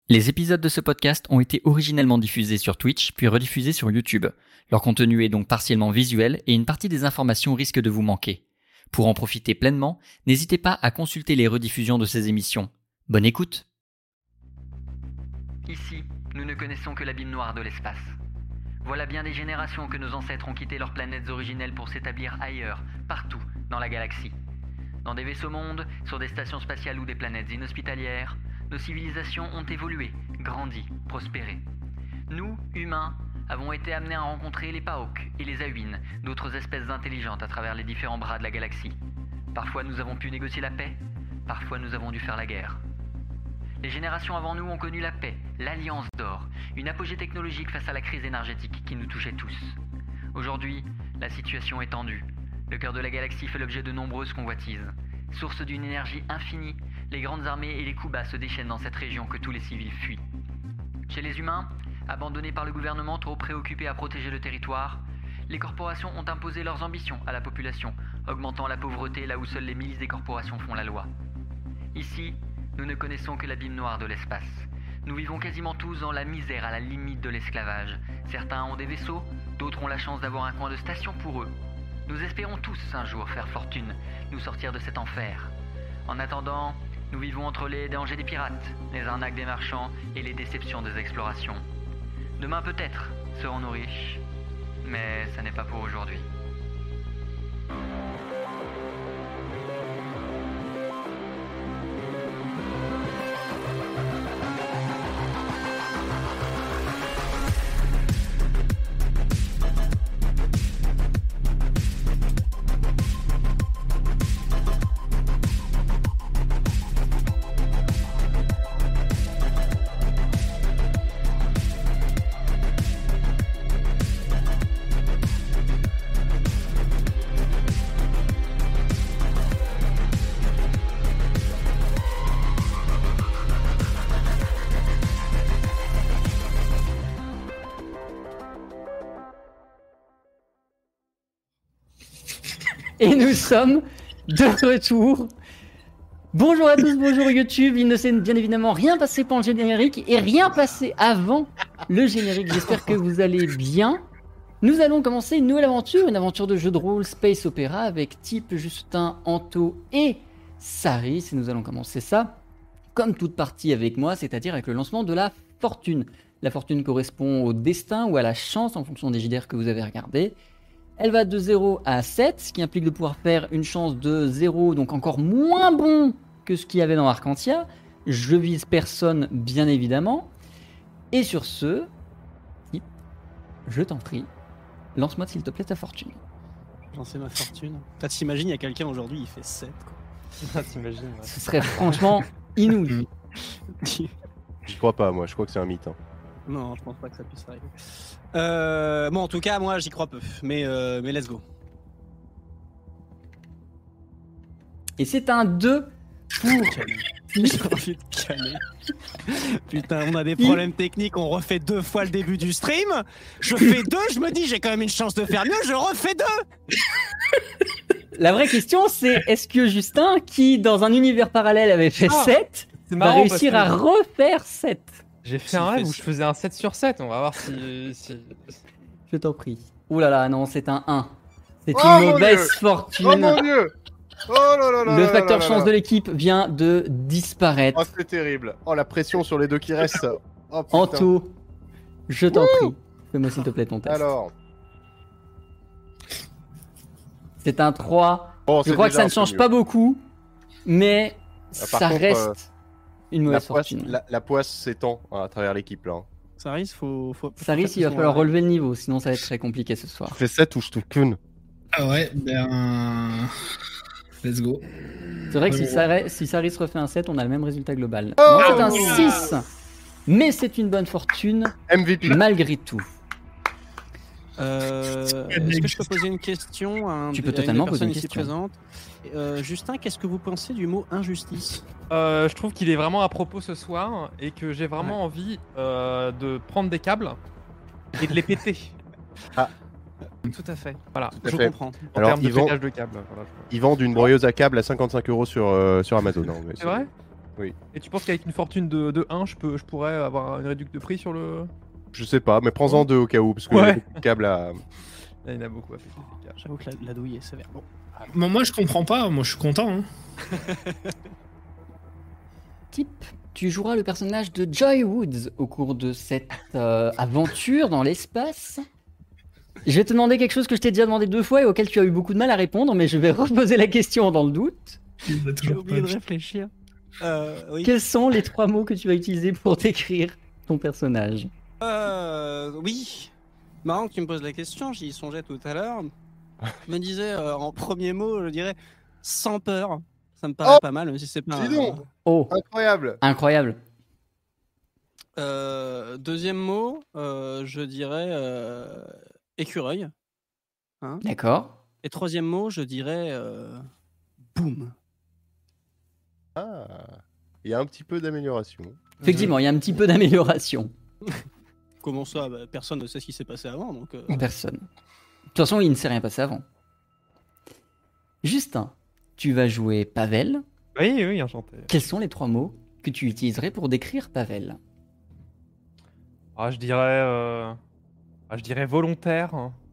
Les épisodes de ce podcast ont été originellement diffusés sur Twitch, puis rediffusés sur YouTube. Leur contenu est donc partiellement visuel et une partie des informations risque de vous manquer. Pour en profiter pleinement, n'hésitez pas à consulter les rediffusions de ces émissions. Bonne écoute! Ici, nous ne connaissons que l'abîme noir de l'espace. Voilà bien des générations que nos ancêtres ont quitté leurs planètes originelles pour s'établir ailleurs, partout, dans la galaxie. Dans des vaisseaux-mondes, sur des stations spatiales ou des planètes inhospitalières, nos civilisations ont évolué, grandi, prospéré. Nous, humains, avons été amenés à rencontrer les Paok et les Awin, d'autres espèces intelligentes à travers les différents bras de la galaxie. Parfois nous avons pu négocier la paix, parfois nous avons dû faire la guerre. Les générations avant nous ont connu la paix, l'Alliance d'Or, une apogée technologique face à la crise énergétique qui nous touchait tous. Aujourd'hui, la situation est tendue. Le cœur de la galaxie fait l'objet de nombreuses convoitises. Source d'une énergie infinie, les grandes armées et les coups bas se déchaînent dans cette région que tous les civils fuient. Chez les humains, abandonnés par le gouvernement trop préoccupé à protéger le territoire, les corporations ont imposé leurs ambitions à la population, augmentant la pauvreté là où seules les milices des corporations font la loi. Ici, nous ne connaissons que l'abîme noir de l'espace. Nous vivons quasiment tous dans la misère à la limite de l'esclavage. Certains ont des vaisseaux, d'autres ont la chance d'avoir un coin de station pour eux. Nous espérons tous un jour faire fortune, nous sortir de cet enfer. En attendant, nous vivons entre les dangers des pirates, les arnaques des marchands et les déceptions des explorations. Demain peut-être serons-nous riches, mais ça n'est pas pour aujourd'hui. Et nous sommes de retour. Bonjour à tous, bonjour YouTube. Il ne s'est bien évidemment rien passé pendant le générique et rien passé avant le générique. J'espère que vous allez bien. Nous allons commencer une nouvelle aventure, une aventure de jeu de rôle Space Opera avec Type, Justin, Anto et Saris. Et nous allons commencer ça comme toute partie avec moi, c'est-à-dire avec le lancement de la fortune. La fortune correspond au destin ou à la chance en fonction des JDR que vous avez regardés. Elle va de 0 à 7, ce qui implique de pouvoir faire une chance de 0, donc encore moins bon que ce qu'il y avait dans Arcantia. Je vise personne, bien évidemment. Et sur ce, je t'en prie, lance-moi s'il te plaît ta fortune. Lancer ma fortune. Toi, t'imagines, il y a quelqu'un aujourd'hui, il fait 7, quoi. T'imagines, ouais. Ce serait franchement inouï. J'y crois pas, moi, je crois que c'est un mythe. Hein. Non, je pense pas que ça puisse arriver. Bon, en tout cas, moi, j'y crois peu. Mais let's go. Et c'est un 2 pour... J'ai envie de calmer. Putain, on a des problèmes techniques, on refait 2 fois le début du stream. Je fais 2, je me dis, j'ai quand même une chance de faire mieux, je refais 2. La vraie question, c'est est-ce que Justin, qui dans un univers parallèle avait fait 7, va réussir à refaire 7? J'ai fait un rêve où je faisais un 7 sur 7, on va voir si... Je t'en prie. Ouh là là, non, c'est un 1. C'est une mauvaise fortune. Oh mon dieu! Oh là là là. Le facteur chance de l'équipe vient de disparaître. Oh, c'est terrible. Oh, la pression sur les deux qui restent. Oh, putain. Anto, je t'en prie. Fais-moi s'il te plaît ton test. Alors. C'est un 3. Bon, je crois que ça ne change pas beaucoup, mais par ça contre, reste une mauvaise fortune. La poisse s'étend à travers l'équipe là. Ça risque, faut Saris, il va falloir relever le niveau, sinon ça va être très compliqué ce soir. Je fais 7 ou je touche qu'une. Ah ouais, ben... Let's go. C'est vrai que si Saris refait un 7, on a le même résultat global. Non, c'est un 6, mais c'est une bonne fortune, MVP. malgré tout. Est-ce que je peux poser une question Tu peux totalement poser une question. Présente. Justin, qu'est-ce que vous pensez du mot injustice? Je trouve qu'il est vraiment à propos ce soir et que j'ai vraiment envie de prendre des câbles et de les péter. Ah. Tout à fait. Voilà, Tout à je fait. comprends. En termes de pétage de câbles. Voilà. Ils vendent une broyeuse à câbles à 55 € sur Amazon. Hein, C'est vrai? Oui. Et tu penses qu'avec une fortune de 1, je pourrais avoir une réduction de prix sur le... Je sais pas, mais prends-en 2 au cas où, parce que Ouais. le câble à... Là, il y en a beaucoup à faire des câbles. J'avoue que la douille est sévère. Bon. Moi, je comprends pas. Moi, je suis content. Hein. Type, tu joueras le personnage de Joy Woods au cours de cette aventure dans l'espace. Je vais te demander quelque chose que je t'ai déjà demandé 2 fois et auquel tu as eu beaucoup de mal à répondre, mais je vais reposer la question dans le doute. Il a J'ai toujours oublié pas. de réfléchir. Oui. Quels sont les 3 mots que tu vas utiliser pour décrire ton personnage? Oui. Marrant que tu me poses la question, j'y songeais tout à l'heure. Je me disais, en premier mot, je dirais sans peur. Ça me paraît pas mal, même si c'est pas Dis donc. Oh, Incroyable. incroyable. Deuxième mot, je dirais écureuil. D'accord. Et troisième mot, je dirais boum. Ah, il y a un petit peu d'amélioration. Effectivement, il y a un petit peu d'amélioration. Comment ça? Bah, personne ne sait ce qui s'est passé avant, donc. Personne. De toute façon, il ne s'est rien passé avant. Justin, tu vas jouer Pavel. Oui, enchanté. Quels sont les 3 mots que tu utiliserais pour décrire Pavel? Je dirais volontaire.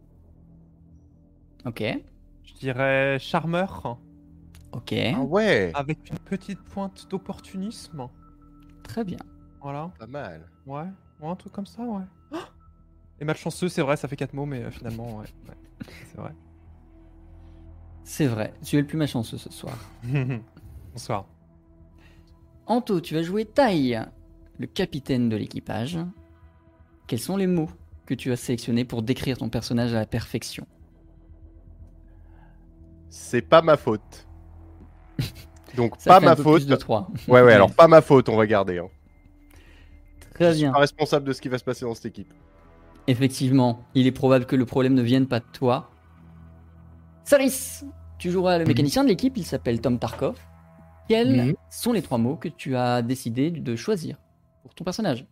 Ok. Je dirais charmeur. Ok. Ah ouais, Avec une petite pointe d'opportunisme. Très bien. Voilà. pas mal. Ouais, un truc comme ça, ouais. Et malchanceux, c'est vrai, ça fait 4 mots, mais finalement, ouais. C'est vrai. C'est vrai, tu es le plus malchanceux ce soir. Bonsoir. Anto, tu vas jouer Tai, le capitaine de l'équipage. Quels sont les mots que tu as sélectionnés pour décrire ton personnage à la perfection? C'est pas ma faute. Donc Ça pas fait un ma peu faute. plus de 3. Ouais, alors pas ma faute, on va garder. Hein. Très Je suis bien. pas responsable de ce qui va se passer dans cette équipe. Effectivement, il est probable que le problème ne vienne pas de toi. Saris, tu joueras le mécanicien de l'équipe, il s'appelle Tom Tarkov. Quels sont les 3 mots que tu as décidé de choisir pour ton personnage?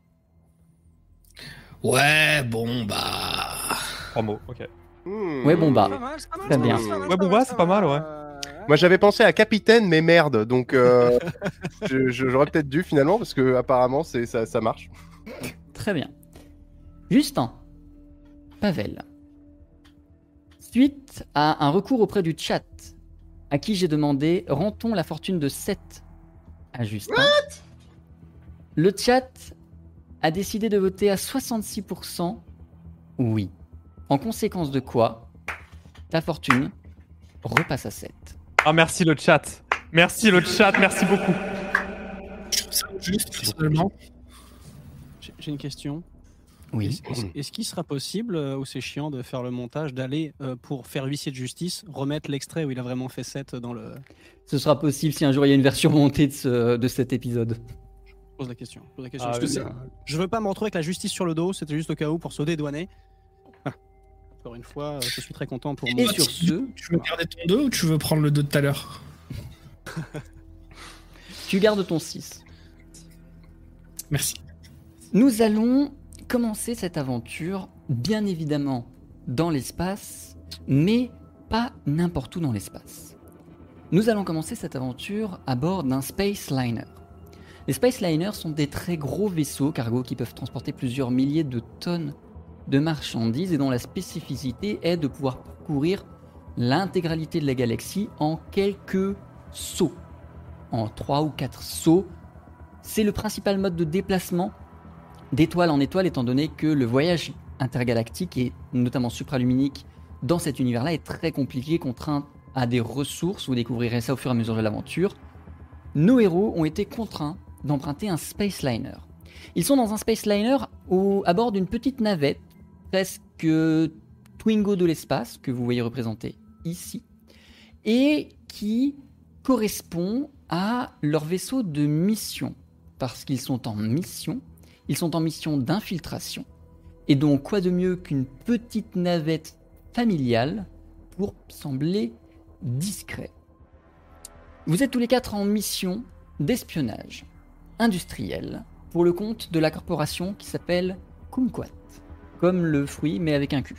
Ouais, bon, bah. 3 mots, ok. Ouais, bon, bah. Pas mal, c'est pas mal, Très c'est pas bien. mal, c'est pas mal, Ouais, bon, bah, c'est pas mal, ouais. Moi j'avais pensé à capitaine, mais merde. Donc j'aurais peut-être dû finalement, parce que apparemment ça marche. Très bien. Justin, Pavel. Suite à un recours auprès du chat, à qui j'ai demandé rend-on la fortune de 7 à Justin. Le chat a décidé de voter à 66% oui. En conséquence de quoi, ta fortune repasse à 7. Ah, merci le chat. Merci le chat, merci beaucoup. Je trouve ça juste, personnellement. J'ai une question. Oui. Est-ce qu'il sera possible, ou c'est chiant de faire le montage, d'aller, pour faire huissier de justice, remettre l'extrait où il a vraiment fait 7 dans le... Ce sera possible si un jour il y a une version montée de cet épisode. Je pose la question. Ah, Parce que je veux pas me retrouver avec la justice sur le dos, c'était juste au cas où pour se dédouaner. Ah. Encore une fois, je suis très content pour Et moi. sur ce, Tu veux garder ton 2 ou tu veux prendre le 2 de tout à l'heure? tu gardes ton 6. Merci. Nous allons commencer cette aventure, bien évidemment, dans l'espace, mais pas n'importe où dans l'espace. Nous allons commencer cette aventure à bord d'un Space Liner. Les Space Liners sont des très gros vaisseaux cargo qui peuvent transporter plusieurs milliers de tonnes de marchandises et dont la spécificité est de pouvoir parcourir l'intégralité de la galaxie en quelques sauts. En 3 ou 4 sauts. C'est le principal mode de déplacement d'étoile en étoile, étant donné que le voyage intergalactique et notamment supraluminique dans cet univers-là est très compliqué, contraint à des ressources. Vous découvrirez ça au fur et à mesure de l'aventure. Nos héros ont été contraints d'emprunter un Space Liner. Ils sont dans un Space Liner à bord d'une petite navette, presque Twingo de l'espace, que vous voyez représenté ici, et qui correspond à leur vaisseau de mission, parce qu'ils sont en mission. Ils sont en mission d'infiltration. Et donc, quoi de mieux qu'une petite navette familiale pour sembler discret. Vous êtes tous les 4 en mission d'espionnage industriel pour le compte de la corporation qui s'appelle Kumquat. Comme le fruit, mais avec un Q.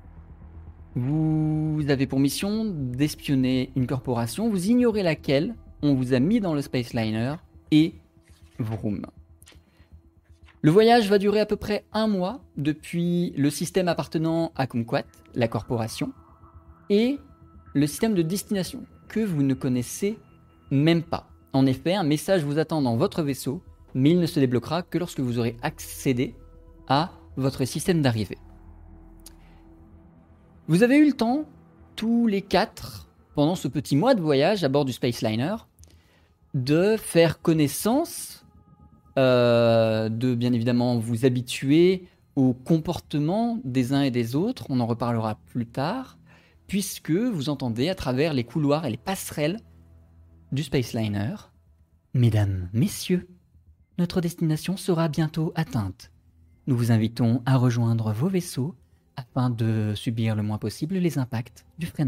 Vous avez pour mission d'espionner une corporation, vous ignorez laquelle, on vous a mis dans le Space Liner et vroom. Le voyage va durer à peu près 1 mois depuis le système appartenant à Kumquat, la corporation, et le système de destination que vous ne connaissez même pas. En effet, un message vous attend dans votre vaisseau, mais il ne se débloquera que lorsque vous aurez accédé à votre système d'arrivée. Vous avez eu le temps, tous les 4, pendant ce petit mois de voyage à bord du Space Liner, de faire connaissance, de bien évidemment vous habituer au comportement des uns et des autres, on en reparlera plus tard, puisque vous entendez à travers les couloirs et les passerelles du Space Liner, « Mesdames, messieurs, notre destination sera bientôt atteinte. Nous vous invitons à rejoindre vos vaisseaux afin de subir le moins possible les impacts du freinage. »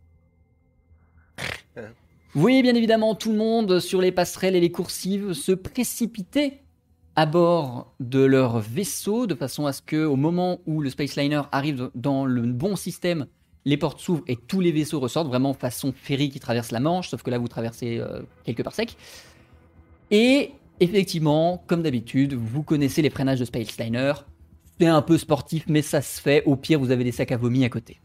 Vous voyez bien évidemment tout le monde sur les passerelles et les coursives se précipiter à bord de leur vaisseau de façon à ce qu'au moment où le Space Liner arrive dans le bon système, les portes s'ouvrent et tous les vaisseaux ressortent, vraiment façon ferry qui traverse la Manche, sauf que là vous traversez quelques parsecs. Et effectivement, comme d'habitude, vous connaissez les freinages de Space Liner, c'est un peu sportif mais ça se fait, au pire vous avez des sacs à vomi à côté.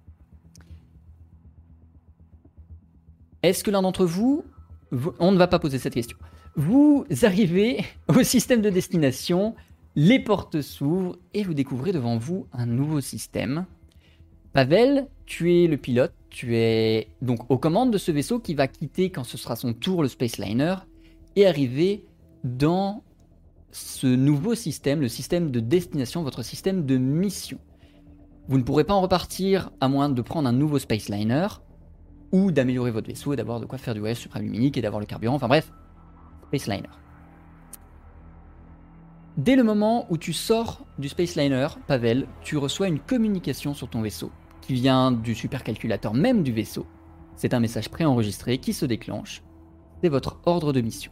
Est-ce que l'un d'entre vous, on ne va pas poser cette question, vous arrivez au système de destination, les portes s'ouvrent et vous découvrez devant vous un nouveau système. Pavel, tu es le pilote, tu es donc aux commandes de ce vaisseau qui va quitter quand ce sera son tour le Space Liner et arriver dans ce nouveau système, le système de destination, votre système de mission. Vous ne pourrez pas en repartir à moins de prendre un nouveau Space Liner ou d'améliorer votre vaisseau et d'avoir de quoi faire du voyage supraluminique et d'avoir le carburant, enfin bref, Space Liner. Dès le moment où tu sors du Space Liner, Pavel, tu reçois une communication sur ton vaisseau qui vient du supercalculateur même du vaisseau. C'est un message préenregistré qui se déclenche. C'est votre ordre de mission.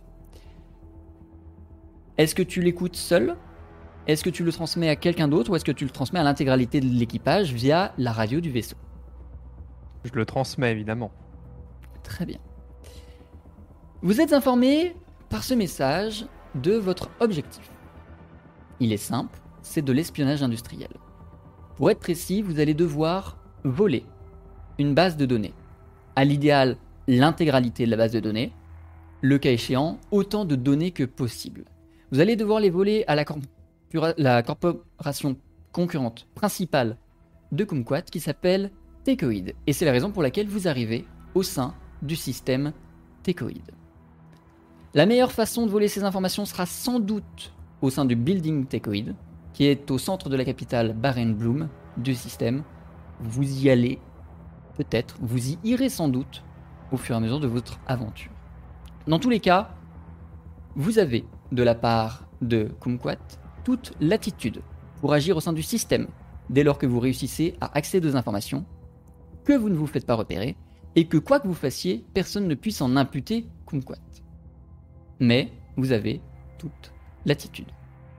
Est-ce que tu l'écoutes seul ? Est-ce que tu le transmets à quelqu'un d'autre ou est-ce que tu le transmets à l'intégralité de l'équipage via la radio du vaisseau ? Je le transmets évidemment. Très bien. Vous êtes informé par ce message de votre objectif. Il est simple, c'est de l'espionnage industriel. Pour être précis, vous allez devoir voler une base de données. À l'idéal, l'intégralité de la base de données. Le cas échéant, autant de données que possible. Vous allez devoir les voler à la corporation concurrente principale de Kumquat qui s'appelle Techoid. Et c'est la raison pour laquelle vous arrivez au sein du système Techoid. La meilleure façon de voler ces informations sera sans doute au sein du building Techoid, qui est au centre de la capitale Barenblum du système. Vous y allez, peut-être, vous y irez sans doute au fur et à mesure de votre aventure. Dans tous les cas, vous avez, de la part de Kumquat, toute latitude pour agir au sein du système, dès lors que vous réussissez à accéder aux informations, que vous ne vous faites pas repérer, et que quoi que vous fassiez, personne ne puisse en imputer Kumquat. Mais vous avez toute latitude.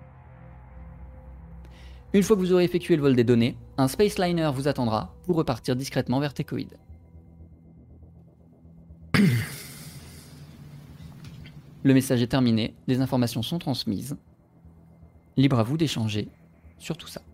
Une fois que vous aurez effectué le vol des données, un Space Liner vous attendra pour repartir discrètement vers Techoid. Le message est terminé, les informations sont transmises. Libre à vous d'échanger sur tout ça.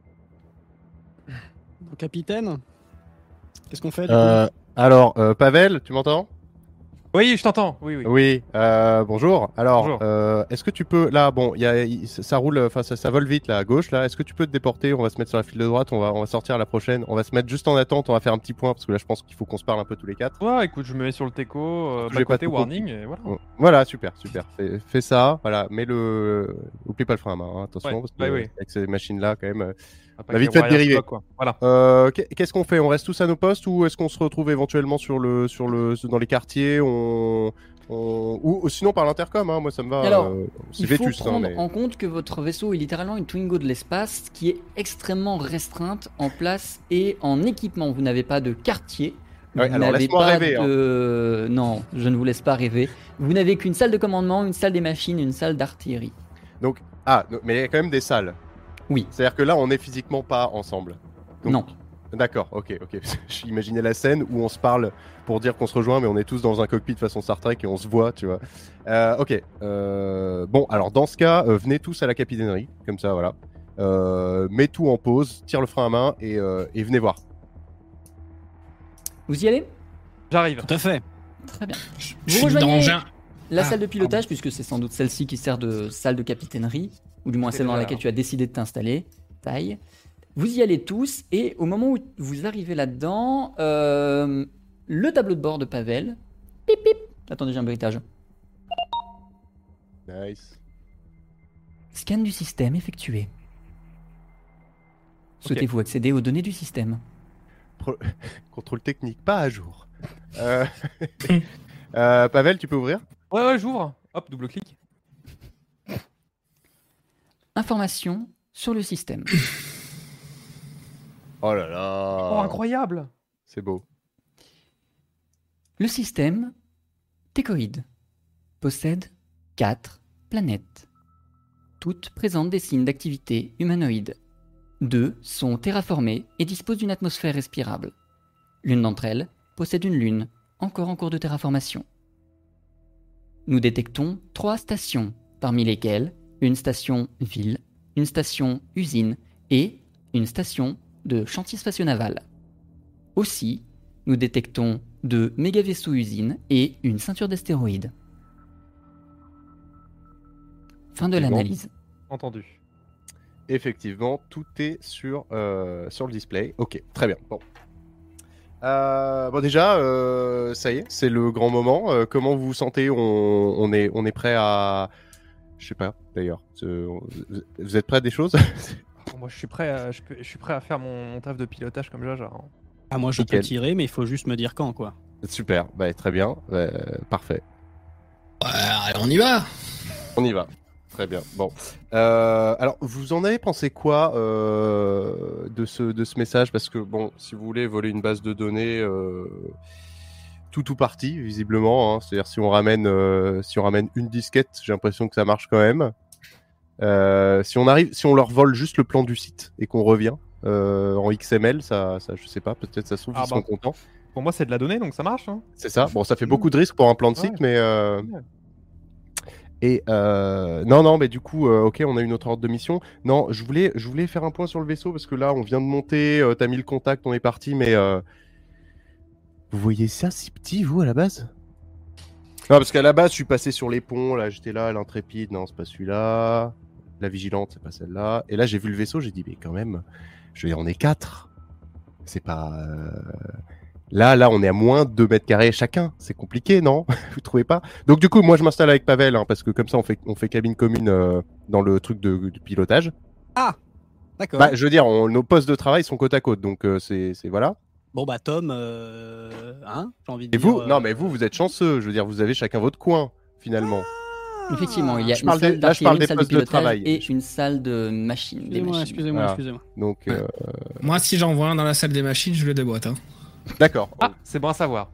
Capitaine, qu'est-ce qu'on fait du coup Alors, Pavel, tu m'entends ? Oui, je t'entends. Oui. Oui, bonjour. Alors, Bonjour. est-ce que tu peux, là, bon, ça roule, enfin ça vole vite là à gauche là. Est-ce que tu peux te déporter ? On va se mettre sur la file de droite, on va sortir à la prochaine. On va se mettre juste en attente, on va faire un petit point parce que là je pense qu'il faut qu'on se parle un peu tous les 4. Ouais, écoute, je me mets sur le techo, J'ai pas côté de techo. warning, et voilà. Voilà, super. Fais ça, voilà. Oublie pas le frein à main, hein, attention, Ouais, parce que oui. avec ces machines là quand même. Après La qu'il y ait vite fait de Warriors dériver. Block, quoi. Voilà. Qu'est-ce qu'on fait ? On reste tous à nos postes ou est-ce qu'on se retrouve éventuellement dans les quartiers ou sinon par l'intercom, hein, moi ça me va. Alors, c'est il faut vétuste, prendre hein, mais... en compte que votre vaisseau est littéralement une Twingo de l'espace qui est extrêmement restreinte en place et en équipement. Vous n'avez pas de quartier. Ouais, Vous alors n'avez laisse-moi pas rêver. de... Non, je ne vous laisse pas rêver. Vous n'avez qu'une salle de commandement, une salle des machines, une salle d'artillerie. Mais il y a quand même des salles. Oui. C'est-à-dire que là, on n'est physiquement pas ensemble. Donc, Non. D'accord, ok. J'imaginais la scène où on se parle pour dire qu'on se rejoint, mais on est tous dans un cockpit façon Star Trek et on se voit, tu vois. Ok. Bon, alors dans ce cas, venez tous à la capitainerie, comme ça, voilà. Mets tout en pause, tire le frein à main et venez voir. Vous y allez? J'arrive. Tout à fait. Très bien. Je Vous suis dans rejoignez un... la Ah, salle de pilotage, puisque c'est sans doute celle-ci qui sert de salle de capitainerie, ou du moins C'est celle dans déjà laquelle là. tu as décidé de t'installer. Taille. Vous y allez tous, et au moment où vous arrivez là-dedans, le tableau de bord de Pavel. Pip pip. Attendez, j'ai un bruitage. Nice. Scan du système effectué. Ok. Souhaitez-vous accéder aux données du système? Contrôle technique, pas à jour. Pavel, tu peux ouvrir? Ouais, j'ouvre. Hop, double clic. Information sur le système. Oh là là. Oh, incroyable. C'est beau. Le système Técoïde possède 4 planètes. Toutes présentent des signes d'activité humanoïde. 2 sont terraformées et disposent d'une atmosphère respirable. L'une d'entre elles possède une lune, encore en cours de terraformation. Nous détectons 3 stations, parmi lesquelles une station ville, une station usine et une station de chantier spatio-naval. Aussi, nous détectons 2 méga-vaisseaux usines et une ceinture d'astéroïdes. Fin de C'est bon. l'analyse. Entendu. Effectivement, tout est sur le display. Ok, très bien. Bon. Bon déjà, ça y est, c'est le grand moment. Comment vous vous sentez? On est prêt à... Je sais pas, d'ailleurs. Vous êtes prêts à des choses? Bon, moi, je suis prêt à faire mon taf de pilotage comme Jaja. Hein. Ah, moi, je peux Nickel. tirer, mais il faut juste me dire quand, quoi. Super, bah, très bien. Parfait. Ouais, allez, on y va. On y va. Très bien. Bon. Alors, vous en avez pensé quoi de ce message? Parce que, bon, si vous voulez voler une base de données, tout parti, visiblement. Hein. C'est-à-dire, si on ramène une disquette, j'ai l'impression que ça marche quand même. Si on leur vole juste le plan du site et qu'on revient en XML, ça, je sais pas, peut-être ça se trouve, Ah ils sont bah. contents. Pour moi, c'est de la donnée, donc ça marche. Hein. C'est ça. Bon, ça fait beaucoup de risques pour un plan de site, Ouais. mais... Et non, mais du coup, ok, on a une autre ordre de mission. Non, je voulais faire un point sur le vaisseau parce que là, on vient de monter, t'as mis le contact, on est parti, mais vous voyez ça si petit, vous, à la base? Non, parce qu'à la base, je suis passé sur les ponts, là, j'étais là, l'intrépide, non, c'est pas celui-là. La vigilante, c'est pas celle-là. Et là, j'ai vu le vaisseau, j'ai dit, mais quand même, je veux dire, on est 4. C'est pas... Là, on est à moins de 2 mètres carrés chacun. C'est compliqué, non? Vous trouvez pas? Donc, du coup, moi, je m'installe avec Pavel, hein, parce que comme ça, on fait cabine commune dans le truc de pilotage. D'accord. Bah, je veux dire, nos postes de travail sont côte à côte, donc c'est voilà. Bon, bah, Tom, hein, j'ai envie de Et dire... vous, non, mais vous êtes chanceux. Je veux dire, vous avez chacun votre coin, finalement. Effectivement, il y a Je une parle salle là, je parle d'artillerie, des une salle de postes de pilotage travail. et une salle de machines. Des machines. Excusez-moi. Voilà. Donc, Moi, si j'en vois un dans la salle des machines, je le déboîte. Hein. d'accord. Ah, c'est bon à savoir.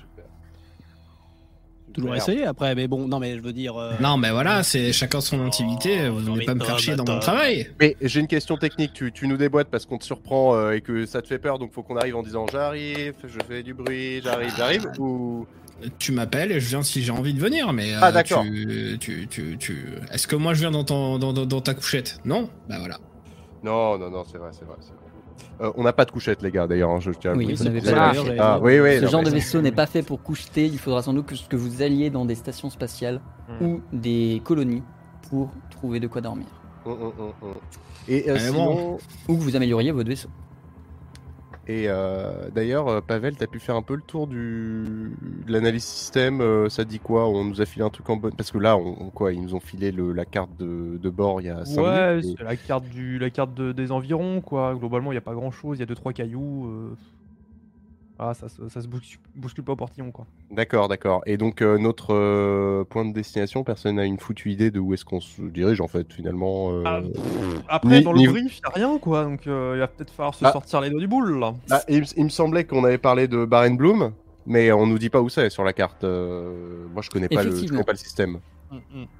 Toujours Merde. essayer après, mais bon, non, mais je veux dire... Non, mais voilà, c'est chacun son intimité. Vous non, venez mais pas me Tom, faire chier dans mon Tom. travail. Mais j'ai une question technique. Tu nous déboîtes parce qu'on te surprend et que ça te fait peur, donc faut qu'on arrive en disant j'arrive, je fais du bruit, j'arrive, ou... Tu m'appelles et je viens si j'ai envie de venir, mais Ah, d'accord. Est-ce que moi je viens dans ta couchette? Non? Bah voilà. Non, c'est vrai. On n'a pas de couchette, les gars, d'ailleurs. Hein, je tiens à Oui, le vous dire. n'avez c'est pas de ça. couchette. Ah, oui. Ce non, genre mais de vaisseau n'est pas fait pour coucheter. Il faudra sans doute que vous alliez dans des stations spatiales ou des colonies pour trouver de quoi dormir. Et Mais sinon... Ou que vous amélioriez votre vaisseau. Et d'ailleurs, Pavel, t'as pu faire un peu le tour de l'analyse système. Ça dit quoi? On nous a filé un truc en bonne... Parce que là, ils nous ont filé la carte de bord il y a 5 Ouais, minutes. c'est la carte des environs, quoi. Globalement, il n'y a pas grand chose. Il y a 2-3 cailloux. Ah, ça se bouscule pas au portillon, quoi. D'accord. Et donc, notre point de destination, personne n'a une foutue idée de où est-ce qu'on se dirige, en fait, finalement. Après, dans le ni- brief, il n'y a rien, quoi. Donc, il va peut-être falloir se Ah. sortir les doigts du boule, là. Ah, il me semblait qu'on avait parlé de Barenbloom, mais on nous dit pas où c'est sur la carte. Moi, je connais pas le Effectivement. système.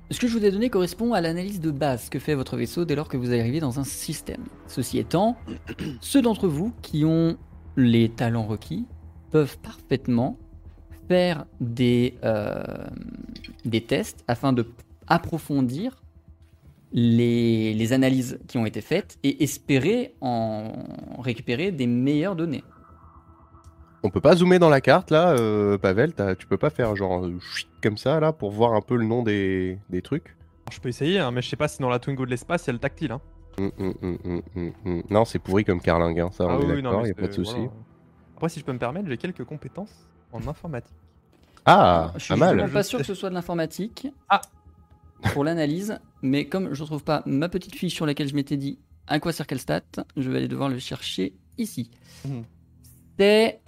Ce que je vous ai donné correspond à l'analyse de base que fait votre vaisseau dès lors que vous arrivez dans un système. Ceci étant, ceux d'entre vous qui ont les talents requis peuvent parfaitement faire des tests afin de approfondir les analyses qui ont été faites et espérer en récupérer des meilleures données. On peut pas zoomer dans la carte là, Pavel, tu peux pas faire genre chut, comme ça là pour voir un peu le nom des trucs. Alors, je peux essayer, hein, mais je sais pas si dans la Twingo de l'espace, il y a le tactile. Hein. Non, c'est pourri comme carlingue, hein. Ça on est oui, non, d'accord, mais y a pas de souci. voilà. Après, si je peux me permettre, j'ai quelques compétences en informatique. Ah, Je suis pas mal. vraiment pas sûr que ce soit de l'informatique Ah. pour l'analyse, mais comme je ne trouve pas ma petite fiche sur laquelle je m'étais dit à quoi sert quelle stat, je vais aller devoir le chercher ici. Mhm. C'est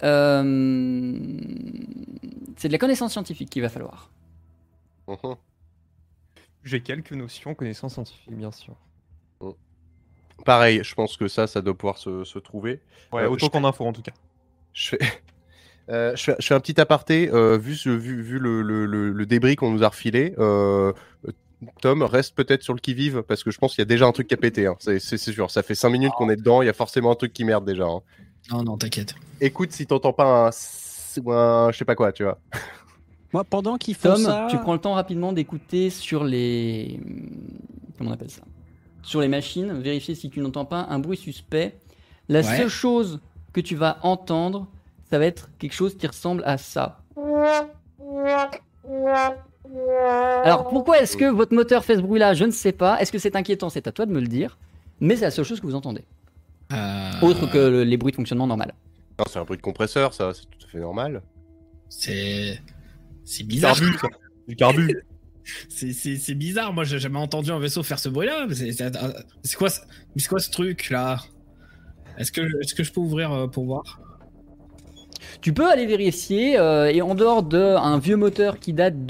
de la connaissance scientifique qu'il va falloir. Mhm. J'ai quelques notions, connaissances scientifiques, bien sûr. Pareil, je pense que ça doit pouvoir se trouver. Ouais, autant qu'en info en tout cas. Je fais un petit aparté, vu le débris qu'on nous a refilé. Tom, reste peut-être sur le qui-vive, parce que je pense qu'il y a déjà un truc qui a pété. Hein. C'est sûr, ça fait 5 minutes qu'on est dedans, il y a forcément un truc qui merde déjà. Hein. Non, t'inquiète. Écoute si t'entends pas un je sais pas quoi, tu vois. Moi, pendant qu'ils font Tom, ça... tu prends le temps rapidement d'écouter sur les... Comment on appelle ça ? Sur les machines, vérifier si tu n'entends pas un bruit suspect. La Ouais. seule chose que tu vas entendre, ça va être quelque chose qui ressemble à ça. Alors pourquoi est-ce que votre moteur fait ce bruit-là ? Je ne sais pas. Est-ce que c'est inquiétant ? C'est à toi de me le dire. Mais c'est la seule chose que vous entendez. Autre que les bruits de fonctionnement normal. Non, c'est un bruit de compresseur, ça, c'est tout à fait normal. C'est bizarre. Du carbu. C'est bizarre. Moi, j'ai jamais entendu un vaisseau faire ce bruit-là. C'est quoi ce truc-là? Est-ce que je peux ouvrir pour voir? Tu peux aller vérifier, et en dehors d'un vieux moteur qui date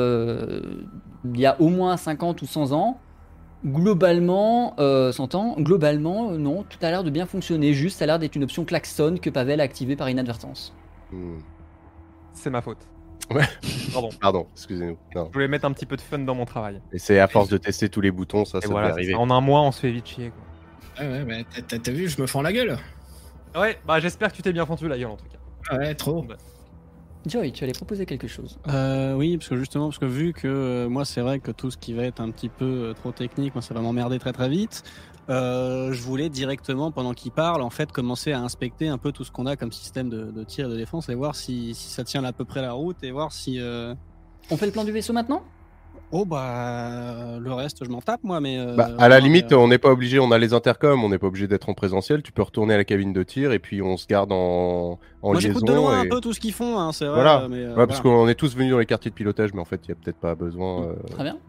il y a au moins 50 ou 100 ans, globalement, 100 ans, non, tout a l'air de bien fonctionner. Juste, ça a l'air d'être une option klaxon que Pavel a activée par inadvertance. C'est ma faute. Ouais. Pardon. Excusez-nous. Non. Je voulais mettre un petit peu de fun dans mon travail. Et c'est à force de tester tous les boutons, ça Et peut voilà, arriver. en un mois, on se fait vite chier. Quoi. Ouais, mais t'as vu, je me fends la gueule. Ouais, bah j'espère que tu t'es bien fendu la gueule en tout cas. Ah ouais, trop. Joey, tu allais proposer quelque chose. Oui, parce que vu que moi c'est vrai que tout ce qui va être un petit peu trop technique, moi ça va m'emmerder très très vite. Je voulais directement, pendant qu'il parle, en fait, commencer à inspecter un peu tout ce qu'on a comme système de tir et de défense et voir si ça tient à peu près la route et voir si. On fait le plan du vaisseau maintenant ? Oh bah le reste je m'en tape moi, mais. À la limite, on n'est pas obligé, on a les intercoms, on n'est pas obligé d'être en présentiel. Tu peux retourner à la cabine de tir et puis on se garde en moi liaison. j'écoute de loin et... un peu tout ce qu'ils font, hein, c'est vrai. Voilà. Mais, Ouais, parce qu'on est tous venus dans les quartiers de pilotage, mais en fait, il n'y a peut-être pas besoin. Très bien.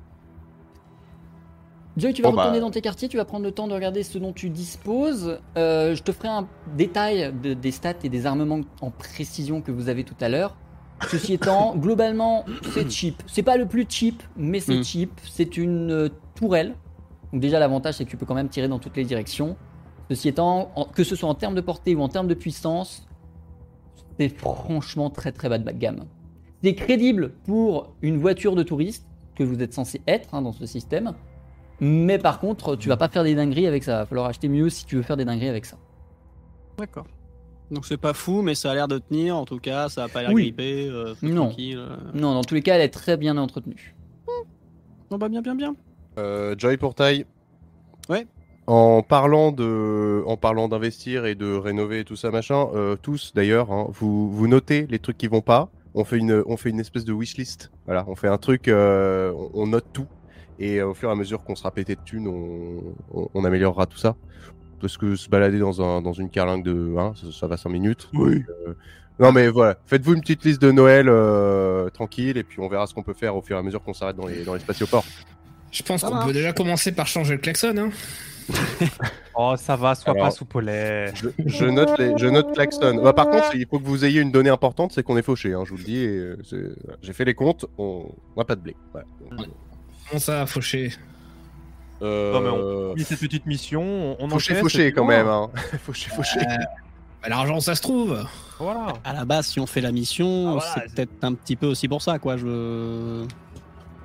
Joey, tu vas Bon, retourner bah. dans tes quartiers, tu vas prendre le temps de regarder ce dont tu disposes. Je te ferai un détail des stats et des armements en précision que vous avez tout à l'heure. Ceci étant, globalement, c'est cheap. C'est pas le plus cheap, mais c'est cheap. C'est une tourelle. Donc déjà, l'avantage, c'est que tu peux quand même tirer dans toutes les directions. Ceci étant, que ce soit en termes de portée ou en termes de puissance, c'est franchement très très bas de gamme. C'est crédible pour une voiture de touriste, que vous êtes censé être dans ce système. Mais par contre, tu vas pas faire des dingueries avec ça. Il va falloir acheter mieux si tu veux faire des dingueries avec ça. D'accord. Donc c'est pas fou, mais ça a l'air de tenir. En tout cas, ça a pas l'air Oui. grippé. C'est Non. tranquille. Non, dans tous les cas, elle est très bien entretenue. Bon bah bien. Joy Portail. Ouais. En parlant d'investir et de rénover et tout ça machin, tous d'ailleurs, hein, vous notez les trucs qui vont pas. On fait une espèce de wishlist. Voilà, on fait un truc, on note tout et au fur et à mesure qu'on sera pété de thunes, on améliorera tout ça. Parce que se balader dans une carlingue de, ça va 5 minutes. Oui. Non mais voilà, faites-vous une petite liste de Noël tranquille et puis on verra ce qu'on peut faire au fur et à mesure qu'on s'arrête dans les spatioports. Je pense Ça qu'on marche. peut déjà commencer par changer le klaxon. Hein. Oh, ça va, sois Alors, pas sous Paulet. Je note klaxon. Bah, par contre, il faut que vous ayez une donnée importante, c'est qu'on est fauché, hein, je vous le dis. Et, j'ai fait les comptes, on n'a pas de blé. Ouais. Comment ça, fauché? Non, mais on finit cette petite mission, on enchaîne, Fauché c'est quand tout. même. Hein. Fauché. Bah, l'argent, ça se trouve. Voilà. À la base, si on fait la mission, Ah, voilà, c'est peut-être un petit peu aussi pour ça, quoi.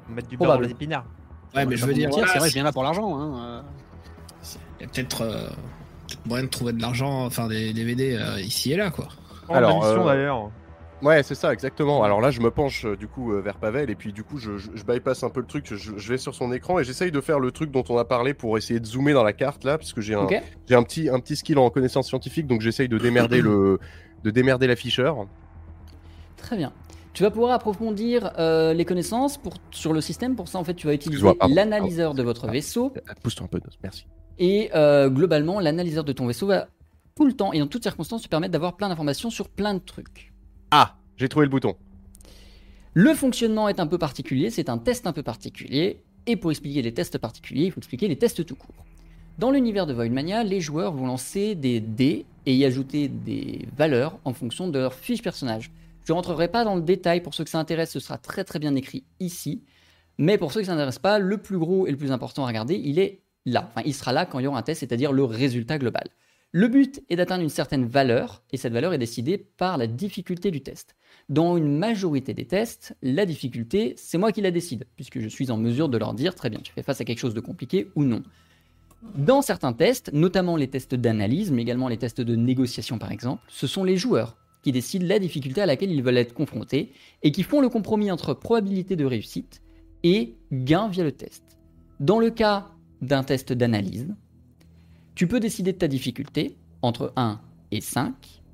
Mettre du beurre dans Probable. les épinards. Ouais, mais je veux dire, c'est voilà, vrai, je viens là pour l'argent. Hein. il y a peut-être moyen de trouver de l'argent, enfin des DVD ici et là, quoi. Alors, Alors, mission d'ailleurs. Ouais, c'est ça, exactement. Alors là, je me penche du coup vers Pavel et puis du coup, je bypass un peu le truc. Je vais sur son écran et j'essaye de faire le truc dont on a parlé pour essayer de zoomer dans la carte là, parce que j'ai Ok. un petit skill en connaissance scientifique, donc j'essaye de démerder l'afficheur. Très bien. Tu vas pouvoir approfondir les connaissances sur le système. Pour ça, en fait, tu vas utiliser Excuse-moi, pardon. l'analyseur de votre vaisseau. Pousse-toi un peu, merci. Et globalement, l'analyseur de ton vaisseau va tout le temps et en toutes circonstances te permettre d'avoir plein d'informations sur plein de trucs. Ah, j'ai trouvé le bouton. Le fonctionnement est un peu particulier, c'est un test un peu particulier. Et pour expliquer les tests particuliers, il faut expliquer les tests tout court. Dans l'univers de Voidmania, les joueurs vont lancer des dés et y ajouter des valeurs en fonction de leur fiche personnage. Je ne rentrerai pas dans le détail, pour ceux que ça intéresse, ce sera très très bien écrit ici. Mais pour ceux que ça n'intéresse pas, le plus gros et le plus important à regarder, il est là. Enfin, il sera là quand il y aura un test, c'est-à-dire le résultat global. Le but est d'atteindre une certaine valeur, et cette valeur est décidée par la difficulté du test. Dans une majorité des tests, la difficulté, c'est moi qui la décide, puisque je suis en mesure de leur dire, très bien, tu fais face à quelque chose de compliqué ou non. Dans certains tests, notamment les tests d'analyse, mais également les tests de négociation par exemple, ce sont les joueurs qui décident la difficulté à laquelle ils veulent être confrontés, et qui font le compromis entre probabilité de réussite et gain via le test. Dans le cas d'un test d'analyse, tu peux décider de ta difficulté entre 1 et 5,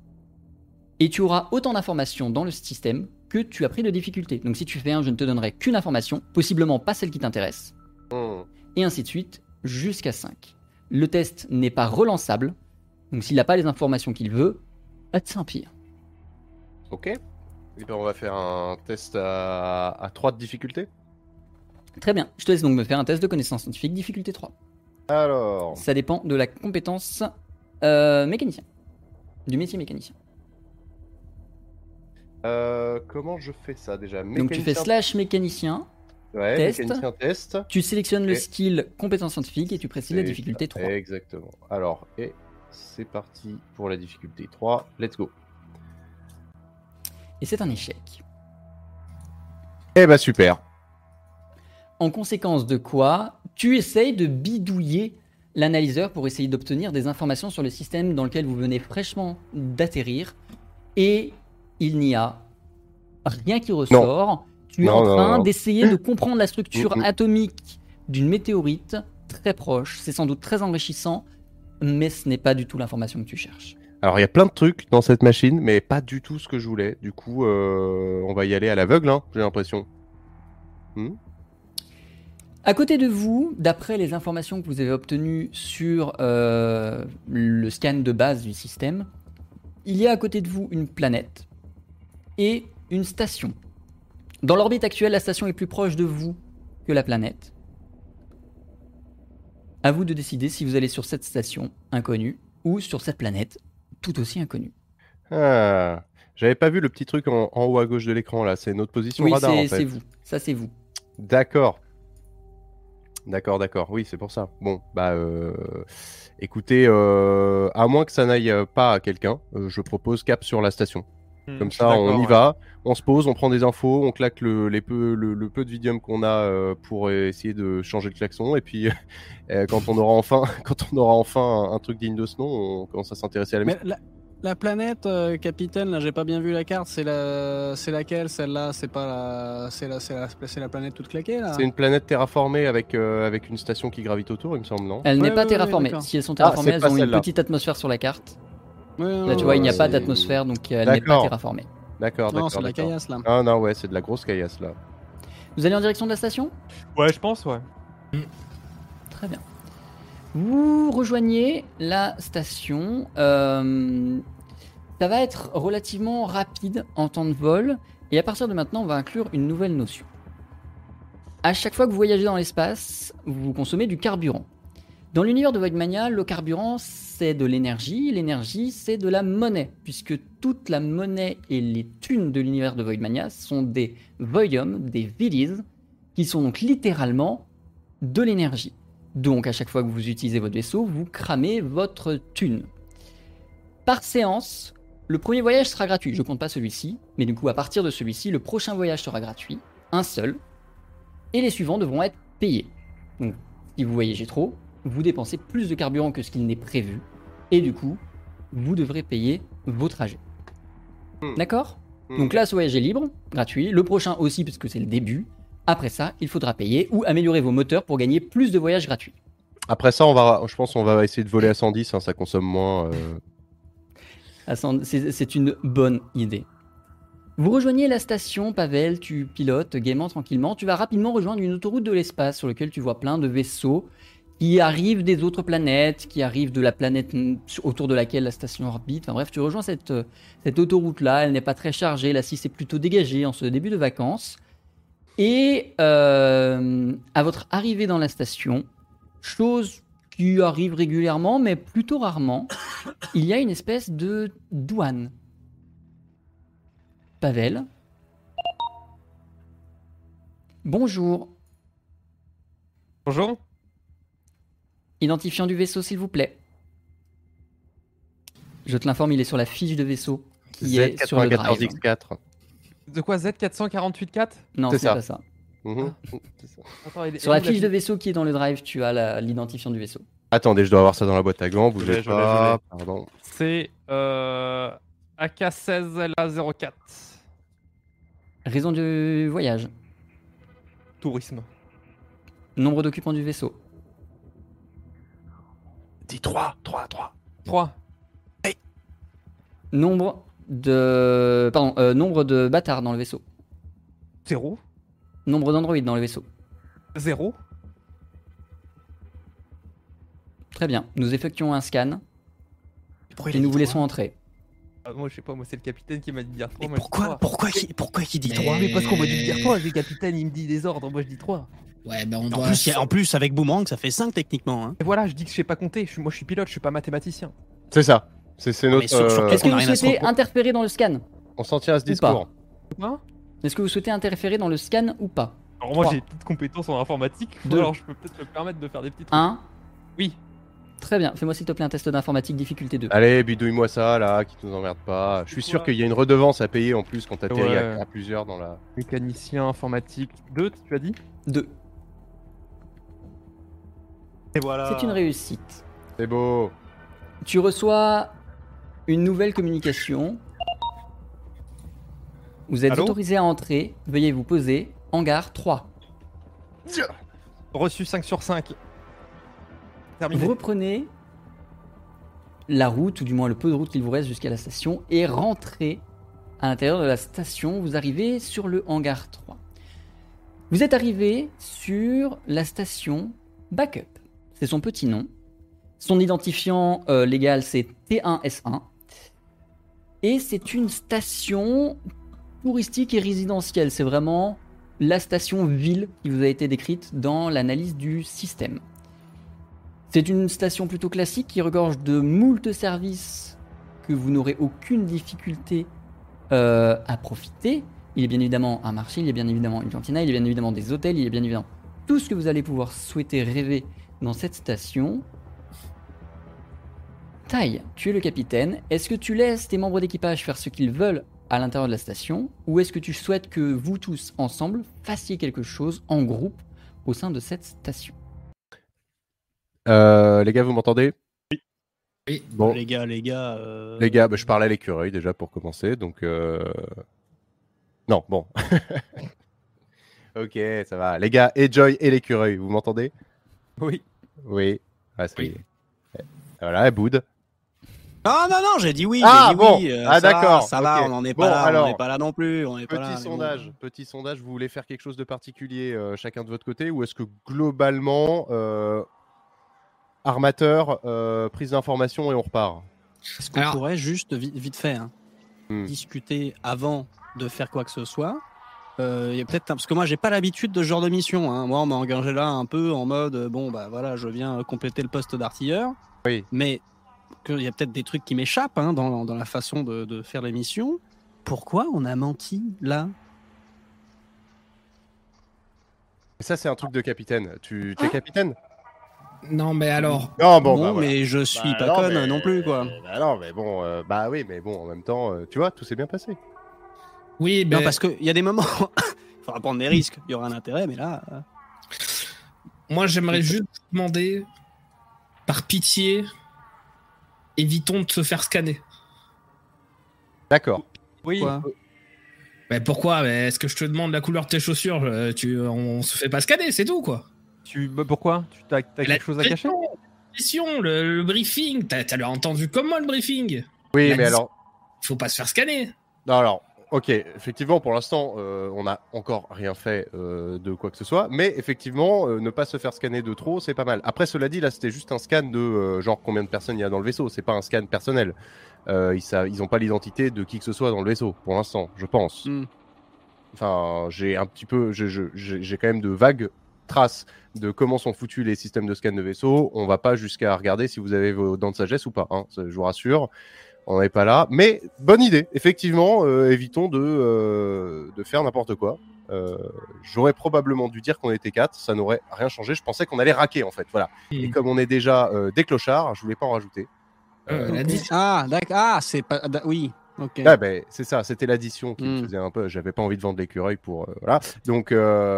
et tu auras autant d'informations dans le système que tu as pris de difficulté. Donc si tu fais 1, je ne te donnerai qu'une information, possiblement pas celle qui t'intéresse, et ainsi de suite, jusqu'à 5. Le test n'est pas relançable, donc s'il n'a pas les informations qu'il veut, c'est un pire. Ok. Et ben, on va faire un test à 3 de difficulté. Très bien, je te laisse donc me faire un test de connaissance scientifique, difficulté 3. Alors, Ça dépend de la compétence mécanicien, du métier mécanicien. comment je fais ça déjà? Donc tu fais slash mécanicien, Ouais, test. mécanicien test. tu sélectionnes le Et- skill compétence scientifique et tu précises la C'est difficulté ça, 3. Exactement. Alors, et c'est parti pour la difficulté 3. Let's go. Et c'est un échec. Eh bah super. En conséquence de quoi, tu essayes de bidouiller l'analyseur pour essayer d'obtenir des informations sur le système dans lequel vous venez fraîchement d'atterrir, et il n'y a rien qui ressort. Tu es Non, en non, train non. d'essayer de comprendre la structure Mhm. atomique d'une météorite très proche. C'est sans doute très enrichissant, mais ce n'est pas du tout l'information que tu cherches. Alors, il y a plein de trucs dans cette machine, mais pas du tout ce que je voulais. Du coup, on va y aller à l'aveugle, hein, j'ai l'impression. À côté de vous, d'après les informations que vous avez obtenues sur le scan de base du système, il y a à côté de vous une planète et une station. Dans l'orbite actuelle, la station est plus proche de vous que la planète. À vous de décider si vous allez sur cette station inconnue ou sur cette planète tout aussi inconnue. Ah, j'avais pas vu le petit truc en haut à gauche de l'écran là. C'est notre position Oui, radar en c'est fait. vous. Ça, c'est vous. D'accord. D'accord. Oui, c'est pour ça. Bon, bah, écoutez, à moins que ça n'aille pas à quelqu'un, je propose cap sur la station. Comme ça, on y va, on se pose, on prend des infos, on claque le peu de vidium qu'on a pour essayer de changer le klaxon. Et puis, quand on aura enfin un truc digne de ce nom, on commence à s'intéresser à la Mais mission. la planète, capitaine, là, j'ai pas bien vu la carte. C'est laquelle celle-là? C'est pas c'est la planète toute claquée là. C'est une planète terraformée avec une station qui gravite autour, il me semble, non? Elle n'est Ouais, pas ouais, terraformée. d'accord. Si elles sont terraformées, c'est elles pas ont une celle-là. petite atmosphère sur la carte. Ouais, Là, tu vois, il n'y a pas c'est- d'atmosphère, donc elle n'est pas D'accord. terraformée. D'accord. Non, c'est de la caillasse là. Ah non, ouais, c'est de la grosse caillasse là. Vous allez en direction de la station ? Ouais, je pense, ouais. Très bien. Vous rejoignez la station. Ça va être relativement rapide en temps de vol. Et à partir de maintenant, on va inclure une nouvelle notion. À chaque fois que vous voyagez dans l'espace, vous consommez du carburant. Dans l'univers de Voidmania, le carburant, c'est de l'énergie. L'énergie, c'est de la monnaie. Puisque toute la monnaie et les thunes de l'univers de Voidmania sont des Voidium, des Vidis, qui sont donc littéralement de l'énergie. Donc à chaque fois que vous utilisez votre vaisseau, vous cramez votre thune. Par séance, le premier voyage sera gratuit. Je compte pas celui-ci, mais du coup à partir de celui-ci, le prochain voyage sera gratuit, un seul. et les suivants devront être payés. Donc, si vous voyagez trop, vous dépensez plus de carburant que ce qu'il n'est prévu, et du coup, vous devrez payer vos trajets. D'accord ? Donc là, ce voyage est libre, gratuit. Le prochain aussi, parce que c'est le début. Après ça, il faudra payer ou améliorer vos moteurs pour gagner plus de voyages gratuits. Après ça, je pense qu'on va essayer de voler à 110, hein, ça consomme moins. C'est une bonne idée. Vous rejoignez la station, Pavel, tu pilotes gaiement, tranquillement. Tu vas rapidement rejoindre une autoroute de l'espace sur laquelle tu vois plein de vaisseaux qui arrivent des autres planètes, qui arrivent de la planète autour de laquelle la station orbite. Enfin bref, tu rejoins cette autoroute-là, elle n'est pas très chargée, la 6 est plutôt dégagée en ce début de vacances. Et à votre arrivée dans la station, chose qui arrive régulièrement, mais plutôt rarement, il y a une espèce de douane. Pavel. Bonjour. Bonjour. Identifiant du vaisseau, s'il vous plaît. Je te l'informe, il est sur la fiche de vaisseau qui est sur le drive. Z94X4. De quoi, Z448-4? Non, C'est c'est ça. pas ça. C'est ça. Attends, Sur la fiche de vaisseau qui est dans le drive, tu as l'identifiant du vaisseau. Attendez, je dois avoir ça dans la boîte à gants, bougez Je l'ai, pas. Pardon. C'est AK16LA04. Raison du voyage. Tourisme. Nombre d'occupants du vaisseau. Dis 3. 3. Nombre de bâtards dans le vaisseau. 0. Nombre d'androïdes dans le vaisseau. 0. Très bien. Nous effectuons un scan et nous vous laissons entrer. Moi, je sais pas, moi, c'est le capitaine qui m'a dit de dire 3. Mais Moi, je dis 3. pourquoi qui dit Mais- 3 Mais parce qu'on m'a dit de dire 3, le capitaine il me dit des ordres, moi je dis 3. Ouais, ben on en doit. plus, en plus, avec Boomerang, ça fait 5 techniquement. Hein. Et voilà, je dis que je sais pas compter, moi je suis pilote, je suis pas mathématicien. C'est ça. C'est notre. Mais sur Est-ce que On a vous rien à se souhaitez reprocher. interférer dans le scan? On s'en tient à ce Ou pas. discours. Quoi? Est-ce que vous souhaitez interférer dans le scan ou pas? Alors moi 3. j'ai des petites compétences en informatique, Deux. alors je peux peut-être me permettre de faire des petits trucs. 1. Oui. Très bien. Fais-moi s'il te plaît un test d'informatique difficulté 2. Allez, bidouille-moi ça là, qui nous emmerde pas. Je suis sûr qu'il y a une redevance à payer en plus quand t'atterris Ouais. à plusieurs dans la. Mécanicien, informatique, 2 tu as dit? 2. Et voilà. C'est une réussite. C'est beau. Tu reçois une nouvelle communication. Vous êtes Allô autorisé à entrer. Veuillez vous poser. Hangar 3. Reçu 5 sur 5. Terminé. Vous reprenez la route, ou du moins le peu de route qu'il vous reste jusqu'à la station, et rentrez à l'intérieur de la station. Vous arrivez sur le hangar 3. Vous êtes arrivé sur la station Backup. C'est son petit nom. Son identifiant légal, c'est T1S1. Et c'est une station touristique et résidentielle. C'est vraiment la station ville qui vous a été décrite dans l'analyse du système. C'est une station plutôt classique qui regorge de moult services que vous n'aurez aucune difficulté à profiter. Il y a bien évidemment un marché, il y a bien évidemment une cantina, il y a bien évidemment des hôtels, il y a bien évidemment tout ce que vous allez pouvoir souhaiter rêver dans cette station. Tai, tu es le capitaine. Est-ce que tu laisses tes membres d'équipage faire ce qu'ils veulent à l'intérieur de la station, ou est-ce que tu souhaites que vous tous ensemble fassiez quelque chose en groupe au sein de cette station? Les gars, vous m'entendez? Oui. Bon, Les gars. les gars, je parle à l'écureuil déjà pour commencer, donc. Non, bon. Ok, ça va. Les gars, Enjoy et l'écureuil, vous m'entendez? Oui. Oui. Ah, ça y Oui. est. Voilà, Boud. Non, j'ai dit oui. Ah, j'ai dit bon. oui, Ah, ça d'accord, va, ça va, ok. on n'en est Bon, pas là, alors, on n'est pas là non plus. On est pas là, Petit sondage, vous voulez faire quelque chose de particulier chacun de votre côté, ou est-ce que globalement, armateur, prise d'information et on repart? Est-ce qu'on Alors- pourrait juste vite fait discuter avant de faire quoi que ce soit? Il y a peut-être parce que moi j'ai pas l'habitude de ce genre de mission. Hein. Moi on m'a engagé là un peu en mode bon bah voilà je viens compléter le poste d'artilleur. Oui. Mais il y a peut-être des trucs qui m'échappent hein, dans la façon de faire les missions. Pourquoi on a menti là? Ça, c'est un truc de capitaine. Tu es capitaine? Non, mais alors. Non, Bon, bah, voilà. mais je suis Bah, pas non, conne mais- non plus quoi. Bah non, mais bon, bah oui, mais bon, en même temps, tu vois, tout s'est bien passé. Oui, Non mais. parce qu'il y a des moments, il faudra prendre des risques. Il y aura un intérêt, mais là. moi j'aimerais juste vous demander, par pitié, évitons de se faire scanner. D'accord. Oui. Quoi Mais pourquoi? Mais est-ce que je te demande la couleur de tes chaussures? On se fait pas scanner, c'est tout quoi. Pourquoi? T'as quelque chose à cacher? Mission, le briefing, t'as entendu comment le briefing? Oui, La mais dis- alors. Faut pas se faire scanner. Non, alors, ok, effectivement, pour l'instant, on n'a encore rien fait de quoi que ce soit, mais effectivement, ne pas se faire scanner de trop, c'est pas mal. Après, cela dit, là, c'était juste un scan de genre combien de personnes il y a dans le vaisseau, c'est pas un scan personnel. Ils ont pas l'identité de qui que ce soit dans le vaisseau, pour l'instant, je pense. Enfin, j'ai un petit peu, j'ai quand même de vagues traces de comment sont foutus les systèmes de scan de vaisseau. On va pas jusqu'à regarder si vous avez vos dents de sagesse ou pas, hein, je vous rassure. On n'est pas là, mais bonne idée. Effectivement, évitons de faire n'importe quoi. J'aurais probablement dû dire qu'on était 4, ça n'aurait rien changé. Je pensais qu'on allait raquer en fait, voilà. Et comme on est déjà des clochards, je voulais pas en rajouter. D'accord. Ah, c'est pas. Oui. Ok. Ah ben c'est ça, c'était l'addition qui me faisait un peu. J'avais pas envie de vendre l'écureuil pour voilà. Donc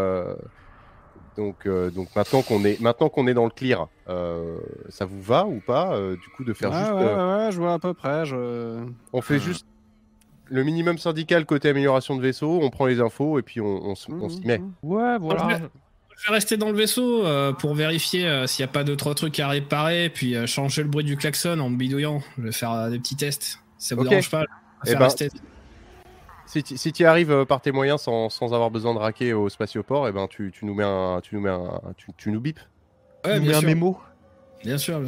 maintenant qu'on est dans le clear, ça vous va ou pas du coup de faire juste Ouais, je vois à peu près. On fait juste le minimum syndical côté amélioration de vaisseau, on prend les infos et puis on s'y met. Ouais, voilà. Je vais rester dans le vaisseau pour vérifier s'il n'y a pas 2-3 trucs à réparer, puis changer le bruit du klaxon en me bidouillant. Je vais faire des petits tests. Ça vous dérange pas? Eh ben, si tu y arrives par tes moyens sans avoir besoin de raquer au spatioport, eh ben tu nous bipes. Ouais, bien sûr. Un mémo. Bien sûr.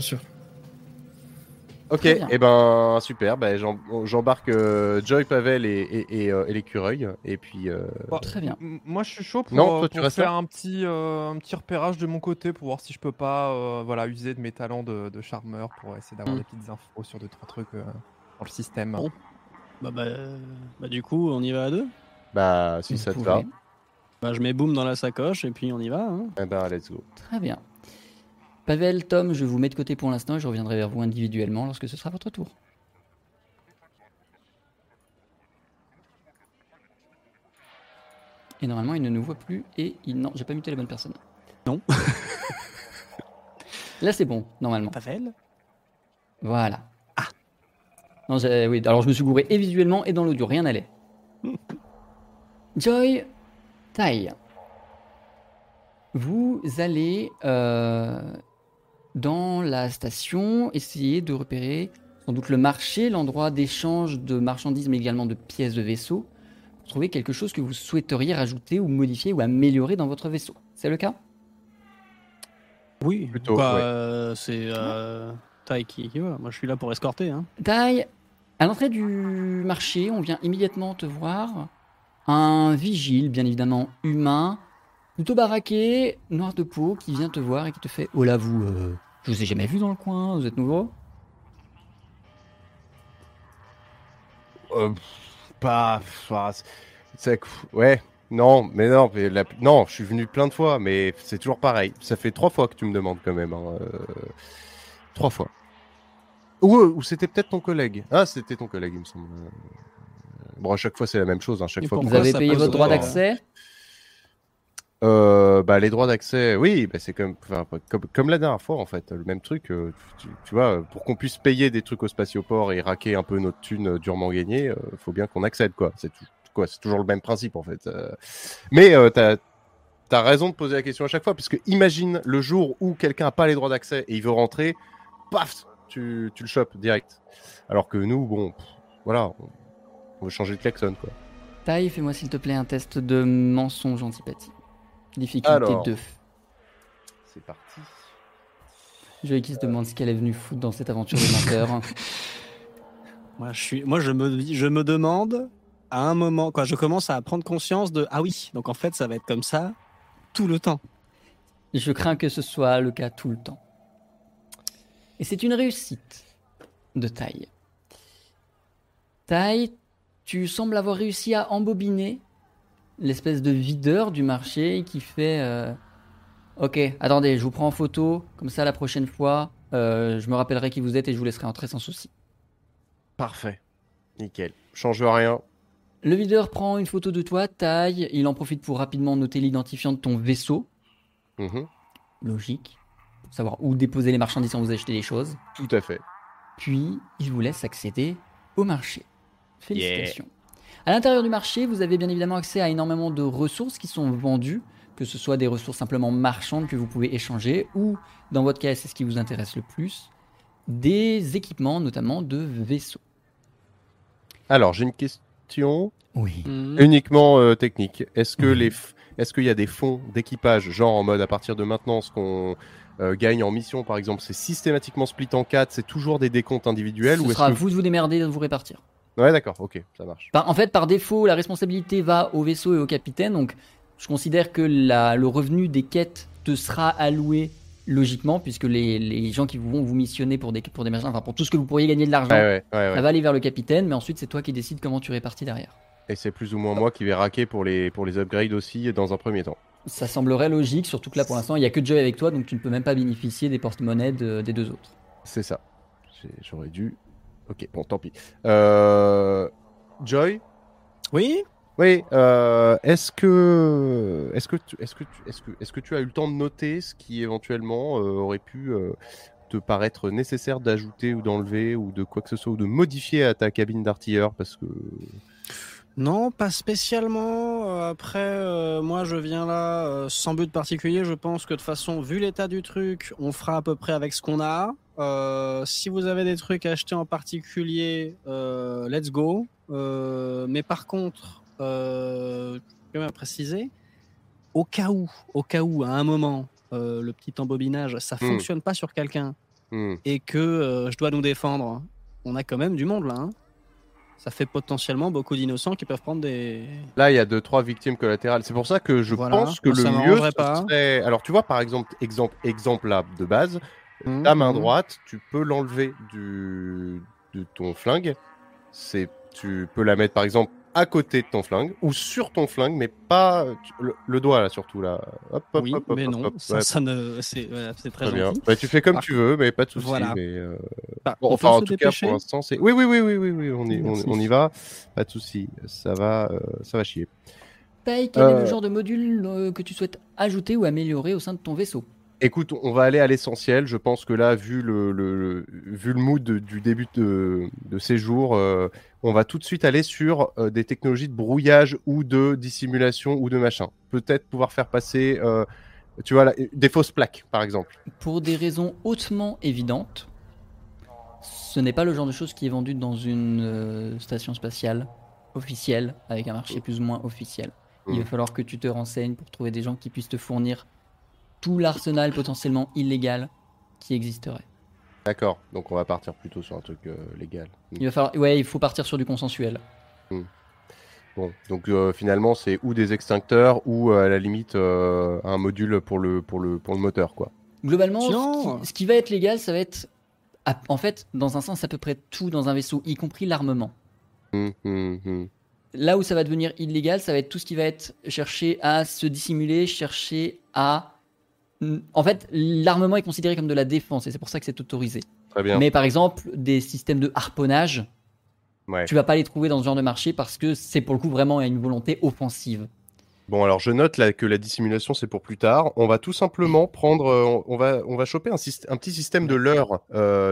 Ok, et ben super, j'embarque Joy, Pavel et l'écureuil, et puis... Très bien. Moi je suis chaud pour faire là un petit repérage de mon côté pour voir si je peux pas user de mes talents de charmeur pour essayer d'avoir des petites infos sur 2-3 trucs dans le système. Bon. Bah du coup, on y va à 2? Bah si ça te va. Bah je mets boom dans la sacoche et puis on y va. Hein. Eh ben let's go. Très bien. Pavel, Tom, je vous mets de côté pour l'instant et je reviendrai vers vous individuellement lorsque ce sera votre tour. Et normalement, il ne nous voit plus et non, j'ai pas muté la bonne personne. Non. Là, c'est bon, normalement. Pavel. Voilà. Ah. Non, oui, alors je me suis gouré et visuellement et dans l'audio, rien n'allait. Joy, Tai. Vous allez dans la station essayer de repérer sans doute le marché, l'endroit d'échange de marchandises mais également de pièces de vaisseau. Pour trouver quelque chose que vous souhaiteriez rajouter ou modifier ou améliorer dans votre vaisseau. C'est le cas? Oui, plutôt. C'est Tai qui va. Moi je suis là pour escorter. Hein. Tai, à l'entrée du marché, on vient immédiatement te voir. Un vigile, bien évidemment humain, plutôt baraqué, noir de peau, qui vient te voir et qui te fait « Oh là, je vous ai jamais vu dans le coin, vous êtes nouveau ?» Ouais, non, non, je suis venu plein de fois, mais c'est toujours pareil. Ça fait 3 fois que tu me demandes quand même. 3 fois. Ou c'était peut-être ton collègue. Ah, c'était ton collègue, il me semble. Bon, à chaque fois, c'est la même chose. Chaque fois Vous avez payé votre droit d'accès? Les droits d'accès, oui, c'est comme la dernière fois en fait, le même truc. Tu vois, pour qu'on puisse payer des trucs au spatioport et raquer un peu notre thune durement gagnée, faut bien qu'on accède quoi. C'est toujours le même principe en fait. Mais t'as raison de poser la question à chaque fois, parce que imagine le jour où quelqu'un a pas les droits d'accès et il veut rentrer, paf, tu le chopes direct. Alors que nous, bon, voilà, on veut changer de klaxon quoi. Tai, fais-moi s'il te plaît un test de mensonge antipathie. Difficulté Alors, 2. C'est parti. Joey qui se demande ce qu'elle est venue foutre dans cette aventure de menteur. Moi, je me demande à un moment, quand je commence à prendre conscience de ah oui, donc en fait, ça va être comme ça tout le temps. Je crains que ce soit le cas tout le temps. Et c'est une réussite de Tai. Tai, tu sembles avoir réussi à embobiner l'espèce de videur du marché qui fait ok, attendez, je vous prends en photo, comme ça la prochaine fois, je me rappellerai qui vous êtes et je vous laisserai entrer sans souci. Parfait. Nickel. Change rien. Le videur prend une photo de toi, Tai, il en profite pour rapidement noter l'identifiant de ton vaisseau. logique, pour savoir où déposer les marchandises quand vous achetez les choses. Tout à fait. Puis, il vous laisse accéder au marché. Félicitations. À l'intérieur du marché, vous avez bien évidemment accès à énormément de ressources qui sont vendues, que ce soit des ressources simplement marchandes que vous pouvez échanger, ou, dans votre cas, c'est ce qui vous intéresse le plus, des équipements, notamment de vaisseaux. Alors, j'ai une question Oui. uniquement technique. Est-ce qu'il y a des fonds d'équipage, genre en mode à partir de maintenant, ce qu'on gagne en mission, par exemple, c'est systématiquement split en 4, c'est toujours des décomptes individuels Ce ou sera à est-ce que... vous de vous démerder et de vous répartir. Ouais, d'accord, ok, ça marche. En fait, par défaut, la responsabilité va au vaisseau et au capitaine, donc je considère que le revenu des quêtes te sera alloué logiquement, puisque les gens qui vont vous missionner pour des machins, enfin pour tout ce que vous pourriez gagner de l'argent, Ouais. ça va aller vers le capitaine, mais ensuite c'est toi qui décides comment tu répartis derrière. Et c'est plus ou moins moi qui vais raquer pour les upgrades aussi dans un premier temps. Ça semblerait logique, surtout que là pour l'instant il n'y a que Joy avec toi, donc tu ne peux même pas bénéficier des porte-monnaies des deux autres. C'est ça. J'aurais dû... Ok, bon, tant pis. Joy ? Oui. Oui, est-ce que tu as eu le temps de noter ce qui éventuellement aurait pu te paraître nécessaire d'ajouter ou d'enlever ou de quoi que ce soit ou de modifier à ta cabine d'artilleur parce que... Non, pas spécialement. Après, moi, je viens là sans but particulier. Je pense que de toute façon, vu l'état du truc, on fera à peu près avec ce qu'on a. Si vous avez des trucs à acheter en particulier, let's go. Mais par contre, je peux quand même préciser, au cas où, à un moment, le petit embobinage, ça fonctionne pas sur quelqu'un et que je dois nous défendre, on a quand même du monde là. Hein. Ça fait potentiellement beaucoup d'innocents qui peuvent prendre des... Là, il y a 2-3 victimes collatérales. C'est pour ça que je pense que moi, le mieux serait... Alors, tu vois, par exemple là, de base, ta main droite, tu peux l'enlever de ton flingue. Tu peux la mettre, par exemple, à côté de ton flingue ou sur ton flingue, mais pas le doigt, là, surtout, là. Hop, oui, hop, mais hop, non, hop, ça ne... c'est très gentil. Bien. Bah, tu fais comme tu veux, mais pas de soucis. Voilà. Mais, bon, enfin, en tout cas, pour l'instant, c'est... Oui, on y va. Pas de soucis. Ça va chier. Paye, quel est le genre de module que tu souhaites ajouter ou améliorer au sein de ton vaisseau ? Écoute, on va aller à l'essentiel. Je pense que là, vu le mood du début de séjour, on va tout de suite aller sur des technologies de brouillage ou de dissimulation ou de machin. Peut-être pouvoir faire passer, tu vois, des fausses plaques, par exemple. Pour des raisons hautement évidentes, ce n'est pas le genre de choses qui est vendu dans une station spatiale officielle, avec un marché plus ou moins officiel. Il va falloir que tu te renseignes pour trouver des gens qui puissent te fournir tout l'arsenal potentiellement illégal qui existerait. D'accord, donc on va partir plutôt sur un truc légal. Il faut partir sur du consensuel. Bon, donc finalement c'est ou des extincteurs ou à la limite un module pour le moteur, quoi. Globalement, ce qui va être légal, ça va être en fait dans un sens à peu près tout dans un vaisseau, y compris l'armement. Là où ça va devenir illégal, ça va être tout ce qui va être chercher à se dissimuler, chercher à... En fait, l'armement est considéré comme de la défense et c'est pour ça que c'est autorisé. Très bien. Mais par exemple, des systèmes de harponnage, tu vas pas les trouver dans ce genre de marché parce que c'est pour le coup vraiment une volonté offensive. Bon, alors je note là que la dissimulation c'est pour plus tard. On va tout simplement prendre, on va choper un petit système de leurre,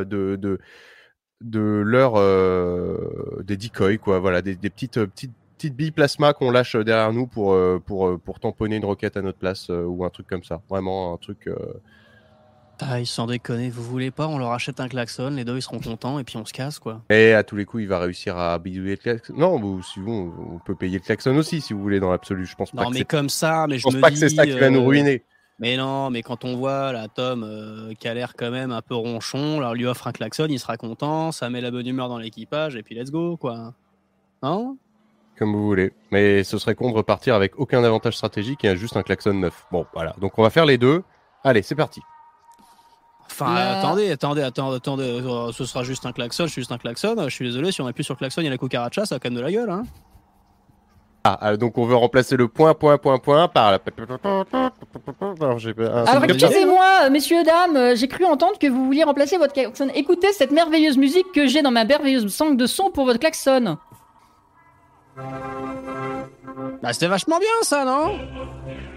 de leurre des decoys, quoi. Voilà, des petites billes plasma qu'on lâche derrière nous pour tamponner une roquette à notre place ou un truc comme ça. Vraiment un truc. Sans déconner, vous voulez pas, on leur achète un klaxon, les deux ils seront contents et puis on se casse, quoi. Et à tous les coups, il va réussir à bidouiller le klaxon. Non, si vous, on peut payer le klaxon aussi si vous voulez dans l'absolu. Je pense pas. Non, mais comme ça, mais je pense pas que c'est ça qui va nous ruiner. Mais non, mais quand on voit la Tom qui a l'air quand même un peu ronchon, alors lui offre un klaxon, il sera content, ça met la bonne humeur dans l'équipage et puis let's go, quoi. Non ? Comme vous voulez. Mais ce serait con de repartir avec aucun avantage stratégique et juste un klaxon neuf. Bon, voilà. Donc on va faire les deux. Allez, c'est parti. Enfin, attendez, ce sera juste un klaxon, juste un klaxon. Je suis désolé, si on appuie sur le klaxon, il y a la cucaracha, ça a quand même de la gueule, hein. Donc on veut remplacer le point par la... Alors excusez-moi, messieurs, dames, j'ai cru entendre que vous vouliez remplacer votre klaxon. Écoutez cette merveilleuse musique que j'ai dans ma merveilleuse banque de son pour votre klaxon. Bah c'était vachement bien ça, non ?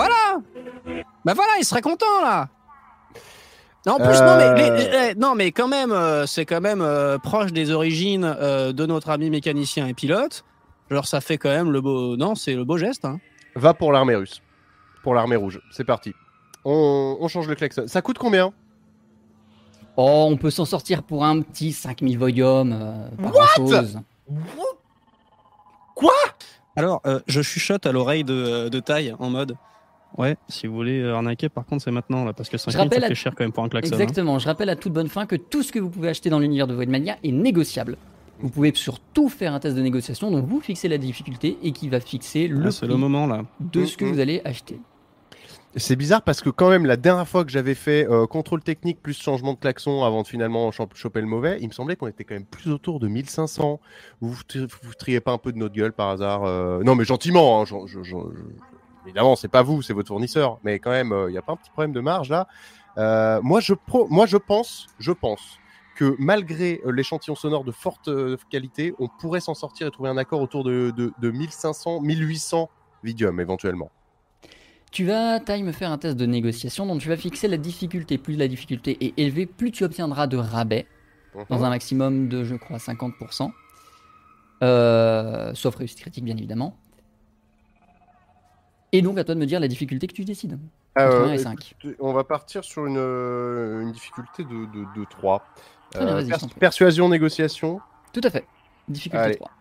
Bah voilà. Bah voilà, il serait content là. En plus, non mais quand même, c'est quand même proche des origines de notre ami mécanicien et pilote. Genre ça fait quand même le beau, non, c'est le beau geste. Hein. Va pour l'armée russe, pour l'armée rouge. C'est parti. On change le klaxon. Ça coûte combien? Oh, on peut s'en sortir pour un petit 5000 volumes, pas grand-chose. Quoi? Alors, je chuchote à l'oreille de Taille en mode. Ouais, si vous voulez arnaquer, par contre, c'est maintenant là, parce que 5000 ça fait cher quand même pour un klaxon. Exactement, hein. je rappelle à toute bonne fin que tout ce que vous pouvez acheter dans l'univers de Voidmania est négociable. Vous pouvez surtout faire un test de négociation, donc vous fixez la difficulté et qui va fixer le c'est prix le moment là. de ce que vous allez acheter. C'est bizarre parce que quand même la dernière fois que j'avais fait contrôle technique plus changement de klaxon avant de finalement choper le mauvais, il me semblait qu'on était quand même plus autour de 1500. Vous triez pas un peu de notre gueule par hasard? Non mais gentiment, hein, évidemment c'est pas vous, c'est votre fournisseur, mais quand même il n'y a pas un petit problème de marge là. Moi je pense que malgré l'échantillon sonore de forte qualité, on pourrait s'en sortir et trouver un accord autour de 1500, 1800 vidium éventuellement. Tu vas, Taille, me faire un test de négociation, donc tu vas fixer la difficulté. Plus la difficulté est élevée, plus tu obtiendras de rabais, dans un maximum de, je crois, 50%. Sauf réussite critique, bien évidemment. Et donc, à toi de me dire la difficulté que tu décides. Entre 1 et 5. On va partir sur une difficulté de 3. Très bien, vas-y, je t'en prie. Persuasion, négociation. Tout à fait. Difficulté Allez. 3.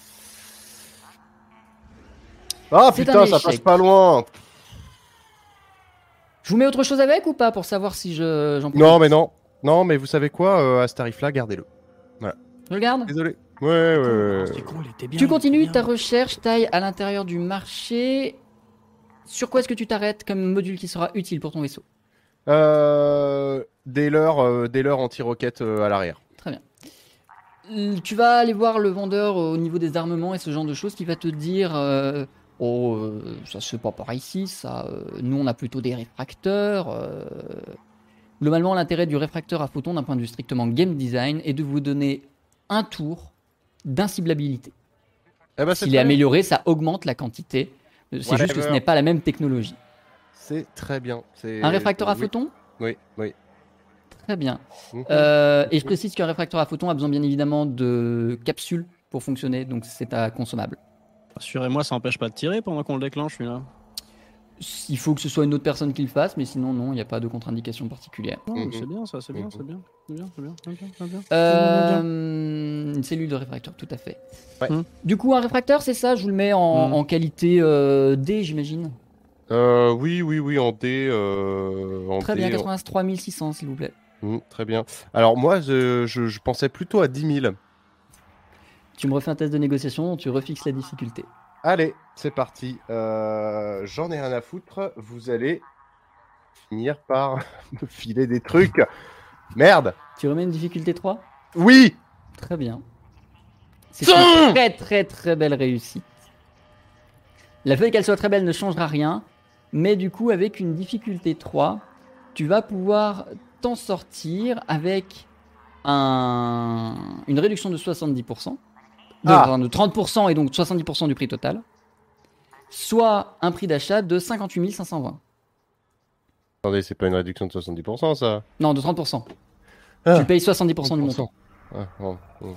Ah C'est putain, un ça échec. passe pas loin. Je vous mets autre chose avec ou pas pour savoir si j'en Non, mais non. Non, mais vous savez quoi, à ce tarif-là, gardez-le. Je le garde. Désolé. Ouais. C'est con, il était bien, Tu il était continues bien. ta recherche, Taille, à l'intérieur du marché. Sur quoi est-ce que tu t'arrêtes comme module qui sera utile pour ton vaisseau? Des leurres anti-roquettes à l'arrière. Très bien. Tu vas aller voir le vendeur au niveau des armements et ce genre de choses qui va te dire ça se fait pas par ici, ça. Nous, on a plutôt des réfracteurs. Globalement, l'intérêt du réfracteur à photons d'un point de vue strictement game design est de vous donner un tour d'inciblabilité. Eh ben, c'est S'il est très bien. amélioré, ça augmente la quantité. C'est juste que ce n'est pas la même technologie. C'est très bien. Un réfracteur à oui. photons? Oui. Très bien. Mhm. Et je précise qu'un réfracteur à photons a besoin bien évidemment de capsules pour fonctionner, donc c'est à consommable. Rassurez-moi, ça empêche pas de tirer pendant qu'on le déclenche, celui-là. Il faut que ce soit une autre personne qui le fasse, mais sinon non, il n'y a pas de contre-indication particulière. Non, Mhm. c'est bien, ça, c'est bien, Mhm. c'est bien. C'est bien, c'est bien, c'est bien, c'est bien. Une cellule de réfracteur, tout à fait. Ouais. Du coup, un réfracteur, c'est ça. Je vous le mets en qualité D, j'imagine. Oui, en D. Très D, bien, 83 600, s'il vous plaît. Très bien. Alors moi, je pensais plutôt à 10 000. Tu me refais un test de négociation, tu refixes la difficulté. Allez, c'est parti. J'en ai rien à foutre. Vous allez finir par me filer des trucs. Merde. Tu remets une difficulté 3? Oui. Très bien. C'est une très très très belle réussite. Le fait qu'elle soit très belle ne changera rien, mais du coup avec une difficulté 3, tu vas pouvoir t'en sortir avec une réduction de 70%, de 30% et donc 70% du prix total, soit un prix d'achat de 58 520. Attendez, c'est pas une réduction de 70% ça. Non, de 30%. Ah. Tu payes 70% du montant. Ah, non.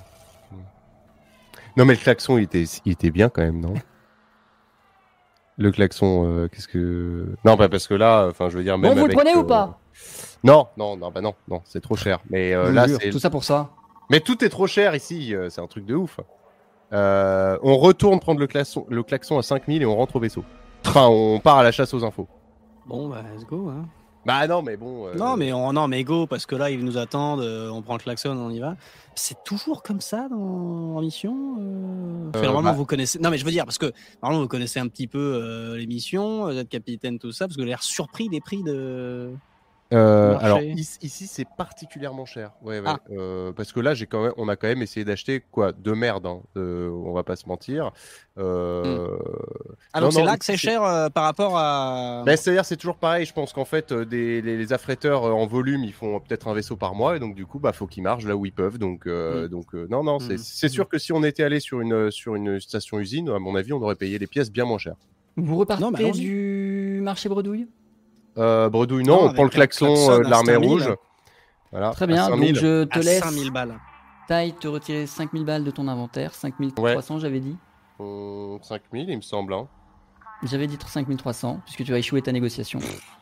Non mais le klaxon il était bien quand même, non? Le klaxon, qu'est-ce que... Non, pas parce que là, enfin je veux dire même Bon, vous le avec, prenez ou pas? Non, c'est trop cher. Mais là, c'est... Tout ça pour ça. Mais tout est trop cher ici, c'est un truc de ouf. On retourne prendre le klaxon à 5000 et on rentre au vaisseau. Enfin, on part à la chasse aux infos. Bon, bah, let's go, hein. Bah non, mais bon... Non, mais go, parce que là, ils nous attendent, on prend le klaxon, on y va. C'est toujours comme ça en mission normalement, vous connaissez... Non, mais je veux dire, parce que normalement, vous connaissez un petit peu l'émission, vous êtes capitaine, tout ça, parce que vous avez l'air surpris des prix de... alors marché. ici c'est particulièrement cher. Ouais. Ah. Parce que là on a quand même essayé d'acheter quoi de merde. Hein. On va pas se mentir. Ah donc c'est là que c'est cher par rapport à. Ben, c'est-à-dire c'est toujours pareil. Je pense qu'en fait les affréteurs en volume ils font peut-être un vaisseau par mois et donc du coup faut qu'ils marchent là où ils peuvent. Donc non c'est sûr que si on était allé sur une station usine à mon avis on aurait payé les pièces bien moins cher. Vous repartez Non, mais allons-y. du marché bredouille? Bredouille, Non, non, on avec prend le un klaxon klaxon de à l'armée 5000. rouge. Voilà, Très à bien, donc 5000. je te À laisse 5000 balles. taille te retirer 5000 balles de ton inventaire. 5300, j'avais dit. 5000, il me semble. Hein. J'avais dit 5300, puisque tu as échoué ta négociation.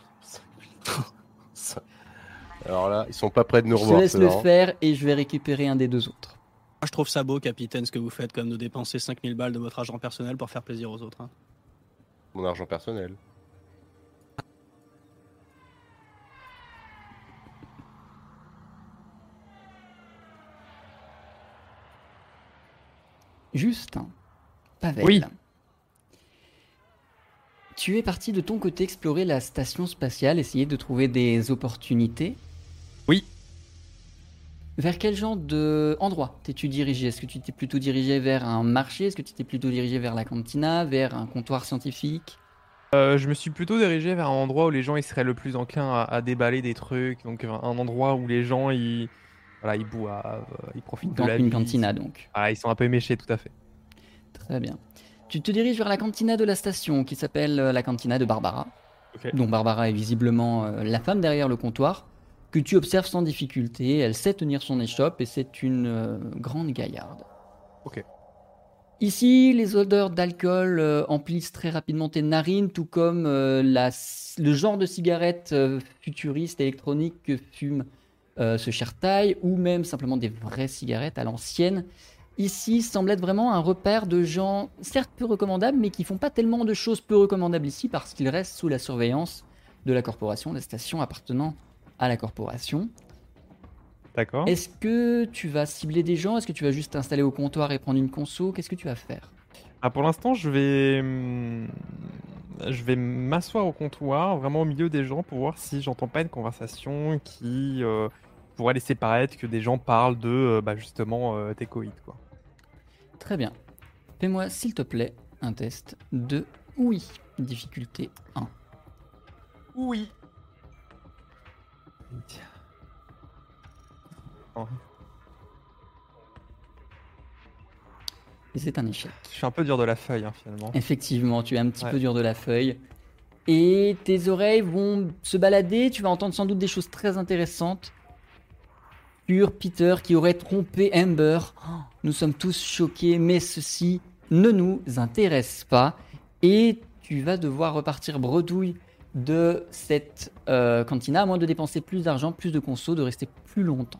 Alors là, ils sont pas prêts de nous Je te revoir. laisse ceux-là, le hein. faire et je vais récupérer un des deux autres. Moi, je trouve ça beau, capitaine, ce que vous faites, comme de dépenser 5000 balles de votre argent personnel pour faire plaisir aux autres. Hein. Mon argent personnel. Justin, Pavel. Oui. Tu es parti de ton côté explorer la station spatiale, essayer de trouver des opportunités. Oui. Vers quel genre d'endroit t'es-tu dirigé? Est-ce que tu t'es plutôt dirigé vers un marché? Est-ce que tu t'es plutôt dirigé vers la cantina? Vers un comptoir scientifique? Je me suis plutôt dirigé vers un endroit où les gens ils seraient le plus enclins à déballer des trucs. Donc un endroit où les gens ils boivent, ils profitent de Donc la une vie. cantina donc. Ah, ils sont un peu éméchés, tout à fait. Très bien. Tu te diriges vers la cantina de la station qui s'appelle la cantina de Barbara. Ok. dont Barbara est visiblement la femme derrière le comptoir, que tu observes sans difficulté. Elle sait tenir son échoppe et c'est une grande gaillarde. Ok. Ici, les odeurs d'alcool emplissent très rapidement tes narines, tout comme le genre de cigarette futuriste électronique que fume ce cher taille, ou même simplement des vraies cigarettes à l'ancienne. Ici semble être vraiment un repère de gens, certes peu recommandables, mais qui font pas tellement de choses peu recommandables ici parce qu'ils restent sous la surveillance de la corporation, la station appartenant à la corporation. D'accord. Est-ce que tu vas cibler des gens? Est-ce que tu vas juste t'installer au comptoir et prendre une conso? Qu'est-ce que tu vas faire? Ah, pour l'instant, je vais m'asseoir au comptoir, vraiment au milieu des gens, pour voir si j'entends pas une conversation qui pourrait laisser paraître que des gens parlent de justement tes coïts, quoi. Très bien. Fais-moi, s'il te plaît, un test de oui. Difficulté 1. Oui. Oh, Et c'est un échec. je suis un peu dur de la feuille, hein, finalement. Effectivement, tu es un petit Ouais. peu dur de la feuille. Et tes oreilles vont se balader. Tu vas entendre sans doute des choses très intéressantes sur Peter qui aurait trompé Amber. Oh, nous sommes tous choqués, mais ceci ne nous intéresse pas. Et tu vas devoir repartir bredouille de cette cantina, à moins de dépenser plus d'argent, plus de conso, de rester plus longtemps.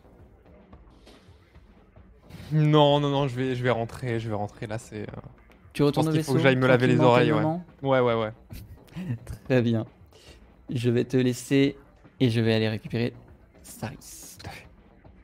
Non, je vais rentrer là, c'est... Tu retournes au qu'il vaisseau faut que j'aille me laver les tranquillement, oreilles, ouais. calmement. Ouais. Très bien. Je vais te laisser et je vais aller récupérer Saris. Tout à fait.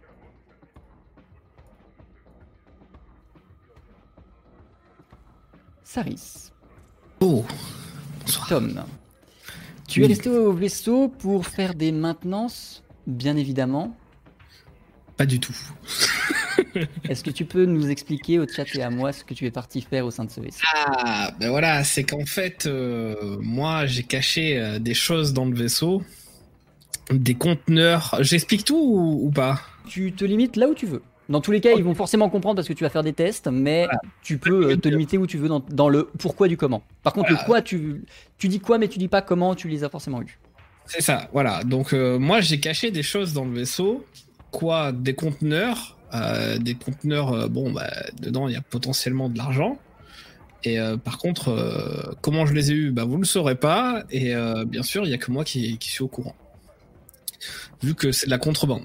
Saris. Oh, Tom. Tu es resté au vaisseau pour faire des maintenances, bien évidemment. pas du tout. Est-ce que tu peux nous expliquer au chat et à moi ce que tu es parti faire au sein de ce vaisseau? Ah, ben voilà, c'est qu'en fait, moi, j'ai caché des choses dans le vaisseau, des conteneurs. J'explique tout ou pas? Tu te limites là où tu veux. Dans tous les cas, ils vont forcément comprendre parce que tu vas faire des tests, mais tu peux te limiter où tu veux dans le pourquoi du comment. Par contre, Voilà. le quoi, tu dis quoi, mais tu dis pas comment, tu les as forcément eus. C'est ça, voilà. Donc moi, j'ai caché des choses dans le vaisseau. Quoi? Des conteneurs. Dedans, il y a potentiellement de l'argent. Et par contre, comment je les ai eus, vous le saurez pas. Et bien sûr, il y a que moi qui suis au courant. Vu que c'est de la contrebande.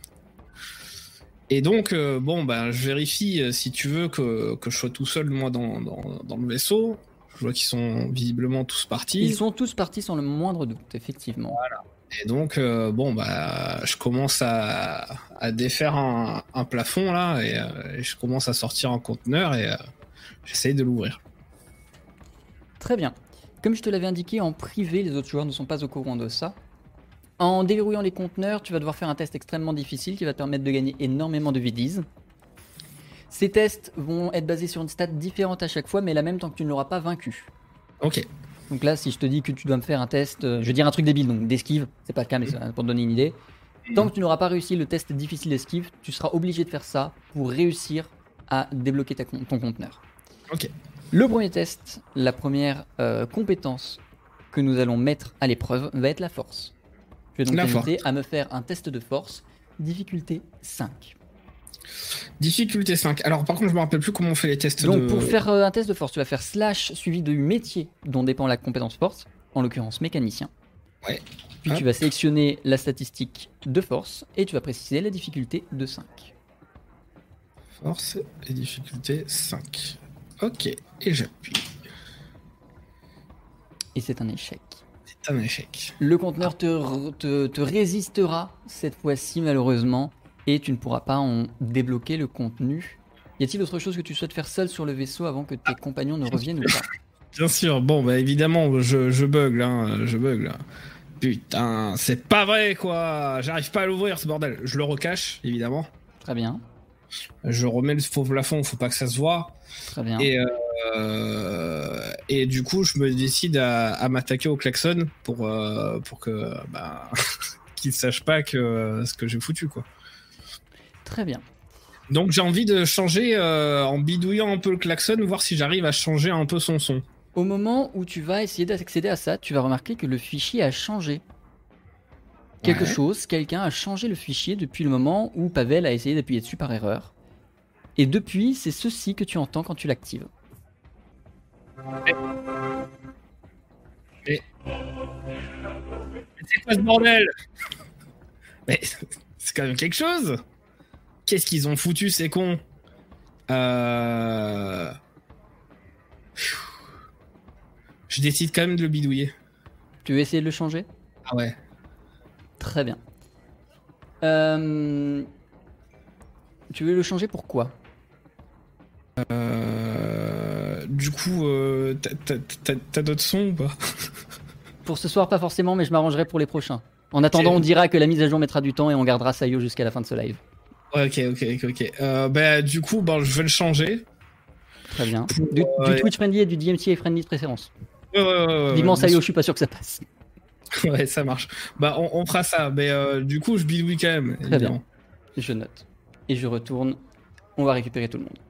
Et donc, je vérifie, si tu veux, que je sois tout seul, moi, dans le vaisseau. Je vois qu'ils sont visiblement tous partis. Ils sont tous partis sans le moindre doute, effectivement. Et donc, je commence à défaire un plafond, là, et je commence à sortir un conteneur, et j'essaye de l'ouvrir. Très bien. Comme je te l'avais indiqué en privé, les autres joueurs ne sont pas au courant de ça. En déverrouillant les conteneurs, tu vas devoir faire un test extrêmement difficile qui va te permettre de gagner énormément de V10. Ces tests vont être basés sur une stat différente à chaque fois, mais la même tant que tu ne l'auras pas vaincu. Ok. Donc là, si je te dis que tu dois me faire un test, je vais dire un truc débile, donc d'esquive, c'est pas le cas, mais c'est pour te donner une idée. Tant que tu n'auras pas réussi le test difficile d'esquive, tu seras obligé de faire ça pour réussir à débloquer ton conteneur. Ok. Le premier test, la première compétence que nous allons mettre à l'épreuve va être la force. Je vais donc La t'inviter à me faire un test de force, difficulté 5. Difficulté 5. Alors, par contre, je me rappelle plus comment on fait les tests Donc de... pour faire un test de force, tu vas faire slash suivi du métier dont dépend la compétence force, en l'occurrence mécanicien. Ouais. Puis Hop. tu vas sélectionner la statistique de force et tu vas préciser la difficulté de 5. Force et difficulté 5. Ok, et j'appuie. Et c'est un échec. C'est un échec. Le conteneur te résistera cette fois-ci malheureusement et tu ne pourras pas en débloquer le contenu. Y a-t-il autre chose que tu souhaites faire seul sur le vaisseau avant que tes compagnons ne reviennent ou pas? Bien sûr, bon, bah évidemment, je bug là, Putain, c'est pas vrai quoi. J'arrive pas à l'ouvrir ce bordel. Je le recache, évidemment. Très bien, Je remets le faux plafond, faut pas que ça se voit. très bien. Et du coup, je me décide à m'attaquer au klaxon pour que qu'ils sachent pas que ce que j'ai foutu quoi. Très bien. Donc j'ai envie de changer en bidouillant un peu le klaxon, voir si j'arrive à changer un peu son son. Au moment où tu vas essayer d'accéder à ça, tu vas remarquer que le fichier a changé. Quelque Ouais. chose, quelqu'un a changé le fichier depuis le moment où Pavel a essayé d'appuyer dessus par erreur. Et depuis, c'est ceci que tu entends quand tu l'actives. C'est quoi ce bordel? Mais c'est quand même quelque chose. Qu'est-ce qu'ils ont foutu ces cons? Je décide quand même de le bidouiller. Tu veux essayer de le changer? Ah ouais. Très bien. Tu veux le changer pourquoi? Du coup, t'as d'autres sons ou pas? Pour ce soir, pas forcément, mais je m'arrangerai pour les prochains. En attendant, Ok. on dira que la mise à jour mettra du temps et on gardera Sayo jusqu'à la fin de ce live. Ouais, ok. Du coup, je vais le changer. Très bien. Pour, Du ouais. Twitch friendly et du DMCA friendly de préférence. Ouais, Vivement bien Sayo, sûr. je suis pas sûr que ça passe. Ouais, ça marche. On fera ça. Mais du coup, je bidouille quand même. Très évidemment. Je note. Et je retourne. On va récupérer tout le monde.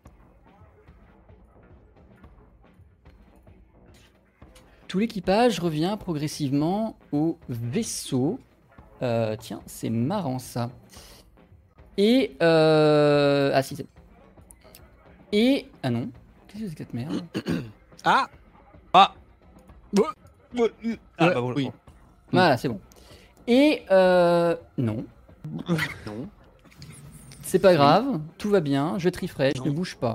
Tout l'équipage revient progressivement au vaisseau. Tiens, c'est marrant ça. Et... Ah si, c'est... Et... Ah non. Qu'est-ce que c'est que cette merde? Ah Ah Ouais, bah voilà. oui. Voilà, c'est bon. Et... Non. Non. C'est pas grave, tout va bien, je refresh, Non. ne bouge pas.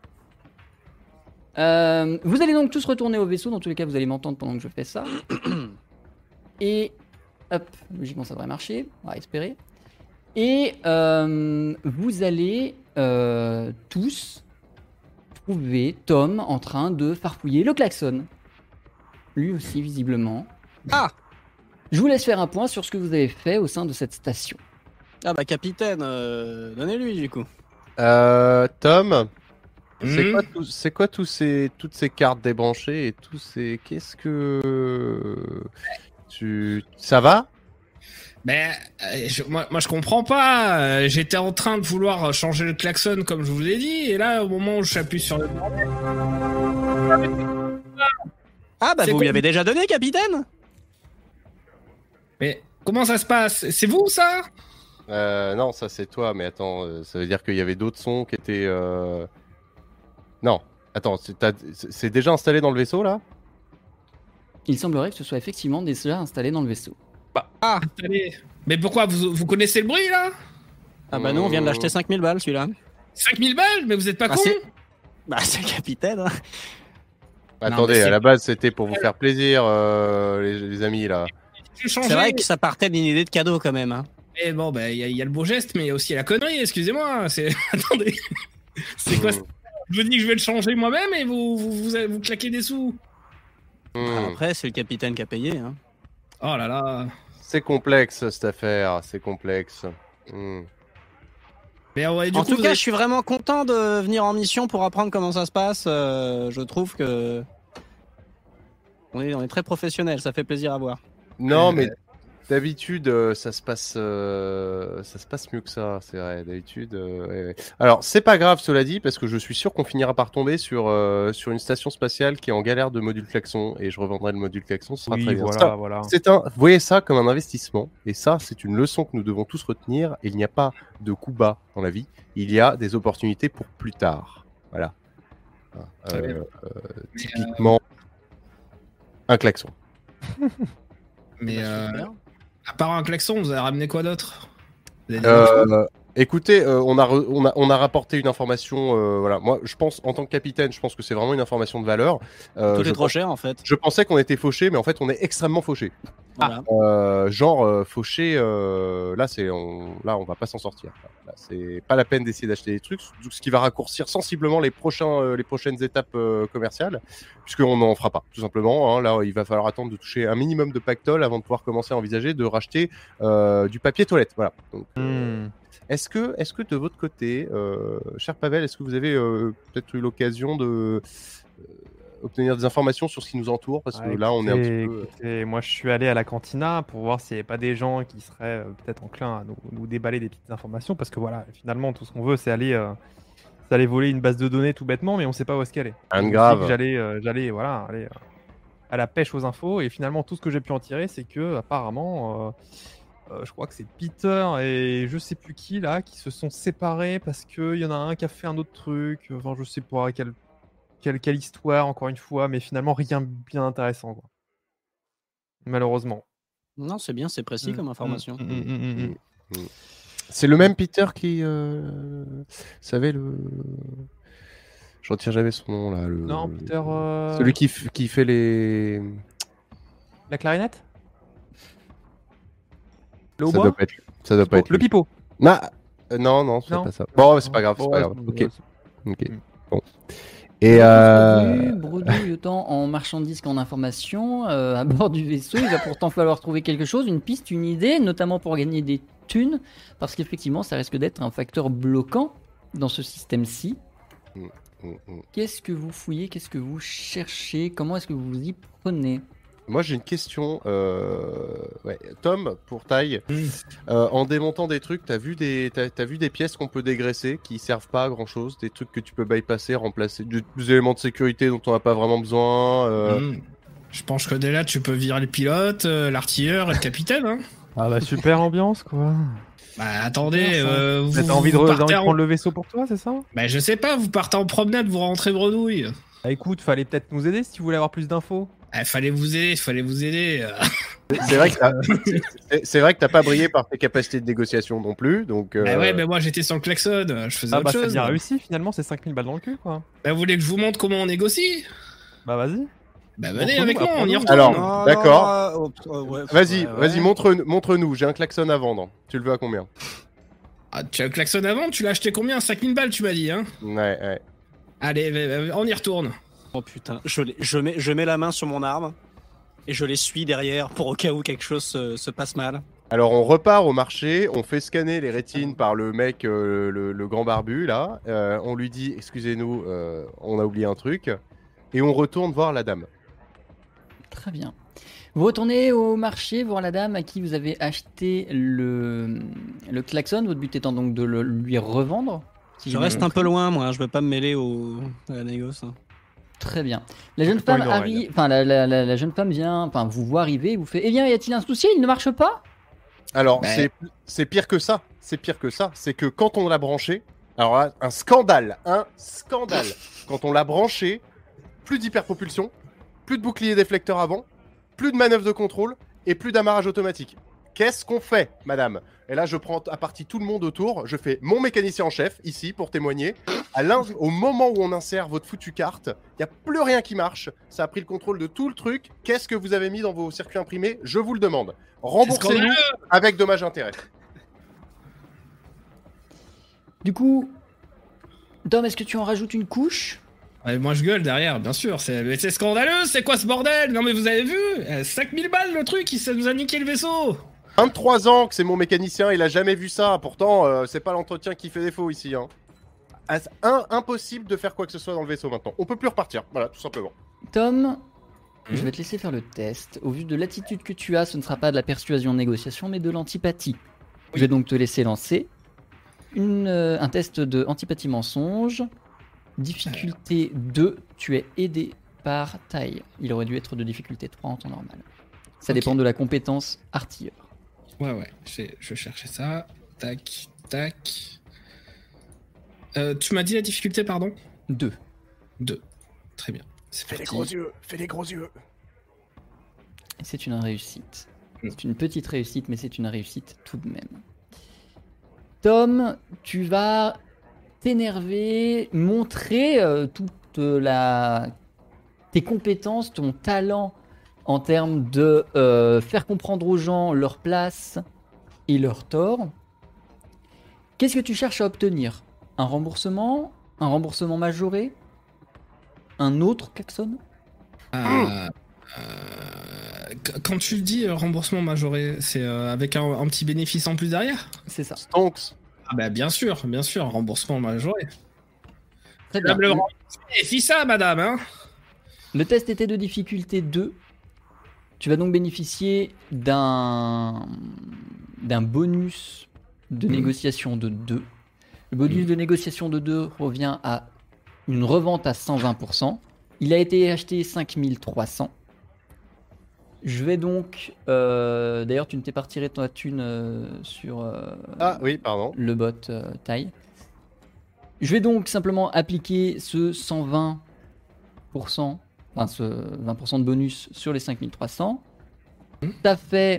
Vous allez donc tous retourner au vaisseau, dans tous les cas vous allez m'entendre pendant que je fais ça. Et hop, logiquement ça devrait marcher, on va espérer. Et vous allez tous trouver Tom en train de farfouiller le klaxon. Lui aussi visiblement. Ah Je vous laisse faire un point sur ce que vous avez fait au sein de cette station. Ah bah capitaine, donnez-lui du coup. Tom, Hmm. c'est quoi toutes ces cartes débranchées et tous ces... Qu'est-ce que... Ça va? Moi je comprends pas. J'étais en train de vouloir changer le klaxon comme je vous l'ai dit, et là au moment où j'appuie sur le bordel. Ah bah C'est vous quoi lui avez déjà donné capitaine. Mais comment ça se passe? C'est vous ça? Non, ça c'est toi, mais attends, ça veut dire qu'il y avait d'autres sons qui étaient... Non, attends, c'est déjà installé dans le vaisseau là? Il semblerait que ce soit effectivement déjà installé dans le vaisseau. Allez. Mais pourquoi vous connaissez le bruit là? Ah bah nous on vient de l'acheter 5000 balles celui-là. 5000 balles? Mais vous êtes pas Ah, con? Bah c'est le capitaine. Hein. Attendez, mais à c'est- la base c'était pour vous faire plaisir, les amis là. J'ai changé. C'est vrai que ça partait d'une idée de cadeau quand même. Hein. Et bon, il y a le beau geste, mais il y a aussi la connerie, excusez-moi. Attendez. C'est quoi ça? Je vous dis que je vais le changer moi-même et vous claquez des sous. Hmm. Après c'est le capitaine qui a payé. Hein. Oh là là. C'est complexe cette affaire, c'est complexe. Hmm. Mais ouais, du En coup, tout vous cas avez- je suis vraiment content de venir en mission pour apprendre comment ça se passe. Je trouve que on est très professionnel, ça fait plaisir à voir. Non, mais D'habitude, ça se passe mieux que ça, c'est vrai. D'habitude, ouais. Alors, c'est pas grave, cela dit, parce que je suis sûr qu'on finira par tomber sur une station spatiale qui est en galère de module klaxon, et je revendrai le module klaxon, ce sera Oui, très bien. voilà, Ça, voilà. vous voyez ça comme un investissement, et ça, c'est une leçon que nous devons tous retenir. Il n'y a pas de coup bas dans la vie, il y a des opportunités pour plus tard. Voilà. Très bien. Typiquement, un klaxon. Mais Super. à part un klaxon, vous avez ramené quoi d'autre? Vous avez des infos Écoutez, on a rapporté une information. Voilà, moi, je pense, en tant que capitaine, je pense que c'est vraiment une information de valeur. Tout je est trop cher en fait. Je pensais qu'on était fauché, mais en fait, on est extrêmement fauché. Voilà. Fauché, là, on va pas s'en sortir. Là, c'est pas la peine d'essayer d'acheter des trucs, ce qui va raccourcir sensiblement les prochaines étapes commerciales, puisqu'on n'en fera pas, tout simplement. Hein. Là, il va falloir attendre de toucher un minimum de pactole avant de pouvoir commencer à envisager de racheter du papier toilette. Voilà. Donc, Est-ce que de votre côté, cher Pavel, est-ce que vous avez peut-être eu l'occasion de obtenir des informations sur ce qui nous entoure? Parce que là, on est un petit peu... Écoutez, moi, je suis allé à la cantina pour voir s'il n'y avait pas des gens qui seraient peut-être enclins à nous déballer des petites informations. Parce que voilà, finalement, tout ce qu'on veut, c'est aller voler une base de données tout bêtement, mais on ne sait pas où est-ce qu'elle est. Rien de Donc, grave. je dis que j'allais aller à la pêche aux infos. Et finalement, tout ce que j'ai pu en tirer, c'est que apparemment... je crois que c'est Peter et je sais plus qui là qui se sont séparés parce qu'il y en a un qui a fait un autre truc. Enfin, je sais pas quelle histoire encore une fois, mais finalement rien bien intéressant quoi. Malheureusement. Non, c'est bien, c'est précis comme information. C'est le même Peter qui... Vous savez, je retiens jamais son nom là. Non, Peter. Celui qui fait les... La clarinette. Le Ça hautbois. doit pas être Le lui. pipeau. Non, c'est Non. pas ça. Bon, c'est pas grave, c'est Bon, pas ouais, grave. ouais, Ok. Mm. Bon. Et Bredouille, autant en marchandises qu'en informations, à bord du vaisseau, il va pourtant falloir trouver quelque chose, une piste, une idée, notamment pour gagner des thunes, parce qu'effectivement, ça risque d'être un facteur bloquant dans ce système-ci. Qu'est-ce que vous fouillez? Qu'est-ce que vous cherchez? Comment est-ce que vous vous y prenez? Moi, j'ai une question. Tom, pour taille, en démontant des trucs, t'as vu des pièces qu'on peut dégraisser qui servent pas à grand chose, des trucs que tu peux bypasser, remplacer, des éléments de sécurité dont on n'a pas vraiment besoin. Je pense que dès là, tu peux virer le pilote, l'artilleur et le capitaine. Hein. Ah bah super ambiance quoi. Bah attendez, T'as envie de prendre le vaisseau pour toi, c'est ça? Bah je sais pas, vous partez en promenade, vous rentrez bredouille. Bah écoute, fallait peut-être nous aider si tu voulais avoir plus d'infos. Fallait vous aider. C'est vrai que t'as pas brillé par tes capacités de négociation non plus, donc. Bah ouais, mais moi j'étais sur le klaxon, je faisais Ah autre bah chose. c'est bien réussi finalement, c'est 5000 balles dans le cul quoi. Bah vous voulez que je vous montre comment on négocie? Bah vas-y. Bah venez Montre-nous, avec moi, on y apprends-nous. retourne. Alors, d'accord. Ouais, Vas-y, montre-nous. J'ai un klaxon à vendre. Tu le veux à combien? Ah, tu as le klaxon avant, tu l'as acheté combien? 5000 balles tu m'as dit, hein? Ouais. Allez, on y retourne. Oh putain, je mets la main sur mon arme et je l'essuie derrière pour au cas où quelque chose se passe mal. Alors on repart au marché, on fait scanner les rétines par le mec, le grand barbu là. On lui dit excusez-nous, on a oublié un truc, et on retourne voir la dame. Très bien. Vous retournez au marché voir la dame à qui vous avez acheté le klaxon, votre but étant donc de le lui revendre. Si Je j'ai reste bien un peu compris. loin, moi, je veux pas me mêler à la négoce. Hein. Très bien. La jeune Pas femme une oreille. arrive, enfin la jeune femme vient, enfin vous voit arriver, et vous fait, eh bien, y a-t-il un souci? Il ne marche pas? Alors Bah. c'est pire que ça, c'est que quand on l'a branché, alors là, un scandale. Quand on l'a branché, plus d'hyperpropulsion, plus de bouclier déflecteur avant, plus de manœuvre de contrôle et plus d'amarrage automatique. Qu'est-ce qu'on fait, madame? Et là, je prends à partie tout le monde autour, je fais mon mécanicien en chef, ici, pour témoigner. Au moment où on insère votre foutue carte, il n'y a plus rien qui marche. Ça a pris le contrôle de tout le truc. Qu'est-ce que vous avez mis dans vos circuits imprimés? Je vous le demande. Remboursez-nous scandaleux. avec dommages-intérêts. Du coup, Dom, est-ce que tu en rajoutes une couche? Ouais, moi je gueule derrière, bien sûr, mais c'est scandaleux, c'est quoi ce bordel? Non mais vous avez vu? 5000 balles le truc, ça nous a niqué le vaisseau! 23 ans que c'est mon mécanicien, il a jamais vu ça. Pourtant, c'est pas l'entretien qui fait défaut ici. Hein. Impossible de faire quoi que ce soit dans le vaisseau maintenant. On peut plus repartir, voilà, tout simplement. Tom, Je vais te laisser faire le test. Au vu de l'attitude que tu as, ce ne sera pas de la persuasion négociation, mais de l'antipathie. Je vais donc te laisser lancer un test de antipathie mensonge. Difficulté 2, tu es aidé par taille. Il aurait dû être de difficulté 3 en temps normal. Ça dépend de la compétence artilleur. Ouais, je cherchais ça. Tac, tac. Tu m'as dit la difficulté, pardon ? 2. Très bien. Fais les gros yeux. Et c'est une réussite. C'est une petite réussite, mais c'est une réussite tout de même. Tom, tu vas t'énerver, montrer tes compétences, ton talent en termes de faire comprendre aux gens leur place et leur tort. Qu'est-ce que tu cherches à obtenir ? Un remboursement majoré ? Un autre klaxon ? Quand tu dis remboursement majoré, c'est avec un petit bénéfice en plus derrière ? C'est ça. Stonks. Ah bah bien sûr, remboursement majoré. Très bien. Et fit ça, madame, hein ? Le test était de difficulté 2. Tu vas donc bénéficier d'un bonus de négociation de 2. Le bonus de négociation de 2 revient à une revente à 120%. Il a été acheté 5300. Je vais donc... D'ailleurs, tu ne t'es pas retiré ta thune sur Ah oui, pardon. le bot taille. Je vais donc simplement appliquer ce 120%, enfin ce 20% de bonus sur les 5300. Ça fait...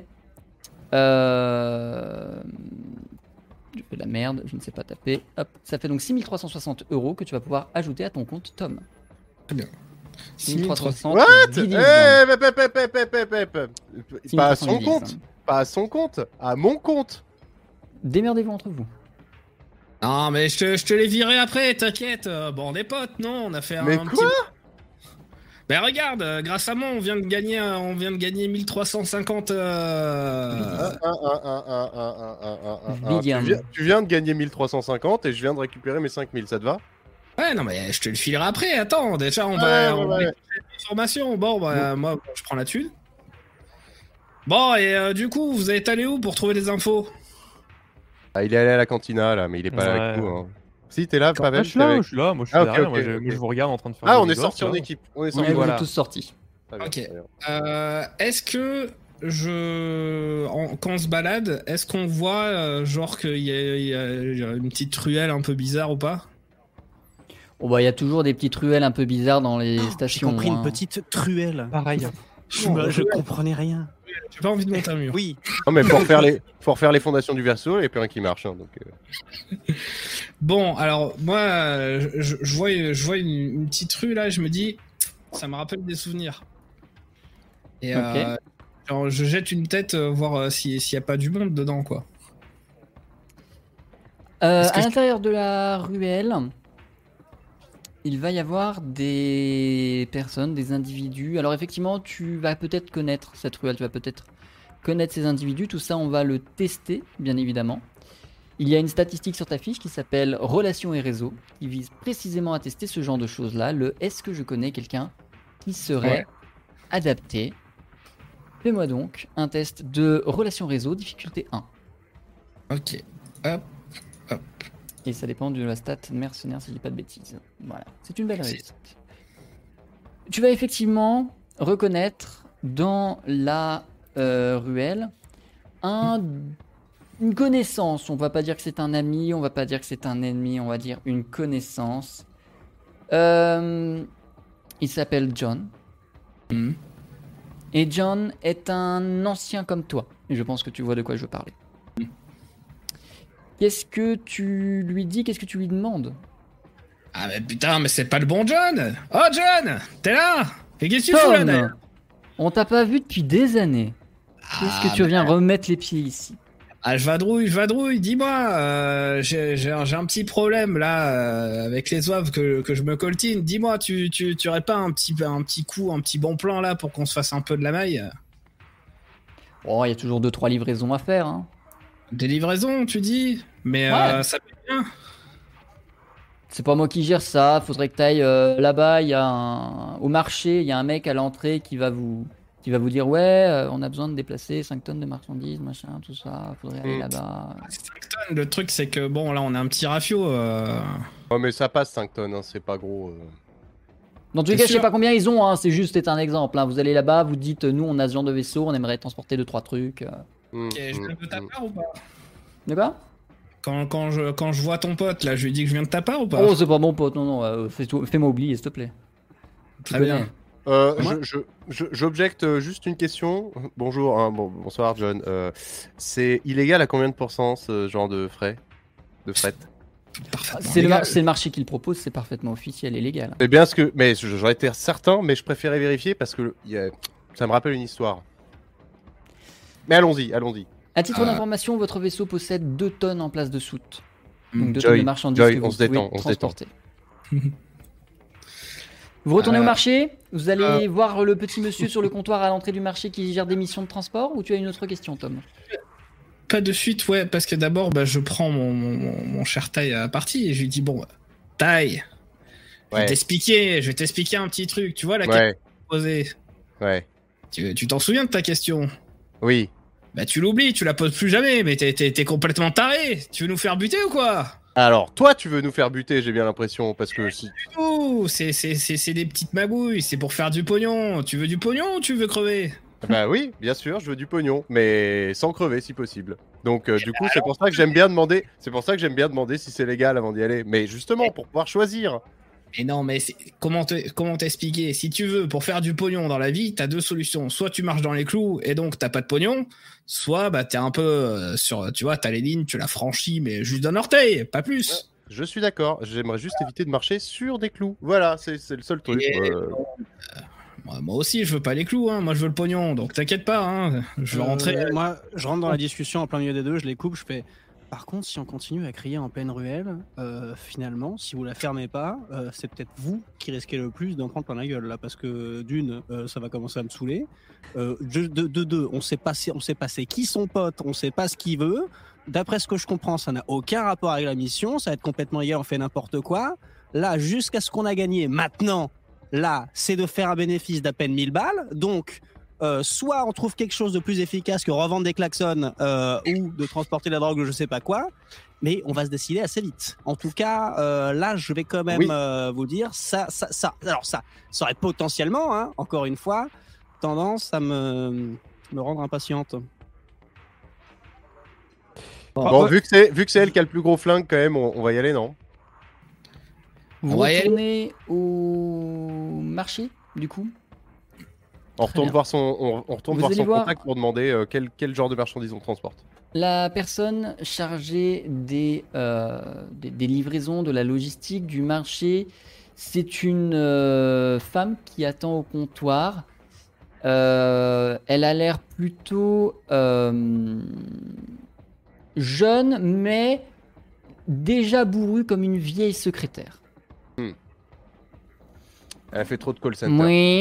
Je fais de la merde, je ne sais pas taper. Hop, ça fait donc 6360 € que tu vas pouvoir ajouter à ton compte Tom. Très bien. 6360 What? divise Pas à 6300 son divise. compte. Pas à son compte. À mon compte. Démerdez-vous entre vous. Non, mais je te les virerai après, t'inquiète. Bon, on est potes, non ? On a fait Mais un quoi ? petit... Ben regarde, grâce à moi, on vient de gagner 1350. Tu viens de gagner 1350 et je viens de récupérer mes 5000, ça te va? Ouais, non, mais je te le filerai après. Attends, déjà, on Ouais. va l'information. Bon, bah, moi, je prends la thune. Bon, et du coup, vous êtes allé où pour trouver des infos ? Ah, il est allé à la cantina là, mais il est pas là avec nous. Hein. Si, t'es là, Pavel? Je suis là, moi je suis Ah, derrière, ok, moi, ok. moi, je vous regarde en train de faire. Ah, des on est gosses, sortis en là. équipe. On est Ouais, sortis. vous voilà. êtes tous sortis. Très bien, Ok. très bien. Est-ce que quand on se balade, est-ce qu'on voit genre qu'il y a une petite ruelle un peu bizarre ou pas ? Oh bah il y a toujours des petites ruelles un peu bizarres dans les J'ai stations. compris hein. une petite truelle. Pareil. Je comprenais rien. J'ai pas envie de monter un mur. Oui. Non, mais faut refaire les fondations du verso et puis un qui marche. Hein, donc, Bon, alors moi, je vois une petite rue là, je me dis, ça me rappelle des souvenirs. Et Ok. genre, je jette une tête voir s'il y a pas du monde dedans, quoi. Est-ce que À je- l'intérieur de la ruelle, il va y avoir des personnes, des individus. Alors effectivement, tu vas peut-être connaître cette ruelle, tu vas peut-être connaître ces individus. Tout ça, on va le tester, bien évidemment. Il y a une statistique sur ta fiche qui s'appelle Relations et réseaux, qui vise précisément à tester ce genre de choses-là. Le est-ce que je connais quelqu'un qui serait adapté. Fais-moi donc un test de Relations réseau, difficulté 1. Ok. Hop. Et ça dépend de la stat mercenaire si je dis pas de bêtises. Voilà, c'est une belle C'est- réussite. Tu vas effectivement reconnaître dans la ruelle une connaissance. On va pas dire que c'est un ami, on va pas dire que c'est un ennemi, on va dire une connaissance. Il s'appelle John. Mhm. Et John est un ancien comme toi. Et je pense que tu vois de quoi je veux parler. Qu'est-ce que tu lui dis? Qu'est-ce que tu lui demandes? Ah mais putain, mais c'est pas le bon John. Oh John, t'es là? Et qu'est-ce que tu fous là d'ailleurs? On t'a pas vu depuis des années. Qu'est-ce que tu viens remettre les pieds ici? Ah, je vadrouille, dis-moi, j'ai un petit problème là avec les oeufs que je me coltine. Dis-moi, tu aurais pas un petit coup, un petit bon plan là pour qu'on se fasse un peu de la maille? Oh, il y a toujours 2-3 livraisons à faire. Hein. Des livraisons, tu dis? Mais Ouais. ça paye bien. C'est pas moi qui gère ça. Faudrait que t'ailles là-bas. Il y a au marché, il y a un mec à l'entrée qui va vous dire ouais, on a besoin de déplacer 5 tonnes de marchandises, machin, tout ça. Faudrait aller là-bas. 5 tonnes, le truc c'est que bon là on a un petit rafio. Oh, mais ça passe 5 tonnes, hein, c'est pas gros. Dans tous les C'est cas, je sais sûr. pas combien ils ont. Hein, c'est un exemple. Hein. Vous allez là-bas, vous dites nous on a ce genre de vaisseau, on aimerait transporter 2-3 trucs. Ok, je viens de ta part ou pas? De quoi? Quand je vois ton pote là, je lui dis que je viens de ta part ou pas? Oh, c'est pas mon pote. Non, fais-moi oublier, s'il te plaît. Tu Très connais. bien. J'objecte juste une question. Bonjour, hein, bonsoir John. C'est illégal à combien de pourcents ce genre de frais de fret? Parfaitement C'est légal. le marché qui le propose, c'est parfaitement officiel et légal. C'est bien ce que. Mais j'aurais été certain, mais je préférais vérifier parce que ça me rappelle une histoire. Mais allons-y. À titre Ah. d'information, votre vaisseau possède 2 tonnes en place de soute. Mm. Donc 2 Joy, tonnes de marchandises Joy, que vous on se pouvez détend, on se détend. transporter. Vous retournez au Euh, marché, vous allez voir le petit monsieur sur le comptoir à l'entrée du marché qui gère des missions de transport, ou tu as une autre question, Tom? Pas de suite, ouais, parce que d'abord, bah, je prends mon cher Taille à partie et je lui dis bon, Taille, Ouais, je vais t'expliquer un petit truc. Tu vois la question ouais, posée. ouais. Tu t'en souviens de ta question? Oui. Bah tu l'oublies, tu la poses plus jamais. Mais t'es complètement taré. Tu veux nous faire buter ou quoi? Alors, toi, tu veux nous faire buter, j'ai bien l'impression, parce que si. Ouh, c'est des petites magouilles. C'est pour faire du pognon. Tu veux du pognon ou tu veux crever? Bah oui, bien sûr, je veux du pognon, mais sans crever si possible. Donc du coup, c'est pour ça que j'aime bien demander. C'est pour ça que j'aime bien demander si c'est légal avant d'y aller. Mais justement, pour pouvoir choisir. Mais non, mais comment t'expliquer? Si tu veux, pour faire du pognon dans la vie, t'as deux solutions. Soit tu marches dans les clous et donc t'as pas de pognon, soit bah t'es un peu sur, tu vois, t'as les lignes, tu l'as franchi, mais juste d'un orteil, pas plus. Je suis d'accord. J'aimerais juste éviter de marcher sur des clous. Voilà, c'est le seul truc. Et- Moi aussi, je veux pas les clous, hein. Moi je veux le pognon, donc t'inquiète pas, hein. Je veux rentrer. Moi, je rentre dans la discussion en plein milieu des deux, je les coupe, je fais. Par contre, si on continue à crier en pleine ruelle, finalement, si vous la fermez pas, c'est peut-être vous qui risquez le plus d'en prendre plein la gueule là, parce que d'une, ça va commencer à me saouler. De deux, on sait pas c'est qui son pote, on sait pas ce qu'il veut. D'après ce que je comprends, ça n'a aucun rapport avec la mission, ça va être complètement égal, on fait n'importe quoi. Là, jusqu'à ce qu'on a gagné, maintenant, là, c'est de faire un bénéfice d'à peine 1000 balles, donc. Soit on trouve quelque chose de plus efficace que revendre des klaxons ou de transporter la drogue ou je sais pas quoi, mais on va se décider assez vite. En tout cas, là, je vais quand même vous dire, ça aurait potentiellement, hein, encore une fois, tendance à me rendre impatiente. Bon, vu que c'est elle qui a le plus gros flingue, quand même, on va y aller, non? Vous On va y aller. retournez au marché, du coup? On retourne bien. voir son Vous allez voir- contact pour demander quel genre de marchandises on transporte. La personne chargée des livraisons, de la logistique, du marché, c'est une femme qui attend au comptoir. Elle a l'air plutôt jeune, mais déjà bourrue comme une vieille secrétaire. Elle a fait trop de call center. Oui.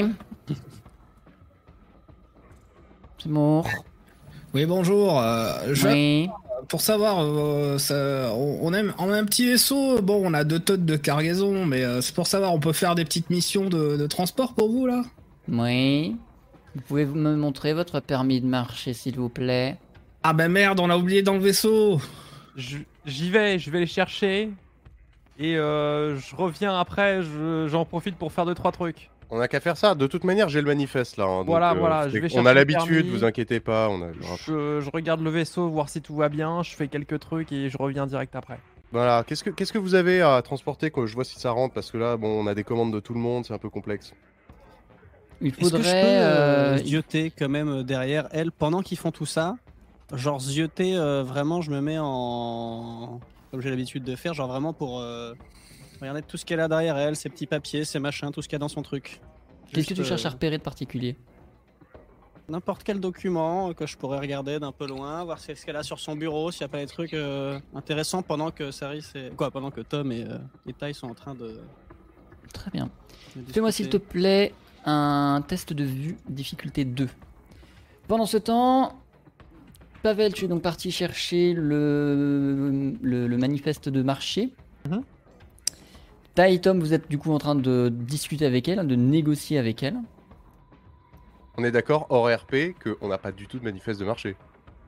C'est mort. Oui, bonjour. Oui. Pour savoir, on a un petit vaisseau. Bon, on a 2 tonnes de cargaison, mais c'est pour savoir, on peut faire des petites missions de transport pour vous là? Oui. Vous pouvez me montrer votre permis de marcher, s'il vous plaît? Ah bah merde, on l'a oublié dans le vaisseau. J'y vais, je vais les chercher. Et je reviens après, j'en profite pour faire 2-3 trucs. On a qu'à faire ça. De toute manière, j'ai le manifeste là. Hein, donc, Voilà, je vais on chercher a le l'habitude, permis. vous inquiétez pas. Je regarde le vaisseau, voir si tout va bien, je fais quelques trucs et je reviens direct après. Voilà. Qu'est-ce que vous avez à transporter que je vois si ça rentre parce que là, bon, on a des commandes de tout le monde, c'est un peu complexe. Il Est-ce que je peux faudrait. zioter quand même derrière elle pendant qu'ils font tout ça? Genre zioter, vraiment, je me mets en... Comme j'ai l'habitude de faire, genre vraiment pour regarder tout ce qu'elle a derrière elle, ses petits papiers, ses machins, tout ce qu'il y a dans son truc. Qu'est-ce que tu Juste, cherches à repérer de particulier? N'importe quel document que je pourrais regarder d'un peu loin, voir ce qu'elle a sur son bureau, s'il n'y a pas des trucs intéressants pendant que pendant que Tom et Ty sont en train de... Très bien. de Fais-moi s'il te discuter. plaît un test de vue, difficulté 2. Pendant ce temps, Pavel, tu es donc parti chercher le manifeste de marché. Mhm. Tai et Tom, vous êtes du coup en train de discuter avec elle, de négocier avec elle. On est d'accord, hors RP, qu'on n'a pas du tout de manifeste de marché.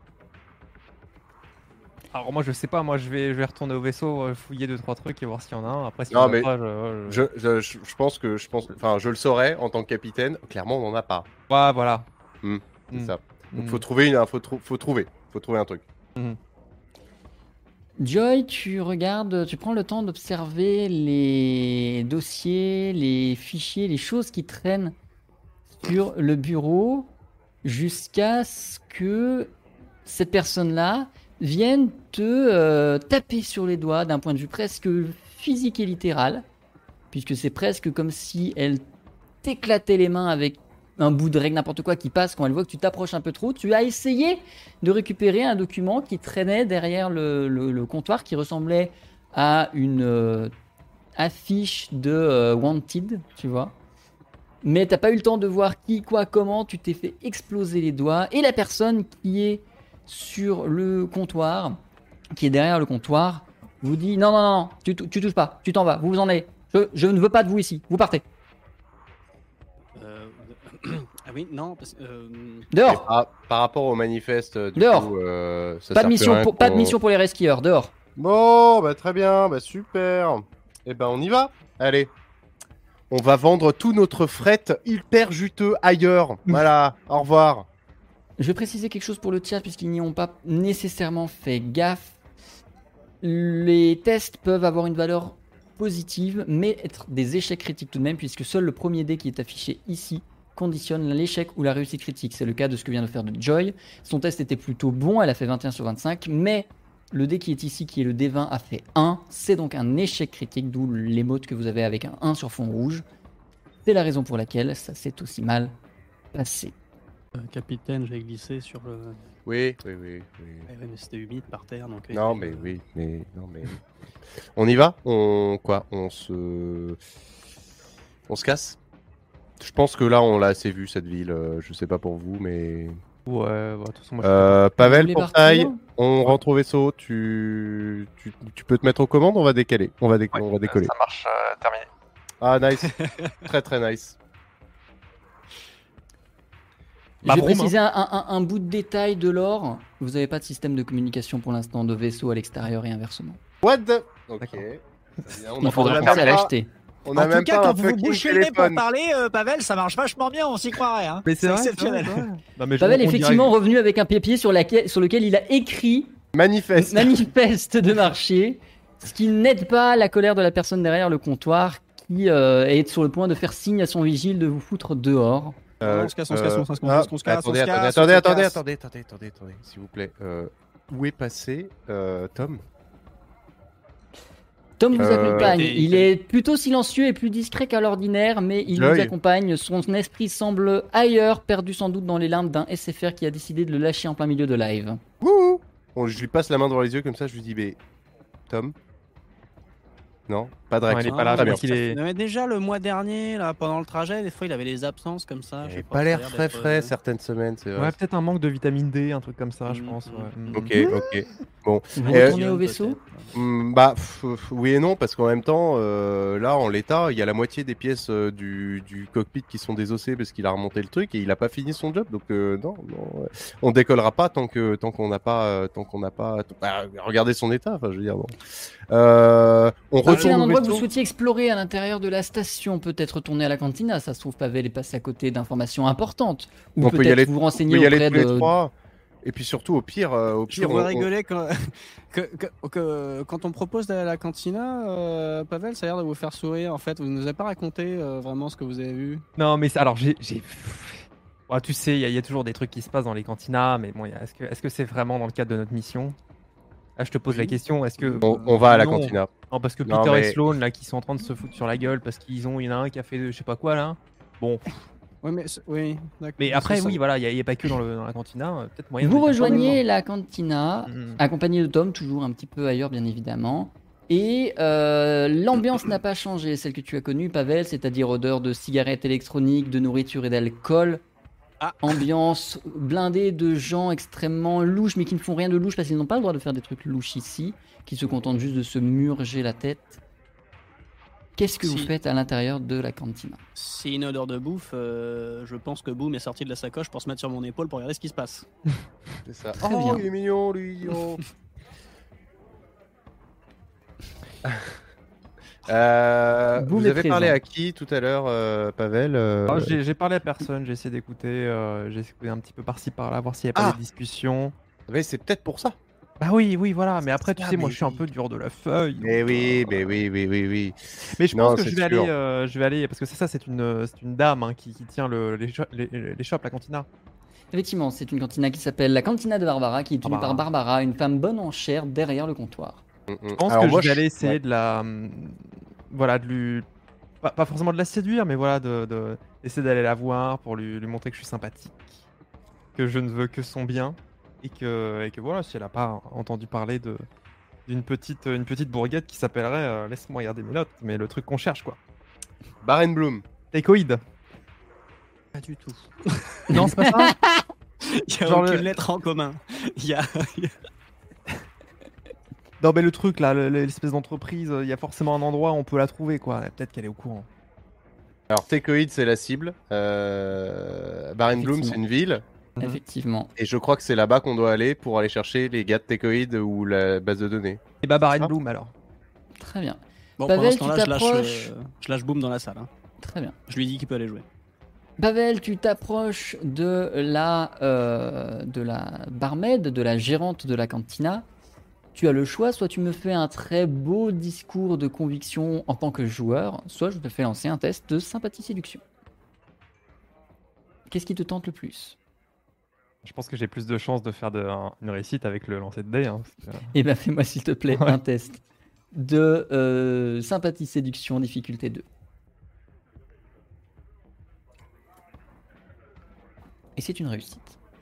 Alors moi je sais pas, moi je vais retourner au vaisseau, fouiller 2-3 trucs et voir s'il y en a un. Après si Non, on en a mais pas, Je pense que je le saurais en tant que capitaine. Clairement, on n'en a pas. Ouais, voilà. C'est ça. Donc faut trouver un truc. Joy, tu regardes, tu prends le temps d'observer les dossiers, les fichiers, les choses qui traînent sur le bureau jusqu'à ce que cette personne-là vienne te taper sur les doigts d'un point de vue presque physique et littéral, puisque c'est presque comme si elle t'éclatait les mains avec un bout de règle, n'importe quoi qui passe quand elle voit que tu t'approches un peu trop. Tu as essayé de récupérer un document qui traînait derrière le comptoir, qui ressemblait à une affiche de Wanted, tu vois. Mais t'as pas eu le temps de voir qui, quoi, comment, tu t'es fait exploser les doigts. Et la personne qui est sur le comptoir, qui est derrière le comptoir, vous dit non, tu touches pas, tu t'en vas, vous en allez. Je ne veux pas de vous ici, vous partez. Ah oui, non, parce que. Dehors. Par rapport au manifeste, Dehors. coup, ça Pas sert de mission plus à rien pas de qu'on- mission pour les rescueurs, dehors. Bon, bah très bien, bah super. Eh ben on y va. Allez. On va vendre tout notre fret hyper juteux ailleurs. Voilà, au revoir. Je vais préciser quelque chose pour le chat puisqu'ils n'y ont pas nécessairement fait gaffe. Les tests peuvent avoir une valeur positive mais être des échecs critiques tout de même, puisque seul le premier dé qui est affiché ici conditionne l'échec ou la réussite critique. C'est le cas de ce que vient de faire de Joy. Son test était plutôt bon, elle a fait 21 sur 25, mais le dé qui est ici, qui est le D20, a fait 1. C'est donc un échec critique, d'où l'émote que vous avez avec un 1 sur fond rouge. C'est la raison pour laquelle ça s'est aussi mal passé. Capitaine, j'ai glissé sur le. Oui. Ouais, mais c'était humide par terre, donc. Non mais oui, mais on y va. On se casse. Je pense que là on l'a assez vu cette ville. Je sais pas pour vous, mais Ouais, bah, de toute façon, moi je Vous Pavel voulez pour partir taille. On rentre au vaisseau. Tu peux te mettre aux commandes. On va décaler. On va décoller. Ça marche, terminé. Ah nice. Très très nice. Je vais vroom, préciser un bout de détail de l'or. Vous n'avez pas de système de communication pour l'instant de vaisseau à l'extérieur et inversement. What the... Ok. D'accord. Très bien, Il faudra la penser à permis. l'acheter. On a En même tout cas, pas un quand vous vous fucking bouchez le nez pour téléphone. parler, Pavel, ça marche vachement bien, on s'y croirait. Hein. Mais c'est vrai, exceptionnel. c'est vrai. Non, mais je Pavel est réponds effectivement direct. revenu avec un papier sur lequel il a écrit Manifeste. manifeste de marché, ce qui n'aide pas la colère de la personne derrière le comptoir qui est sur le point de faire signe à son vigile de vous foutre dehors. On se casse, on se casse, on se casse, ah, on se casse, attendez, on se casse, attendez, on se casse. attendez, s'il vous plaît. Où est passé Tom? Tom vous accompagne. et- Il est plutôt silencieux et plus discret qu'à l'ordinaire, mais il Joy. nous accompagne. Son esprit semble ailleurs, perdu sans doute dans les limbes d'un SFR qui a décidé de le lâcher en plein milieu de live. Wouhou. Je lui passe la main devant les yeux comme ça, je lui dis, mais Tom? Non, pas de Non, il réaction. est pas là, Très je bien. pense qu'il est. Non, mais déjà le mois dernier, là, pendant le trajet, des fois il avait des absences comme ça. Il je avait sais pas l'air ça a frais d'être, certaines semaines, c'est Ouais, vrai. peut-être un manque de vitamine D, un truc comme ça, je Mm, pense. mm. Ouais. Ok. Bon. Vous Et- retournez au vaisseau? Bah oui et non, parce qu'en même temps, là en l'état, il y a la moitié des pièces du cockpit qui sont désossées parce qu'il a remonté le truc et il a pas fini son job. Donc non, on décollera pas tant qu'on n'a pas regardez son état. Enfin, je veux dire bon. On C'est un retourne au endroit que vous vaisseau. souhaitiez explorer à l'intérieur de la station, peut-être retourner à la cantina. Ça se trouve, Pavel est passé à côté d'informations importantes. Ou On peut y peut-être aller- vous On renseigner peut y aller auprès tous les de. trois. Et puis surtout au pire, Je vois rigoler quand, quand on propose d'aller à la cantina, Pavel, ça a l'air de vous faire sourire. En fait, vous nous avez pas raconté vraiment ce que vous avez vu. Non, mais alors j'ai. Ouais, tu sais, il y a toujours des trucs qui se passent dans les cantinas, mais bon, est-ce que c'est vraiment dans le cadre de notre mission? Là, je te pose la question, est-ce que. on va à la Non. cantina. Non, parce que Non, Peter mais- et Sloan, là, qui sont en train de se foutre sur la gueule parce il y en a un qui a fait je sais pas quoi, là. Bon, Oui, oui, d'accord. mais après, C'est ça. oui, voilà, il y a pas que dans la cantina, peut-être moyen de Vous le faire. rejoignez la cantina, Mhm. accompagné de Tom, toujours un petit peu ailleurs, bien évidemment. Et l'ambiance n'a pas changé, celle que tu as connue, Pavel, c'est-à-dire odeur de cigarettes électroniques, de nourriture et d'alcool. Ah. Ambiance blindée de gens extrêmement louches, mais qui ne font rien de louche parce qu'ils n'ont pas le droit de faire des trucs louches ici, qui se contentent juste de se murger la tête. Qu'est-ce que vous Si. faites à l'intérieur de la cantina? C'est une odeur de bouffe. Je pense que Boom est sorti de la sacoche pour se mettre sur mon épaule pour regarder ce qui se passe. C'est ça. Très Oh, bien. il est mignon, lui. Oh. Boum Vous est avez parlé présent. à qui tout à l'heure, Pavel Ah, j'ai parlé à personne, j'ai essayé d'écouter, j'ai écouté un petit peu par-ci par-là, voir s'il n'y avait pas Ah de discussion. Mais c'est peut-être pour ça. Bah oui, voilà, mais après, tu Ah, sais, moi mais je suis un oui. peu dur de la feuille. Mais donc, oui, mais oui. Mais je Non, pense que c'est je vais sûr. aller, parce que c'est une dame hein, qui tient les shops, la cantina. Effectivement, c'est une cantina qui s'appelle la Cantina de Barbara, qui est tenue par Barbara. Barbara, une femme bonne en chair derrière le comptoir. Je pense Alors que moi, je vais aller essayer ouais. de la. Voilà, de lui. Pas forcément de la séduire, mais voilà, d'essayer d'aller la voir pour lui montrer que je suis sympathique, que je ne veux que son bien, et que voilà, si elle n'a pas entendu parler d'une petite bourguette qui s'appellerait Laisse-moi regarder mes notes, mais le truc qu'on cherche quoi. Barenbloom. Takeoid. Pas du tout. Non, c'est pas ça. Il y a Genre aucune le- lettre en commun. Il y a. Non, mais le truc là, l'espèce d'entreprise, il y a forcément un endroit où on peut la trouver quoi. Peut-être qu'elle est au courant. Alors, Tekoid, c'est la cible. Barenbloom, c'est une ville. Mhm. Effectivement. Et je crois que c'est là-bas qu'on doit aller pour aller chercher les gars de Tekoid ou la base de données. Et bah, Baren Bloom alors. Très bien. Bon, Pavel, pendant ce tu temps-là, t'approches. je lâche Boom dans la salle. Hein. Très bien. Je lui dis qu'il peut aller jouer. Pavel, tu t'approches de la barmaid, de la gérante de la cantina. Tu as le choix, soit tu me fais un très beau discours de conviction en tant que joueur, soit je te fais lancer un test de sympathie-séduction. Qu'est-ce qui te tente le plus? Je pense que j'ai plus de chances de faire une réussite avec le lancer de dés. Hein, parce que- Eh bien, fais-moi s'il te plaît Ouais. un test de sympathie-séduction, difficulté 2. Et c'est une réussite.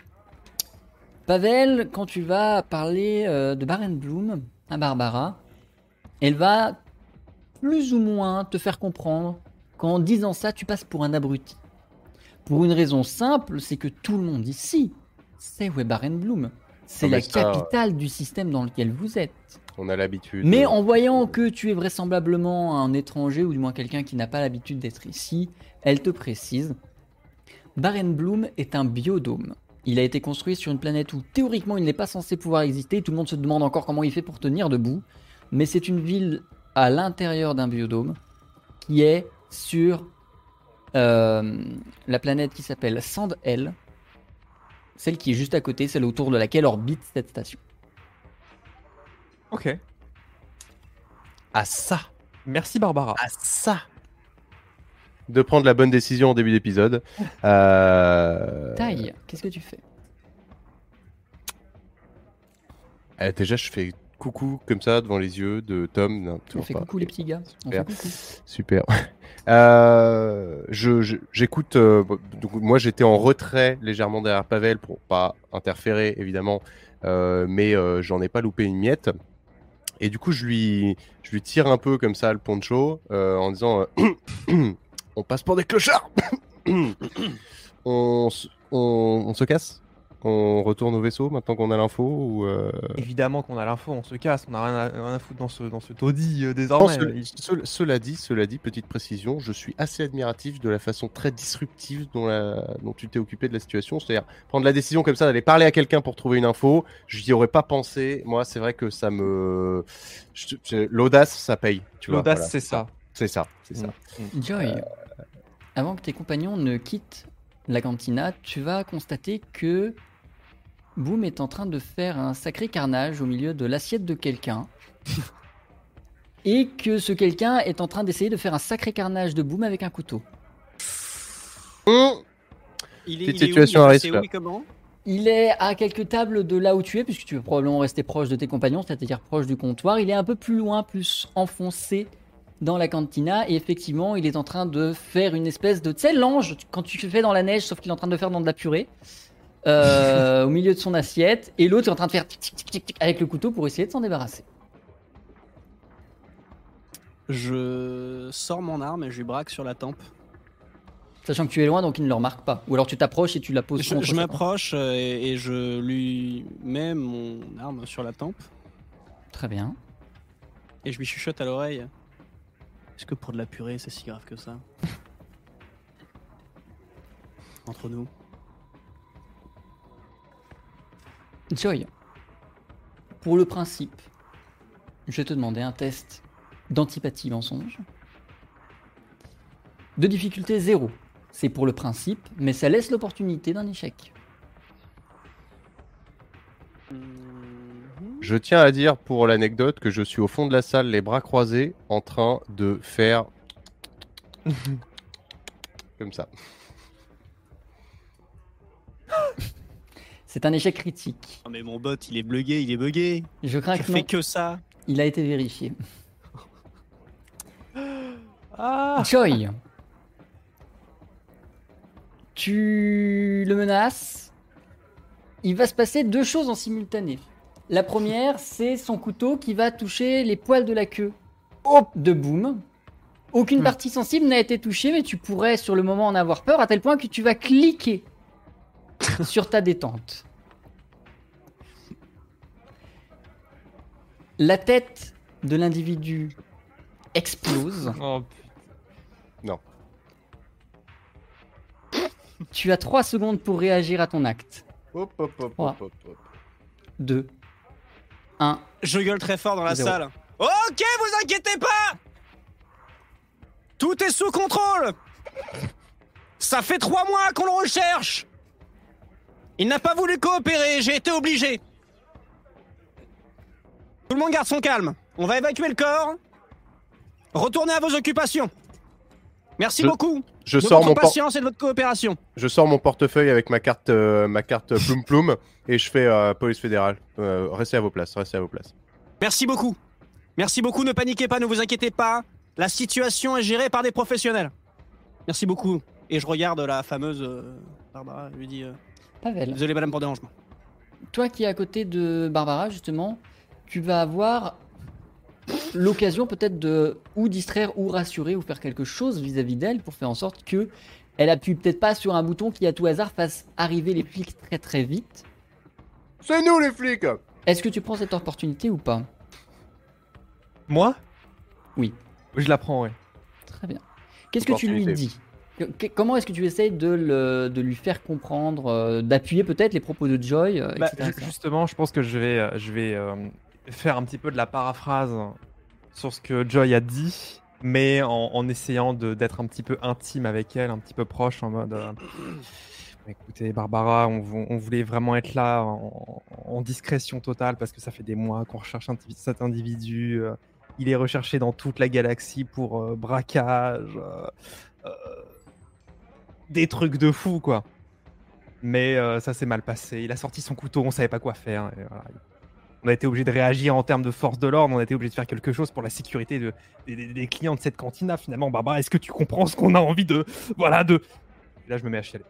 Pavel, quand tu vas parler de Barenbloom à Barbara, elle va plus ou moins te faire comprendre qu'en disant ça, tu passes pour un abruti. Pour une raison simple, c'est que tout le monde ici sait où est Barenbloom. C'est Ah, mais la ça, capitale du système dans lequel vous êtes. On a l'habitude. Mais en voyant que tu es vraisemblablement un étranger, ou du moins quelqu'un qui n'a pas l'habitude d'être ici, elle te précise. Barenbloom est un biodôme. Il a été construit sur une planète où théoriquement il n'est pas censé pouvoir exister. Tout le monde se demande encore comment il fait pour tenir debout. Mais c'est une ville à l'intérieur d'un biodôme qui est sur la planète qui s'appelle Sand-El. Celle qui est juste à côté, celle autour de laquelle orbite cette station. Ok. À ça. Merci Barbara. À ça. De prendre la bonne décision en début d'épisode. Taille, qu'est-ce que tu fais? Déjà, je fais coucou comme ça devant les yeux de Tom. Non, On toujours fait pas. coucou les petits gars. On Super. fait coucou. Super. J'écoute. Donc moi, j'étais en retrait légèrement derrière Pavel pour pas interférer, évidemment, mais j'en ai pas loupé une miette. Et du coup, je lui tire un peu comme ça le poncho en disant on passe pour des clochards. on se casse. On retourne au vaisseau maintenant qu'on a l'info ou Évidemment qu'on a l'info, on se casse, on n'a rien à foutre dans ce taudis Non, désormais. cela dit, petite précision, je suis assez admiratif de la façon très disruptive dont tu t'es occupé de la situation. C'est-à-dire prendre la décision comme ça d'aller parler à quelqu'un pour trouver une info. Je n'y aurais pas pensé. Moi, c'est vrai que ça me. L'audace, ça paye. Tu vois, L'audace, voilà. c'est ça. C'est ça. Joy, avant que tes compagnons ne quittent la cantina, tu vas constater que Boom est en train de faire un sacré carnage au milieu de l'assiette de quelqu'un. Et que ce quelqu'un est en train d'essayer de faire un sacré carnage de Boom avec un couteau. Petite situation à risque, là. Comment Il est à quelques tables de là où tu es, puisque tu veux probablement rester proche de tes compagnons, c'est-à-dire proche du comptoir. Il est un peu plus loin, plus enfoncé dans la cantina, et effectivement, il est en train de faire une espèce de... Tu sais, l'ange, quand tu fais dans la neige, sauf qu'il est en train de faire dans de la purée, au milieu de son assiette, et l'autre est en train de faire tic, tic, tic, tic, tic avec le couteau pour essayer de s'en débarrasser. Je sors mon arme et je lui braque sur la tempe. Sachant que tu es loin, donc il ne le remarque pas. Ou alors tu t'approches et tu la poses contre Je sa tempe. m'approche et je lui mets mon arme sur la tempe Très bien. et je lui chuchote à l'oreille. Est-ce que pour de la purée, c'est si grave que ça? Entre nous. Joy, pour le principe, je vais te demander un test d'antipathie mensonge. De difficulté 0. C'est pour le principe, mais ça laisse l'opportunité d'un échec. Je tiens à dire pour l'anecdote que je suis au fond de la salle, les bras croisés, en train de faire comme ça. C'est un échec critique. Non mais mon bot, il est bugué. Je crains Je que fais non. que ça. Il a été vérifié. Ah Joy, tu le menaces. Il va se passer 2 choses en simultané. La première, c'est son couteau qui va toucher les poils de la queue de Boom. Aucune partie sensible n'a été touchée, mais tu pourrais sur le moment en avoir peur à tel point que tu vas cliquer sur ta détente. La tête de l'individu explose. Oh, Tu as 3 secondes pour réagir à ton acte. Hop, hop, hop, Ouais. hop, hop, hop. 2, 1. Je gueule très fort dans la 0. salle. Ok, vous inquiétez pas. Tout est sous contrôle. Ça fait 3 mois qu'on le recherche. Il n'a pas voulu coopérer, j'ai été obligé. Tout le monde garde son calme. On va évacuer le corps. Retournez à vos occupations. Merci beaucoup Je de sors votre mon patience et de votre coopération. Je sors mon portefeuille avec ma carte Ploum Ploum et je fais police fédérale. Restez à vos places, restez à vos places. Merci beaucoup. Merci beaucoup, ne paniquez pas, ne vous inquiétez pas. La situation est gérée par des professionnels. Merci beaucoup. Et je regarde la fameuse Barbara, je lui dis Pavel, désolé madame pour le dérangement. toi qui es à côté de Barbara, justement, tu vas avoir l'occasion peut-être de ou distraire ou rassurer ou faire quelque chose vis-à-vis d'elle pour faire en sorte que elle appuie peut-être pas sur un bouton qui à tout hasard fasse arriver les flics très très vite. C'est nous les flics. Est-ce que tu prends cette opportunité ou pas? moi? Oui. Je la prends, ouais. Très bien. Qu'est-ce que tu lui dis? Comment est-ce que tu essayes de lui faire comprendre, d'appuyer peut-être les propos de Joy, Bah, etc. justement, je pense que je vais faire un petit peu de la paraphrase sur ce que Joy a dit, mais en essayant d'être un petit peu intime avec elle, un petit peu proche, en mode écoutez, Barbara, on voulait vraiment être là en discrétion totale parce que ça fait des mois qu'on recherche cet individu. Il est recherché dans toute la galaxie pour braquage, des trucs de fou, quoi. Mais ça s'est mal passé. Il a sorti son couteau, on savait pas quoi faire. Et voilà. On a été obligé de réagir en termes de force de l'ordre, on a été obligé de faire quelque chose pour la sécurité des clients de cette cantine-là. Finalement, Barbara, est-ce que tu comprends ce qu'on a envie de... Voilà, de... Et là, je me mets à chialer.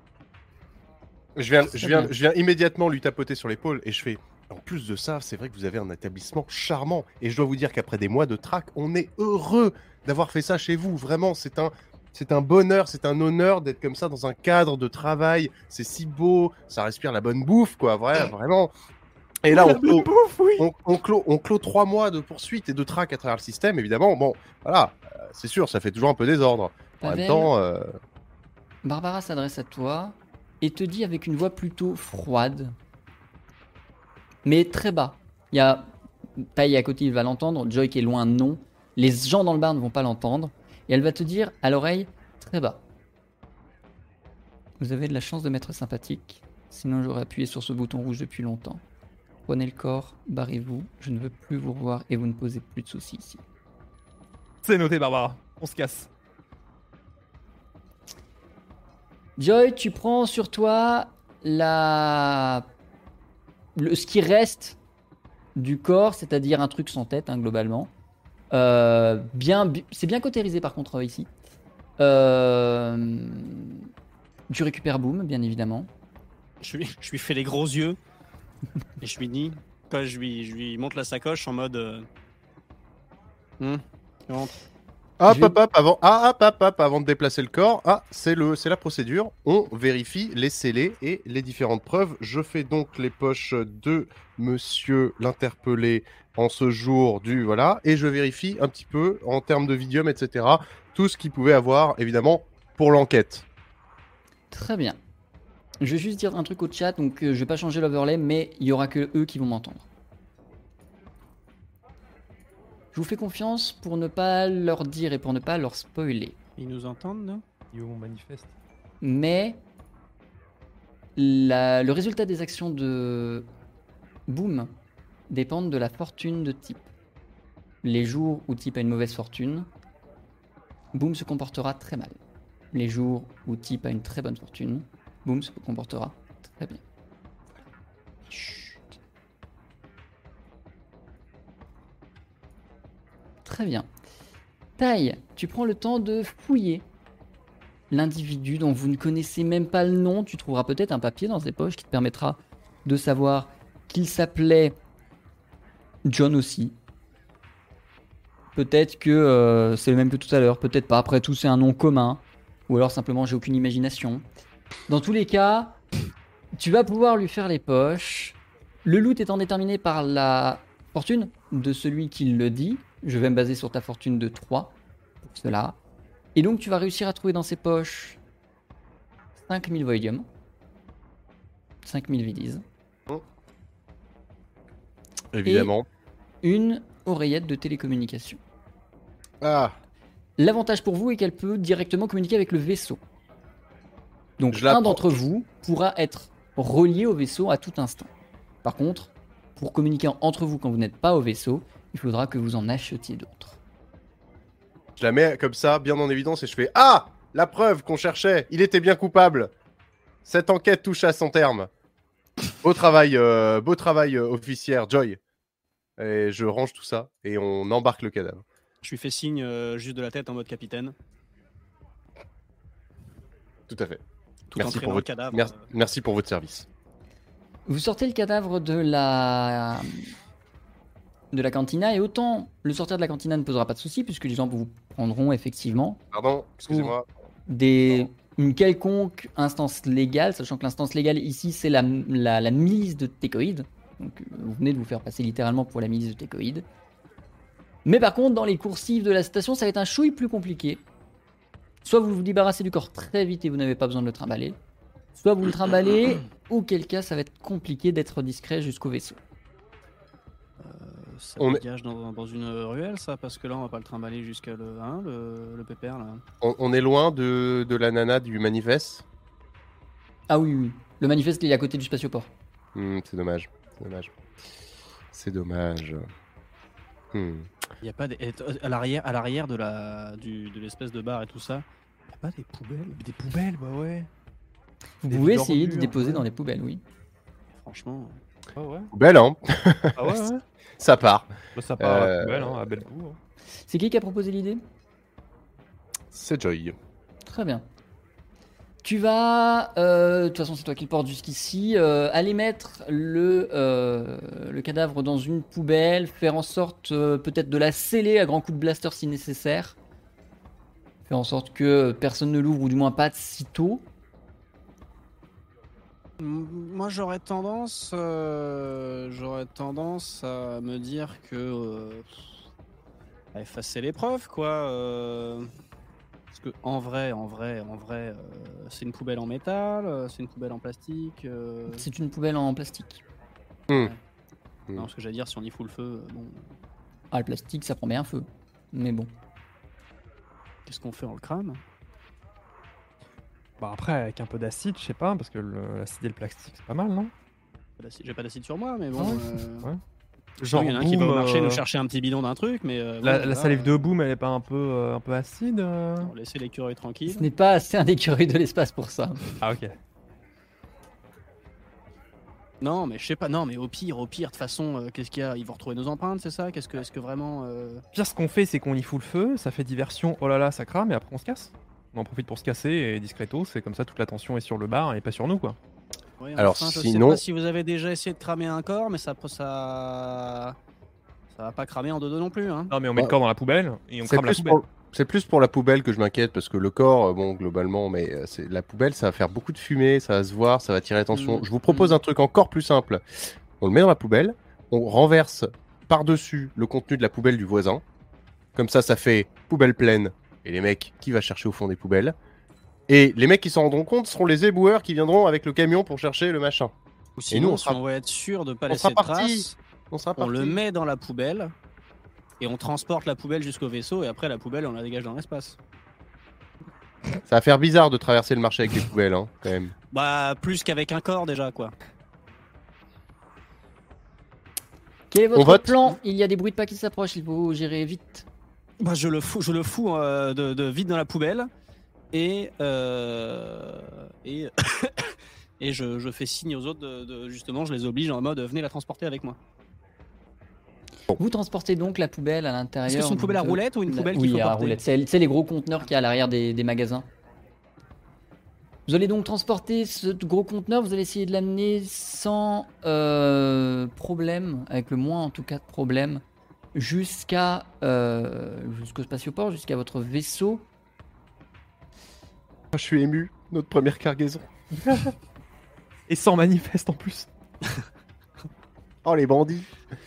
Je viens immédiatement lui tapoter sur l'épaule et je fais. En plus de ça, c'est vrai que vous avez un établissement charmant. Et je dois vous dire qu'après des mois de trac, on est heureux d'avoir fait ça chez vous. Vraiment, c'est un bonheur, c'est un honneur d'être comme ça dans un cadre de travail. C'est si beau, ça respire la bonne bouffe, quoi. Vraiment. Et là, on clôt 3 mois de poursuite et de trac à travers le système, évidemment. Bon, voilà, c'est sûr, ça fait toujours un peu désordre. En Pavel, même temps, Barbara s'adresse à toi et te dit avec une voix plutôt froide, mais très bas. Il y a Paille à côté, il va l'entendre. Joy qui est loin, non. Les gens dans le bar ne vont pas l'entendre. Et elle va te dire à l'oreille, très bas. Vous avez de la chance de m'être sympathique. Sinon, j'aurais appuyé sur ce bouton rouge depuis longtemps. Prenez le corps, barrez-vous. Je ne veux plus vous revoir et vous ne posez plus de soucis ici. C'est noté, Barbara. On se casse. Joy, tu prends sur toi ce qui reste du corps, c'est-à-dire un truc sans tête, hein, globalement. C'est bien cautérisé par contre ici. Tu récupères Boom, bien évidemment. Je lui fais les gros yeux et je lui dis, je lui montre la sacoche en mode. Tu rentres. Hop, Je vais- hop, hop, avant de déplacer le corps, c'est la procédure. On vérifie les scellés et les différentes preuves. Je fais donc les poches de monsieur l'interpellé en ce jour du voilà, et je vérifie un petit peu en termes de vidium, etc. Tout ce qu'il pouvait avoir, évidemment, pour l'enquête. Très bien. Je vais juste dire un truc au chat, donc je vais pas changer l'overlay, mais il y aura que eux qui vont m'entendre. Je vous fais confiance pour ne pas leur dire et pour ne pas leur spoiler. Ils nous entendent, non? Yo, on manifeste. Mais le résultat des actions de Boom dépendent de la fortune de Type. Les jours où Type a une mauvaise fortune, Boom se comportera très mal. Les jours où Type a une très bonne fortune, Boom se comportera très bien. Chut. Très bien. Tai, tu prends le temps de fouiller l'individu dont vous ne connaissez même pas le nom. Tu trouveras peut-être un papier dans ses poches qui te permettra de savoir qu'il s'appelait John aussi. Peut-être que c'est le même que tout à l'heure, peut-être pas. Après tout, c'est un nom commun. Ou alors simplement, j'ai aucune imagination. Dans tous les cas, tu vas pouvoir lui faire les poches. Le loot étant déterminé par la fortune de celui qui le dit. Je vais me baser sur ta fortune de 3 pour cela. Et donc, tu vas réussir à trouver dans ses poches 5000 Voidium, 5000 Vidiz, Évidemment. une oreillette de télécommunication. Ah, L'avantage pour vous est qu'elle peut directement communiquer avec le vaisseau. Donc, Je la un prends. d'entre vous pourra être relié au vaisseau à tout instant. Par contre, pour communiquer entre vous quand vous n'êtes pas au vaisseau, il faudra que vous en achetiez d'autres. je la mets comme ça, bien en évidence, et je fais ah, la preuve qu'on cherchait, il était bien coupable. Cette enquête touche à son terme. Beau travail, officière, Joy. Et je range tout ça et on embarque le cadavre. Je lui fais signe juste de la tête en mode capitaine. Tout à fait. Tout Merci en pour traînant le votre cadavre. merci pour votre service. Vous sortez le cadavre de la cantina et autant le sortir de la cantina ne posera pas de souci puisque les gens vous prendront effectivement Pardon, excusez-moi. une quelconque instance légale, sachant que l'instance légale ici c'est la milice de Técoïde. Donc vous venez de vous faire passer littéralement pour la milice de Técoïde. Mais par contre dans les coursives de la station ça va être un chouille plus compliqué. Soit vous vous débarrassez du corps très vite et vous n'avez pas besoin de le trimballer, soit vous le trimballez, auquel cas ça va être compliqué d'être discret jusqu'au vaisseau. Ça On dégage dans une ruelle, ça, parce que là, on va pas le trimballer jusqu'à le pépère, là. On est loin de la nana du manifeste. Ah oui, oui. Le manifeste il est à côté du spatioport. C'est dommage. C'est dommage. Il y a pas à l'arrière de l'espèce de bar et tout ça. Il y a pas des poubelles. Des poubelles, bah ouais. Vous Des pouvez vides essayer de ordures, déposer ouais. dans les poubelles, oui. Franchement. Ah ouais. Belle, hein. Ah ouais, ouais. Ça part. Bah, ça part à la poubelle, hein, à belle goût. Hein. C'est qui a proposé l'idée? C'est Joy. Très bien. Tu vas, de toute façon c'est toi qui le portes jusqu'ici, aller mettre le cadavre dans une poubelle, faire en sorte peut-être de la sceller à grands coups de blaster si nécessaire. Faire en sorte que personne ne l'ouvre ou du moins pas de sitôt. Moi, j'aurais tendance à me dire que effacer les preuves, quoi. Parce que en vrai, c'est une poubelle en métal, c'est une poubelle en plastique. C'est une poubelle en plastique. Non, ce que j'allais dire, si on y fout le feu, bon. Ah, le plastique ça prend bien feu. Mais bon. Qu'est-ce qu'on fait? On le crame? Bah après, avec un peu d'acide, je sais pas, parce que l'acide et le plastique, c'est pas mal, non? J'ai pas d'acide sur moi, mais bon. Ouais. Genre, il y en a un qui va au Boom, marché nous chercher un petit bidon d'un truc, mais. La salive de Boom, elle est pas un peu acide On laisser l'écureuil tranquille. Ce n'est pas assez un écureuil de l'espace pour ça. Ah ok. Non, mais je sais pas. Non, mais au pire, de toute façon, qu'est-ce qu'il y a? Ils vont retrouver nos empreintes, c'est ça? Est-ce que vraiment. Pire, ce qu'on fait, c'est qu'on y fout le feu, ça fait diversion, oh là là, ça crame, et après on se casse. On en profite pour se casser, et discreto, c'est comme ça, toute l'attention est sur le bar et pas sur nous, quoi. Ouais, Alors, enfin, je sinon- sais pas si vous avez déjà essayé de cramer un corps, mais ça va pas cramer en deux non plus, hein. Non, mais on met le Ouais. corps dans la poubelle, et on C'est crame la plus poubelle. C'est plus pour la poubelle que je m'inquiète parce que le corps, bon, globalement, mais c'est la poubelle, ça va faire beaucoup de fumée, ça va se voir, ça va attirer l'attention. Je vous propose un truc encore plus simple. On le met dans la poubelle, on renverse par-dessus le contenu de la poubelle du voisin. Comme ça fait poubelle pleine. Et les mecs, qui va chercher au fond des poubelles? Et les mecs qui s'en rendront compte seront les éboueurs qui viendront avec le camion pour chercher le machin. Ou sinon, si on veut être sûr de ne pas laisser de traces, on le met dans la poubelle et on transporte la poubelle jusqu'au vaisseau et après la poubelle on la dégage dans l'espace. Ça va faire bizarre de traverser le marché avec des poubelles, hein, quand même. Bah, plus qu'avec un corps déjà, quoi. Quel est votre plan? Il y a des bruits de pas qui s'approchent, il faut gérer vite. Bah, je le fous de vite dans la poubelle et et je fais signe aux autres justement, je les oblige en mode venez la transporter avec moi. Vous transportez donc la poubelle à l'intérieur. Est-ce que c'est une poubelle à roulettes ou une poubelle qu'il faut à porter? roulettes. C'est les gros conteneurs qu'il y a à l'arrière des magasins. Vous allez donc transporter ce gros conteneur, vous allez essayer de l'amener sans problème, avec le moins en tout cas de problème, jusqu'au spatioport, jusqu'à votre vaisseau. Je suis ému, notre première cargaison. Et sans manifeste en plus. Oh les bandits.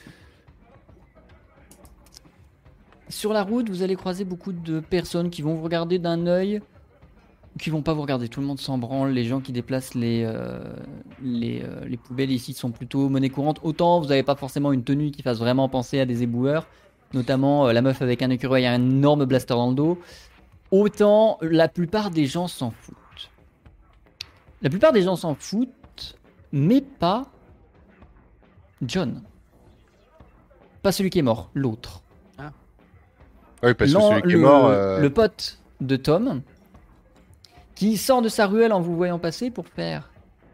Sur la route, vous allez croiser beaucoup de personnes qui vont vous regarder d'un œil, qui vont pas vous regarder. Tout le monde s'en branle. Les gens qui déplacent les poubelles ici sont plutôt monnaie courante. Autant vous n'avez pas forcément une tenue qui fasse vraiment penser à des éboueurs, notamment la meuf avec un écureuil et un énorme blaster dans le dos. Autant la plupart des gens s'en foutent. La plupart des gens s'en foutent, mais pas John. Pas celui qui est mort, l'autre. Oui, parce que celui qui est mort... Le pote de Tom, qui sort de sa ruelle en vous voyant passer pour faire...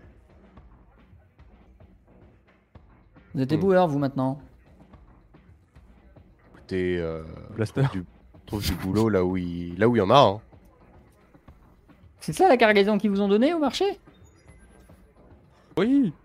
Vous êtes éboueur, vous, maintenant. Écoutez, Blaster. trouve du boulot là où il y en a. Hein. C'est ça la cargaison qu'ils vous ont donnée au marché? Oui.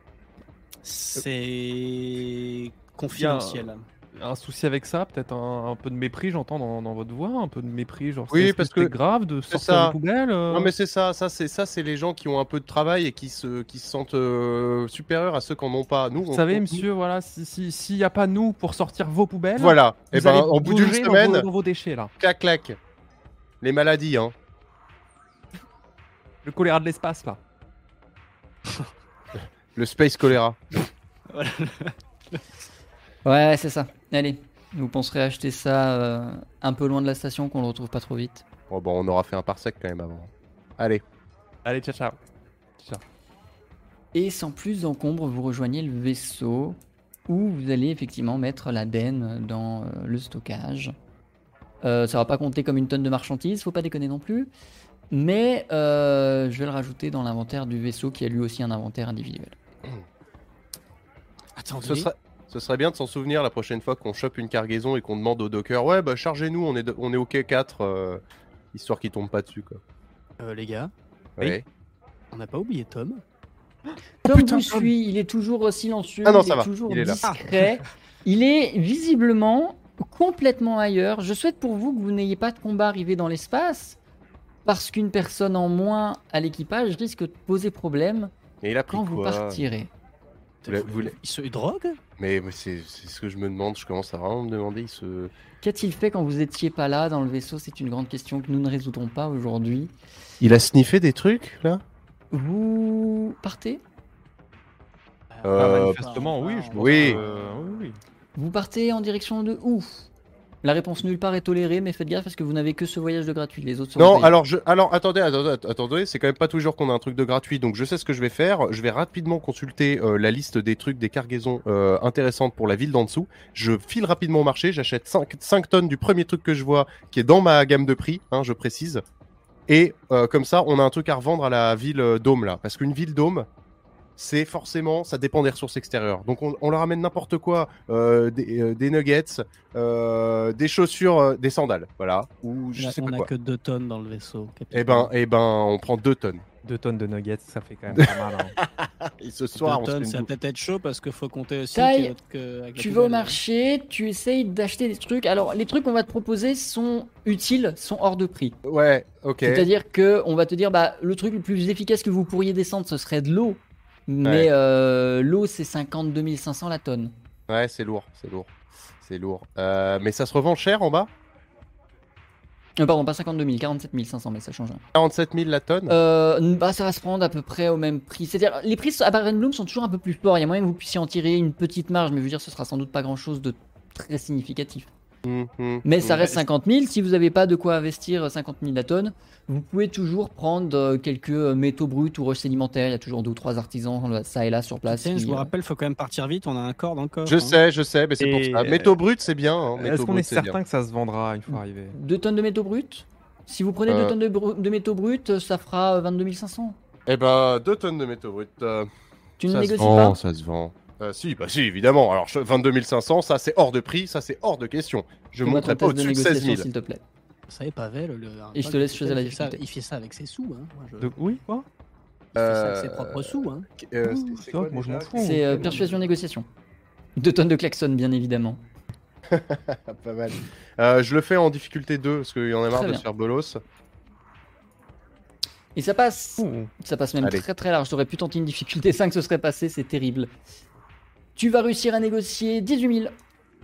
C'est confidentiel. Un souci avec ça, peut-être un peu de mépris, j'entends dans votre voix, un peu de mépris, genre oui, c'est parce que c'est grave de sortir ça. des poubelles. Non mais c'est ça c'est les gens qui ont un peu de travail et qui se sentent supérieurs à ceux qui en ont pas. Nous, Vous savez, monsieur, voilà, s'il n'y a pas nous pour sortir vos poubelles, voilà. Et vous allez ben, au bout d'une bouger semaine, dans vos déchets là. clac clac. Les maladies, hein. Le choléra de l'espace là. Le space choléra. Ouais, c'est ça. Allez, vous penserez acheter ça un peu loin de la station, qu'on le retrouve pas trop vite. Oh, bon, on aura fait un parsec quand même avant. Allez. Allez, ciao ciao. Ciao. Et sans plus d'encombre, vous rejoignez le vaisseau où vous allez effectivement mettre l'ADN dans le stockage. Ça va pas compter comme une tonne de marchandises, faut pas déconner non plus. Mais je vais le rajouter dans l'inventaire du vaisseau qui a lui aussi un inventaire individuel. Attendez. Ce serait bien de s'en souvenir la prochaine fois qu'on chope une cargaison et qu'on demande au docker ouais bah chargez-nous, on est OK 4 histoire qu'il tombe pas dessus quoi. Les gars, Ouais. on n'a pas oublié Tom. Tom vous suit, il est toujours silencieux, Ah non, il ça est va, toujours il est là. discret. Il est visiblement complètement ailleurs. Je souhaite pour vous que vous n'ayez pas de combat arrivé dans l'espace, parce qu'une personne en moins à l'équipage risque de poser problème Mais il a pris quand vous quoi partirez. Il se drogue? Mais c'est ce que je me demande, je commence à vraiment me demander, Qu'a-t-il fait quand vous étiez pas là dans le vaisseau? C'est une grande question que nous ne résoudrons pas aujourd'hui. Il a sniffé des trucs là? Vous partez? Manifestement, oui. Je pense oui. que, oui. Vous partez en direction de où? La réponse nulle part est tolérée, mais faites gaffe parce que vous n'avez que ce voyage de gratuit. Les autres sont Non, payés. alors attendez, c'est quand même pas toujours qu'on a un truc de gratuit, donc je sais ce que je vais faire. Je vais rapidement consulter la liste des trucs, des cargaisons intéressantes pour la ville d'en dessous. Je file rapidement au marché, j'achète 5 tonnes du premier truc que je vois, qui est dans ma gamme de prix, hein, je précise. Et comme ça, on a un truc à revendre à la ville Dôme là, parce qu'une ville Dôme, c'est forcément, ça dépend des ressources extérieures. Donc on leur amène n'importe quoi, des nuggets, des chaussures, des sandales, voilà, ou je sais On pas n'a quoi. que 2 tonnes dans le vaisseau. Eh ben, on prend 2 tonnes. 2 tonnes de nuggets, ça fait quand même pas mal. Hein. Et ce soir, 2 on se fait tonnes, une ça va bouffe. peut-être être chaud parce qu'il faut compter aussi Taille, avec la Tu vas au poubelle. marché, tu essayes d'acheter des trucs. Alors, les trucs qu'on va te proposer sont utiles, sont hors de prix. Ouais, ok. C'est-à-dire que on va te dire, bah, le truc le plus efficace que vous pourriez descendre, ce serait de l'eau. Mais l'eau, c'est 52 500 la tonne. Ouais, c'est lourd, c'est lourd. C'est lourd. Mais ça se revend cher en bas? Pardon, pas 52 000, 47 500, mais ça change rien. 47 000 la tonne? Bah, ça va se prendre à peu près au même prix. C'est-à-dire, les prix à Barren Bloom sont toujours un peu plus forts. Il y a moyen que vous puissiez en tirer une petite marge, mais je veux dire, ce sera sans doute pas grand-chose de très significatif. Mais ça reste 50 000. Si vous n'avez pas de quoi investir 50 000 la tonne, vous pouvez toujours prendre quelques métaux bruts ou roches sédimentaires. Il y a toujours 2 ou 3 artisans, ça et là, sur place. Tiens, je qui, vous rappelle, faut quand même partir vite. On a un corps dans le coffre. Je sais, mais c'est pour Et, ça. Métaux bruts, c'est bien. Hein. Est-ce Métaux qu'on bruts, est c'est bien. certain que ça se vendra une fois arrivé? 2 tonnes de métaux bruts. Si vous prenez 2 tonnes de métaux bruts, ça fera 22 500. Eh ben, 2 tonnes de métaux bruts. Tu ne ça se négocies vend, pas? ça se vend. Si, bah si, évidemment. Alors, 22 500, ça c'est hors de prix, ça c'est hors de question. Je Fais-moi monterai ton pas test de au-dessus de 16 négociation, 000. s'il te plaît. Vous savez, Pavel, Et je te laisse choisir la il fait ça- difficulté. Il fait ça avec ses sous. Hein. Moi, Oui, quoi? Il fait ça avec ses propres sous. Hein. C'est quoi, moi je m'en déjà fous. C'est persuasion négociation. 2 tonnes de klaxon, bien évidemment. Pas mal. Je le fais en difficulté 2 parce qu'il y en a marre Très de bien. se faire bolos. Et ça passe. Ouh. Ça passe même Allez. très très large. J'aurais pu tenter une difficulté 5, ce serait passé, c'est terrible. Tu vas réussir à négocier 18 000.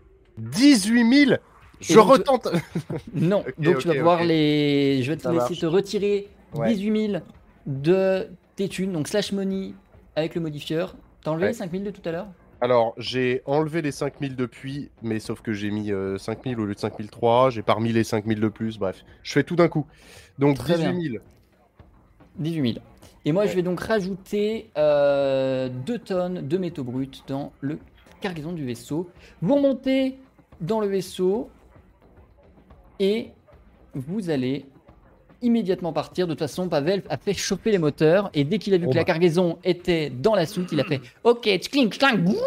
18 000. Je donc, retente. Non, Ok, donc tu vas ok, pouvoir ok. les. Je vais te Ça laisser marche. te retirer Ouais. 18 000 de tes thunes, donc slash money avec le modifieur. T'as enlevé Ouais. les 5 000 de tout à l'heure? Alors, j'ai enlevé les 5 000 depuis, mais sauf que j'ai mis 5 000 au lieu de 5 003. J'ai pas remis les 5 000 de plus. Bref, je fais tout d'un coup. Donc, Très 18 000. 18 000. Et moi, Ouais. je vais donc rajouter 2 tonnes de métaux bruts dans le cargaison du vaisseau. Vous remontez dans le vaisseau et vous allez immédiatement partir. De toute façon, Pavel a fait chauffer les moteurs et dès qu'il a vu Oh que la bah. cargaison était dans la soute, il a fait OK, tchling, tchling, boum.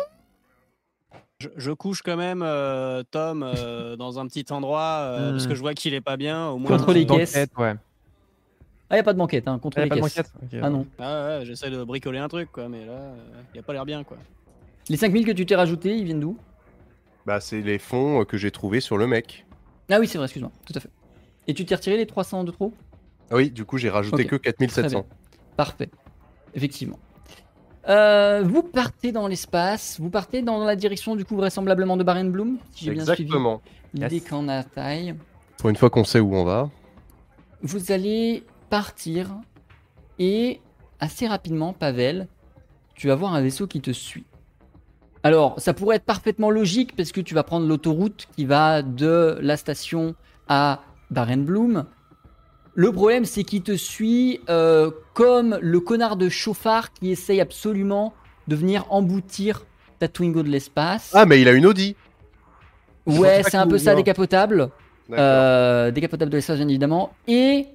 Je couche quand même Tom dans un petit endroit parce que je vois qu'il est pas bien. Au moins, Contre les Dans le caisses. quête, ouais. Ah, il n'y a pas de banquette, hein, contre Il y a les pas de caisses. banquette. Ok. Ah non. Ah ouais, j'essaie de bricoler un truc, quoi, mais là, il a pas l'air bien, quoi. Les 5 000 que tu t'es rajoutés, ils viennent d'où? Bah, c'est les fonds que j'ai trouvés sur le mec. Ah oui, c'est vrai, excuse-moi, tout à fait. Et tu t'es retiré les 300 de trop? Ah oui, du coup, j'ai rajouté Ok. que 4 700. Parfait, effectivement. Vous partez dans l'espace, vous partez dans la direction du coup vraisemblablement de Barren Bloom, si j'ai bien suivi Exactement. l'idée Yes. qu'en a taille. Pour une fois qu'on sait où on va. Vous allez partir et assez rapidement, Pavel, tu vas voir un vaisseau qui te suit. Alors, ça pourrait être parfaitement logique parce que tu vas prendre l'autoroute qui va de la station à Barren Bloom. Le problème, c'est qu'il te suit comme le connard de chauffard qui essaye absolument de venir emboutir ta Twingo de l'espace. Ah, mais il a une Audi. Ouais, je pense pas c'est un qu'il peu nous ça, voit. décapotable. D'accord. Décapotable de l'espace, bien évidemment. Et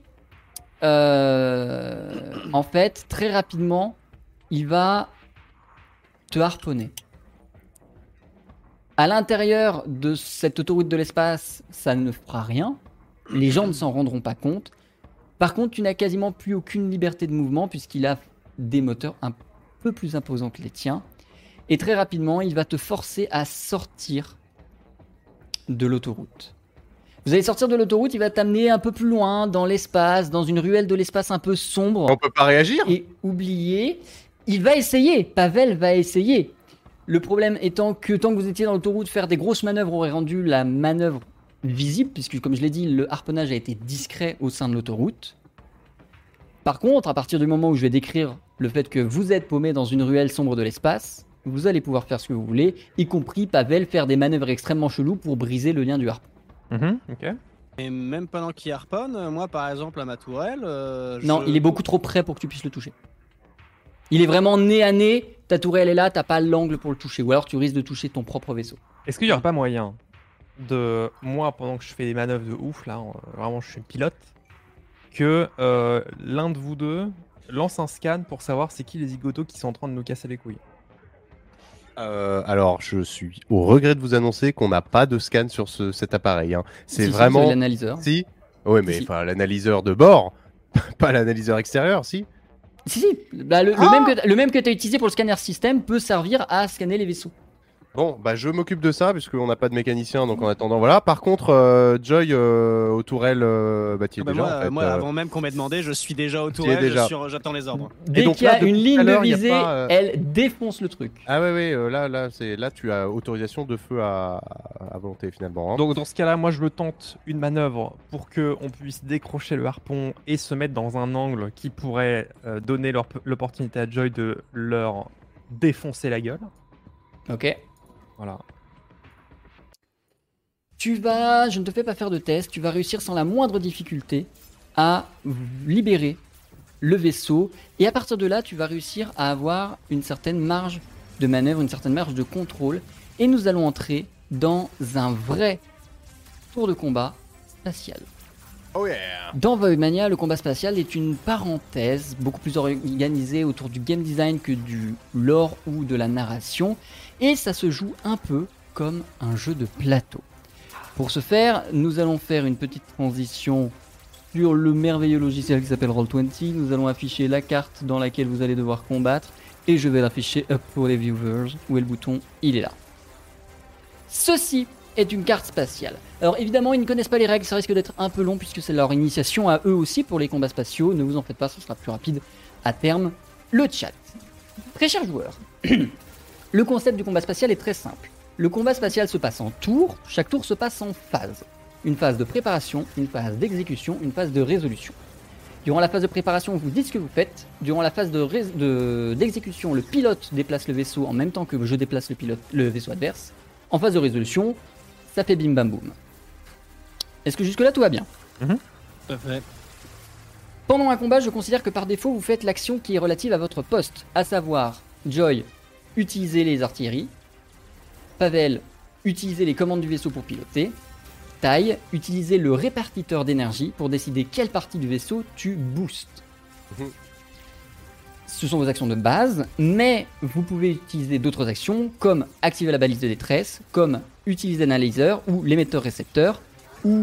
en fait, très rapidement, il va te harponner. À l'intérieur de cette autoroute de l'espace, ça ne fera rien. Les gens ne s'en rendront pas compte. Par contre, tu n'as quasiment plus aucune liberté de mouvement puisqu'il a des moteurs un peu plus imposants que les tiens. Et très rapidement, il va te forcer à sortir de l'autoroute. Vous allez sortir de l'autoroute, il va t'amener un peu plus loin dans l'espace, dans une ruelle de l'espace un peu sombre On peut pas réagir. et oublié. Il va essayer, Pavel va essayer. Le problème étant que tant que vous étiez dans l'autoroute, faire des grosses manœuvres aurait rendu la manœuvre visible, puisque comme je l'ai dit, le harponnage a été discret au sein de l'autoroute. Par contre, à partir du moment où je vais décrire le fait que vous êtes paumé dans une ruelle sombre de l'espace, vous allez pouvoir faire ce que vous voulez, y compris Pavel faire des manœuvres extrêmement cheloues pour briser le lien du harpon. Ok. Et même pendant qu'il harponne, moi, par exemple, à ma tourelle... Non, il est beaucoup trop près pour que tu puisses le toucher. Il est vraiment nez à nez, ta tourelle est là, t'as pas l'angle pour le toucher, ou alors tu risques de toucher ton propre vaisseau. Est-ce qu'il y aurait pas moyen de, moi, pendant que je fais des manœuvres de ouf, là, vraiment je suis pilote, que l'un de vous deux lance un scan pour savoir c'est qui les zigotos qui sont en train de nous casser les couilles? Alors, je suis au regret de vous annoncer qu'on n'a pas de scan sur cet appareil. Hein. C'est Si, vraiment. vous avez l'analyseur. Si. Oui, mais Si. enfin l'analyseur de bord, pas l'analyseur extérieur, si. Si, bah, le même que tu as utilisé pour le scanner système peut servir à scanner les vaisseaux. Bon, bah je m'occupe de ça puisqu'on n'a pas de mécanicien, donc en attendant, voilà. Par contre, Joy aux tourelles, tu y es déjà en fait. Moi, avant même qu'on m'ait demandé, je suis déjà au Tu y es tourelle, déjà. j'attends les ordres. Dès donc qu'il y a là, depuis une tout ligne à de l'heure, il y a visée, pas, elle défonce le truc. Ah ouais, là tu as autorisation de feu à volonté finalement. Hein. Donc dans ce cas-là, moi je me tente une manœuvre pour que on puisse décrocher le harpon et se mettre dans un angle qui pourrait donner l'opportunité à Joy de leur défoncer la gueule. Ok. Voilà. Je ne te fais pas faire de test, tu vas réussir sans la moindre difficulté à libérer le vaisseau. Et à partir de là, tu vas réussir à avoir une certaine marge de manœuvre, une certaine marge de contrôle. Et nous allons entrer dans un vrai tour de combat spatial. Oh yeah. Dans Voidmania, le combat spatial est une parenthèse beaucoup plus organisée autour du game design que du lore ou de la narration. Et ça se joue un peu comme un jeu de plateau. Pour ce faire, nous allons faire une petite transition sur le merveilleux logiciel qui s'appelle Roll20. Nous allons afficher la carte dans laquelle vous allez devoir combattre et je vais l'afficher up pour les viewers. Où est le bouton? Il est là. Ceci est une carte spatiale. Alors évidemment, ils ne connaissent pas les règles, ça risque d'être un peu long puisque c'est leur initiation à eux aussi pour les combats spatiaux. Ne vous en faites pas, ce sera plus rapide à terme. Le chat. Très chers joueurs, le concept du combat spatial est très simple. Le combat spatial se passe en tours, chaque tour se passe en phase. Une phase de préparation, une phase d'exécution, une phase de résolution. Durant la phase de préparation, vous dites ce que vous faites. Durant la phase d'exécution, le pilote déplace le vaisseau en même temps que je déplace le vaisseau adverse. En phase de résolution, ça fait bim bam boum. Est-ce que jusque là tout va bien? Tout à fait. Pendant un combat, je considère que par défaut, vous faites l'action qui est relative à votre poste, à savoir Joy, utiliser les artilleries. Pavel, utiliser les commandes du vaisseau pour piloter. Tai, utiliser le répartiteur d'énergie pour décider quelle partie du vaisseau tu boostes. Ce sont vos actions de base, mais vous pouvez utiliser d'autres actions comme activer la balise de détresse, comme utiliser un laser ou l'émetteur-récepteur, ou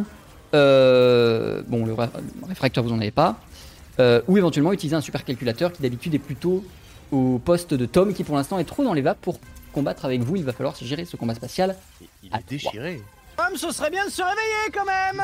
le réfracteur vous en avez pas, ou éventuellement utiliser un supercalculateur qui d'habitude est plutôt au poste de Tom qui pour l'instant est trop dans les vapes pour combattre avec vous. Il va falloir gérer ce combat spatial. Il est déchiré. Tom, ce serait bien de se réveiller quand même.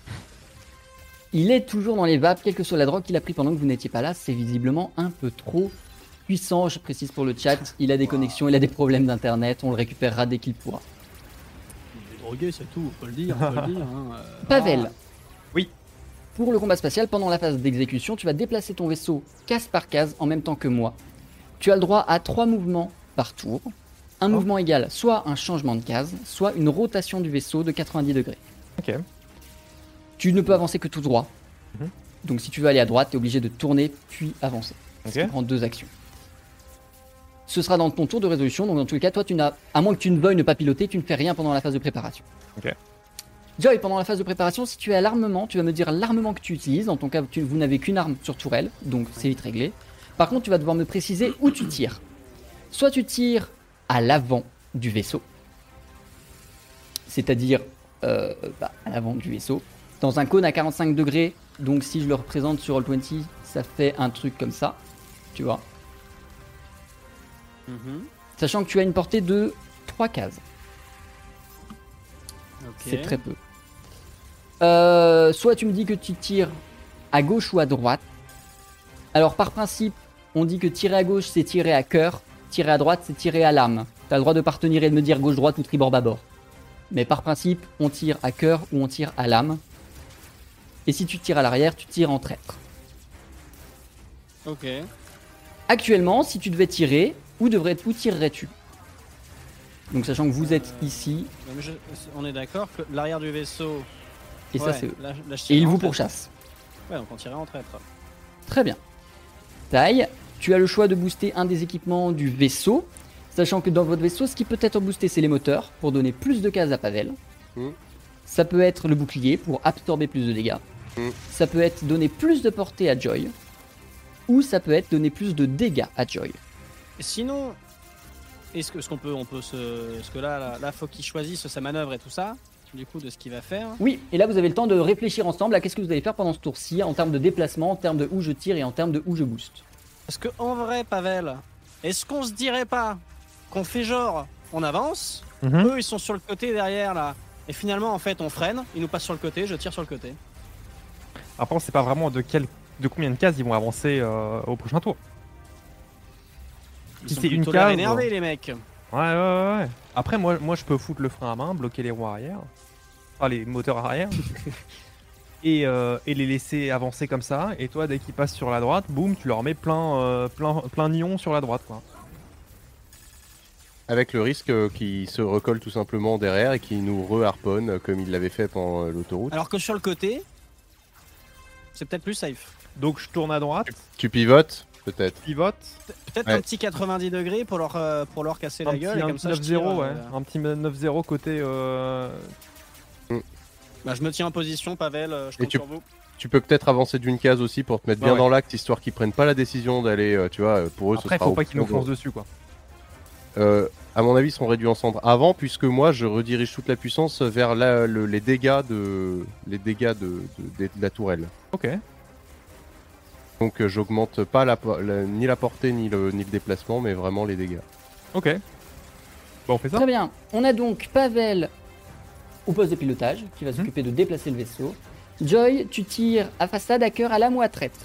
Il est toujours dans les vapes, quelle que soit la drogue qu'il a pris pendant que vous n'étiez pas là. C'est visiblement un peu trop puissant, je précise pour le chat. Il a des connexions, il a des problèmes d'internet. On le récupérera dès qu'il pourra. Il est drogué, c'est tout, on peut le dire. Pavel. Oui. Pour le combat spatial, pendant la phase d'exécution, tu vas déplacer ton vaisseau case par case en même temps que moi. Tu as le droit à 3 mouvements par tour. Un mouvement égale soit un changement de case, soit une rotation du vaisseau de 90 degrés. Ok. Tu ne peux avancer que tout droit. Donc si tu veux aller à droite, tu es obligé de tourner puis avancer. Ok. Ça prend 2 actions. Ce sera dans ton tour de résolution, donc dans tous les cas, toi, à moins que tu ne veuilles ne pas piloter, tu ne fais rien pendant la phase de préparation. Ok. Joy, pendant la phase de préparation, si tu es à l'armement, tu vas me dire l'armement que tu utilises. En ton cas, vous n'avez qu'une arme sur tourelle, donc c'est vite réglé. Par contre, tu vas devoir me préciser où tu tires. Soit tu tires à l'avant du vaisseau, c'est-à-dire à l'avant du vaisseau, dans un cône à 45 degrés. Donc si je le représente sur Roll20, ça fait un truc comme ça, tu vois. Sachant que tu as une portée de 3 cases. C'est très peu. Soit tu me dis que tu tires à gauche ou à droite. Alors par principe, on dit que tirer à gauche c'est tirer à cœur, tirer à droite c'est tirer à lame. Tu as le droit de partenir et de me dire gauche-droite ou tribord-bâbord. Mais par principe, on tire à cœur ou on tire à lame. Et si tu tires à l'arrière, tu tires en traître. Ok. Actuellement, si tu devais tirer, où tirerais-tu? Donc sachant que vous êtes ici. On est d'accord que l'arrière du vaisseau. Et ça c'est eux. Là, Et ils vous pourchassent. Ouais, donc on tirait en traître. Très bien. Tai, tu as le choix de booster un des équipements du vaisseau. Sachant que dans votre vaisseau, ce qui peut être boosté, c'est les moteurs, pour donner plus de cases à Pavel. Ça peut être le bouclier, pour absorber plus de dégâts. Ça peut être donner plus de portée à Joy. Ou ça peut être donner plus de dégâts à Joy. Sinon, est-ce que là, faut qu'il choisisse sa manœuvre et tout ça, du coup, de ce qu'il va faire. Oui, et là, vous avez le temps de réfléchir ensemble à qu'est-ce que vous allez faire pendant ce tour-ci, en termes de déplacement, en termes de où je tire et en termes de où je booste. Parce que en vrai, Pavel, est-ce qu'on se dirait pas qu'on fait genre, on avance, eux ils sont sur le côté derrière là, et finalement en fait on freine, ils nous passent sur le côté, je tire sur le côté. Après, on sait pas vraiment de combien de cases ils vont avancer au prochain tour. Ils Si sont c'est une plutôt l'air case. énervés les mecs. Ouais. Après, moi je peux foutre le frein à main, bloquer les roues arrière, enfin les moteurs arrière, et les laisser avancer comme ça. Et toi, dès qu'ils passent sur la droite, boum, tu leur mets plein nion sur la droite, quoi. Avec le risque qu'ils se recollent tout simplement derrière et qu'ils nous re-harponnent comme ils l'avaient fait pendant l'autoroute. Alors que sur le côté, c'est peut-être plus safe. Donc je tourne à droite, Tu pivotes, peut-être. pivote, Peut-être Ouais. un petit 90 degrés pour leur casser la gueule, et un comme petit ça je tire, 9-0, ouais. Un petit 9-0 côté. Bah, je me tiens en position, Pavel, je Et compte tu- sur vous. Tu peux peut-être avancer d'une case aussi pour te mettre bien Ouais. dans l'acte, histoire qu'ils prennent pas la décision d'aller, tu vois, pour eux Après, ce sera faut pas qu'ils nous option. foncent dessus, quoi. À mon avis, ils seront réduits en cendres avant, puisque moi je redirige toute la puissance vers les dégâts de la tourelle. Ok. Donc j'augmente pas ni la portée ni le déplacement, mais vraiment les dégâts. Ok. Bon, on fait ça. Très bien. On a donc Pavel au poste de pilotage qui va s'occuper de déplacer le vaisseau. Joy, tu tires à façade, à cœur, à lame ou à traître.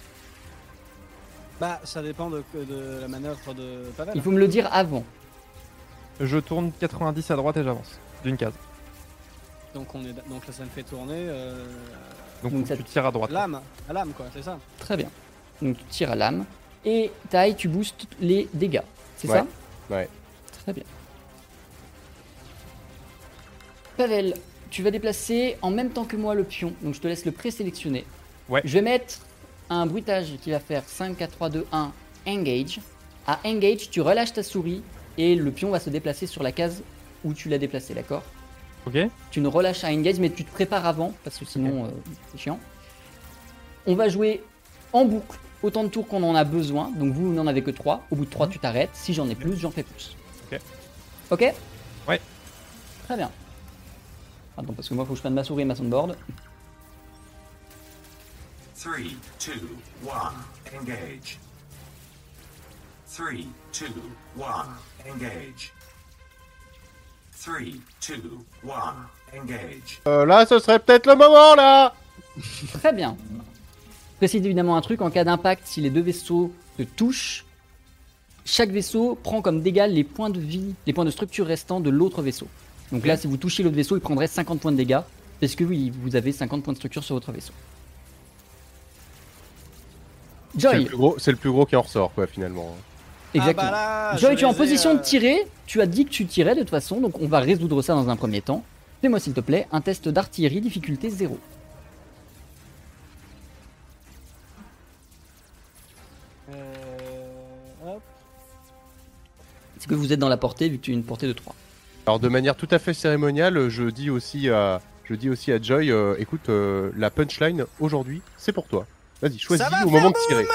Bah, ça dépend de la manœuvre de Pavel. Il faut me le dire avant. Je tourne 90 à droite et j'avance. D'une case. Donc là, ça me fait tourner Donc ça- tu tires à droite. lame, à lame quoi, c'est ça. Très bien. Donc tu tires à lame. Et taille, tu boostes les dégâts. C'est Ouais. ça? Ouais. Très bien. Pavel, tu vas déplacer en même temps que moi le pion. Donc je te laisse le présélectionner. Ouais. Je vais mettre un bruitage qui va faire 5, 4, 3, 2, 1, engage. À engage, tu relâches ta souris et le pion va se déplacer sur la case où tu l'as déplacé, d'accord? Ok. Tu ne relâches à engage, mais tu te prépares avant, parce que sinon c'est chiant. On va jouer en boucle autant de tours qu'on en a besoin. Donc vous n'en avez que 3. Au bout de 3, tu t'arrêtes. Si j'en ai plus, j'en fais plus. Ok. Ok? Ouais. Très bien. Attends, parce que moi, il faut que je prenne ma souris et ma soundboard. 3, 2, 1, engage. 3, 2, 1, engage. 3, 2, 1, engage. Là, ce serait peut-être le moment, là. Très bien. Précise évidemment un truc, en cas d'impact, si les deux vaisseaux se touchent, chaque vaisseau prend comme dégâts les points de vie, les points de structure restants de l'autre vaisseau. Donc là, si vous touchez l'autre vaisseau, il prendrait 50 points de dégâts, parce que oui, vous avez 50 points de structure sur votre vaisseau. Joy, C'est le plus gros qui en ressort, quoi, finalement. exactement. Ah bah là, Joy, je tu es en les ai, position de tirer, tu as dit que tu tirais de toute façon, donc on va résoudre ça dans un premier temps. Fais-moi s'il te plaît un test d'artillerie, difficulté 0. Hop. Est-ce que vous êtes dans la portée, vu que tu as une portée de 3? Alors, de manière tout à fait cérémoniale, je dis aussi à Joy, écoute, la punchline aujourd'hui, c'est pour toi. Vas-y, choisis va au faire moment de tirer.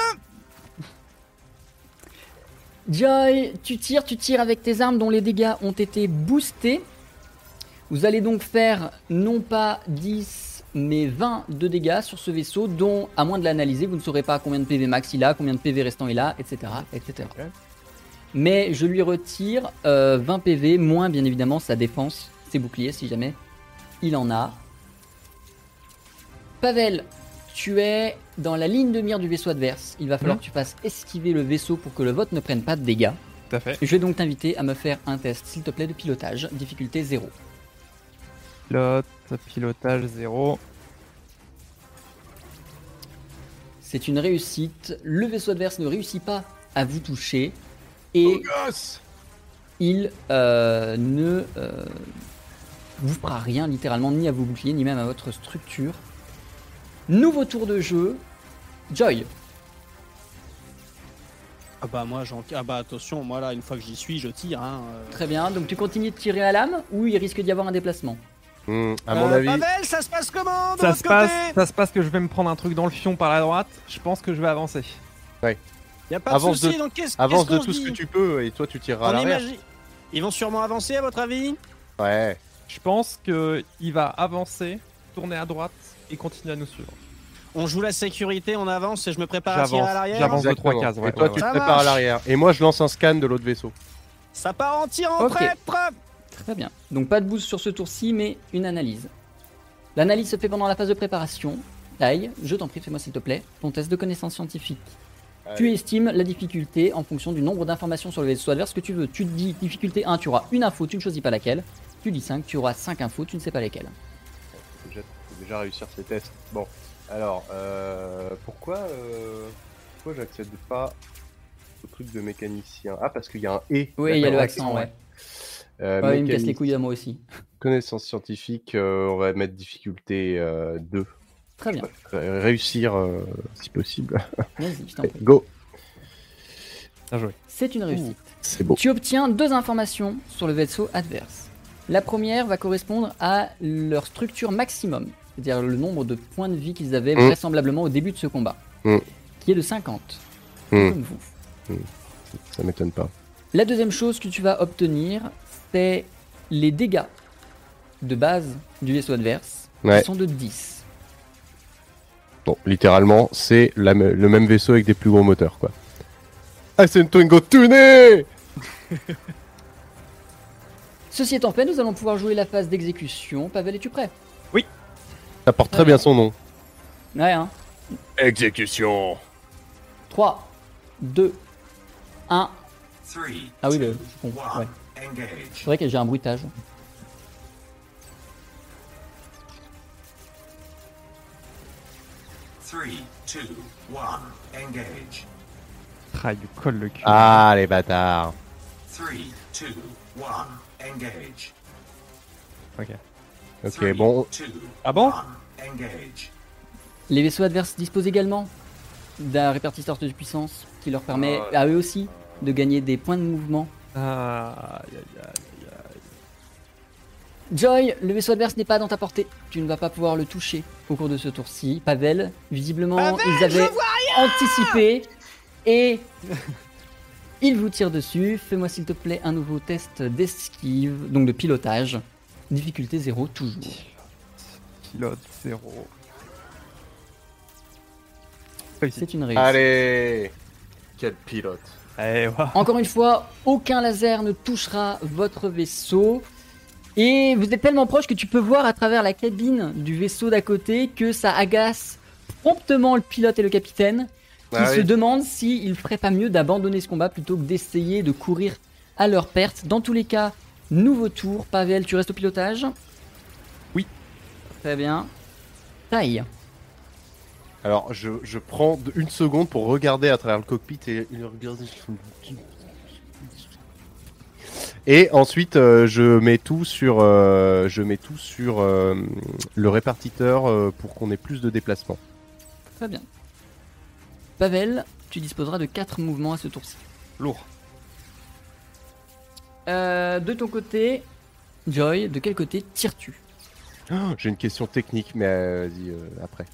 Joy, tu tires avec tes armes dont les dégâts ont été boostés. Vous allez donc faire non pas 10 mais 20 de dégâts sur ce vaisseau, dont, à moins de l'analyser, vous ne saurez pas combien de PV max il a, combien de PV restant il a, etc. etc. Ok. Mais je lui retire 20 PV, moins bien évidemment sa défense, ses boucliers si jamais il en a. Pavel, tu es dans la ligne de mire du vaisseau adverse. Il va falloir que tu fasses esquiver le vaisseau pour que le vôtre ne prenne pas de dégâts. Tout à fait. Je vais donc t'inviter à me faire un test, s'il te plaît, de pilotage, difficulté 0. Pilotage 0. C'est une réussite. Le vaisseau adverse ne réussit pas à vous toucher et il ne vous fera rien littéralement, ni à vos boucliers, ni même à votre structure. Nouveau tour de jeu. Joy. Ah bah moi attention, moi là une fois que j'y suis, je tire hein. Très bien, donc tu continues de tirer à l'âme ou il risque d'y avoir un déplacement? À mon avis, Pavel, ça se passe comment de Ça l'autre se côté passe que je vais me prendre un truc dans le fion par la droite. Je pense que je vais avancer. Y a pas de Avance souci, de- donc qu'est-ce avance qu'on de se tout ce dit que tu peux et toi tu tireras à On l'arrière. imagine. Ils vont sûrement avancer à votre avis? Ouais. Je pense que il va avancer, tourner à droite et continuer à nous suivre. On joue la sécurité, on avance et je me prépare à tirer à l'arrière. J'avance de Exactement. 3 cases. Ouais, et toi, ouais, tu te ouais. prépares à l'arrière. Et moi, je lance un scan de l'autre vaisseau. Ça part en tir en Ok. prêtre. Très bien. Donc pas de boost sur ce tour-ci, mais une analyse. L'analyse se fait pendant la phase de préparation. Taille, je t'en prie, fais-moi s'il te plaît ton test de connaissance scientifique. Tu estimes la difficulté en fonction du nombre d'informations sur le vaisseau adverse que tu veux. Tu te dis difficulté 1, tu auras une info, tu ne choisis pas laquelle. Tu dis 5, tu auras 5 infos, tu ne sais pas lesquelles. Faut déjà réussir ces tests. Bon, alors, pourquoi j'accède pas au truc de mécanicien? Ah, parce qu'il y a un « et ». Oui, il y a le D'accord, accent, ouais. ouais. Ouais, il me casse les couilles à moi aussi. Connaissance scientifique, on va mettre difficulté 2. Très bien. Réussir si possible. Vas-y, je t'en prie. Go. Bien joué. C'est une réussite. C'est beau. Tu obtiens 2 informations sur le vaisseau adverse. La première va correspondre à leur structure maximum, c'est-à-dire le nombre de points de vie qu'ils avaient vraisemblablement au début de ce combat, qui est de 50, comme vous. Ça m'étonne pas. La deuxième chose que tu vas obtenir, c'est les dégâts de base du vaisseau adverse, Ouais. qui sont de 10. Bon, littéralement, c'est le même vaisseau avec des plus gros moteurs, quoi. Ah, c'est une Twingo tunée. Ceci étant fait, nous allons pouvoir jouer la phase d'exécution. Pavel, es-tu prêt? Ça porte très bien son nom. Ouais, hein. Exécution. 3, 2, 1. 3, Ah oui, 2, c'est bon, 1, ouais. engage. C'est vrai que j'ai un bruitage. Three, two, one, engage. Ah, il lui colle le cul. Ah, les bâtards. 3, 2, 1, engage. Ok. Ok, Three, bon. two, Ah bon? one, engage. Les vaisseaux adverses disposent également d'un répartiteur de puissance qui leur permet à eux aussi de gagner des points de mouvement. Ah, aïe, aïe, aïe. Joy, le vaisseau adverse n'est pas dans ta portée. Tu ne vas pas pouvoir le toucher au cours de ce tour-ci. Pavel, visiblement, ils avaient anticipé et ils vous tirent dessus. Fais-moi s'il te plaît un nouveau test d'esquive, donc de pilotage. Difficulté 0 toujours. Pilote 0. C'est une réussite. Allez. Quel pilote. Eh, ouais. Encore une fois, aucun laser ne touchera votre vaisseau. Et vous êtes tellement proche que tu peux voir à travers la cabine du vaisseau d'à côté que ça agace promptement le pilote et le capitaine qui Ah se oui. demandent s'ils ne feraient pas mieux d'abandonner ce combat plutôt que d'essayer de courir à leur perte. Dans tous les cas, nouveau tour. Pavel, tu restes au pilotage? Oui. Très bien. Taille. Alors, je prends une seconde pour regarder à travers le cockpit et regarder. Et ensuite, je mets tout sur le répartiteur pour qu'on ait plus de déplacement. Très bien. Pavel, tu disposeras de 4 mouvements à ce tour-ci. Lourd. De ton côté, Joy, de quel côté tires-tu? Oh, j'ai une question technique, mais vas-y, après.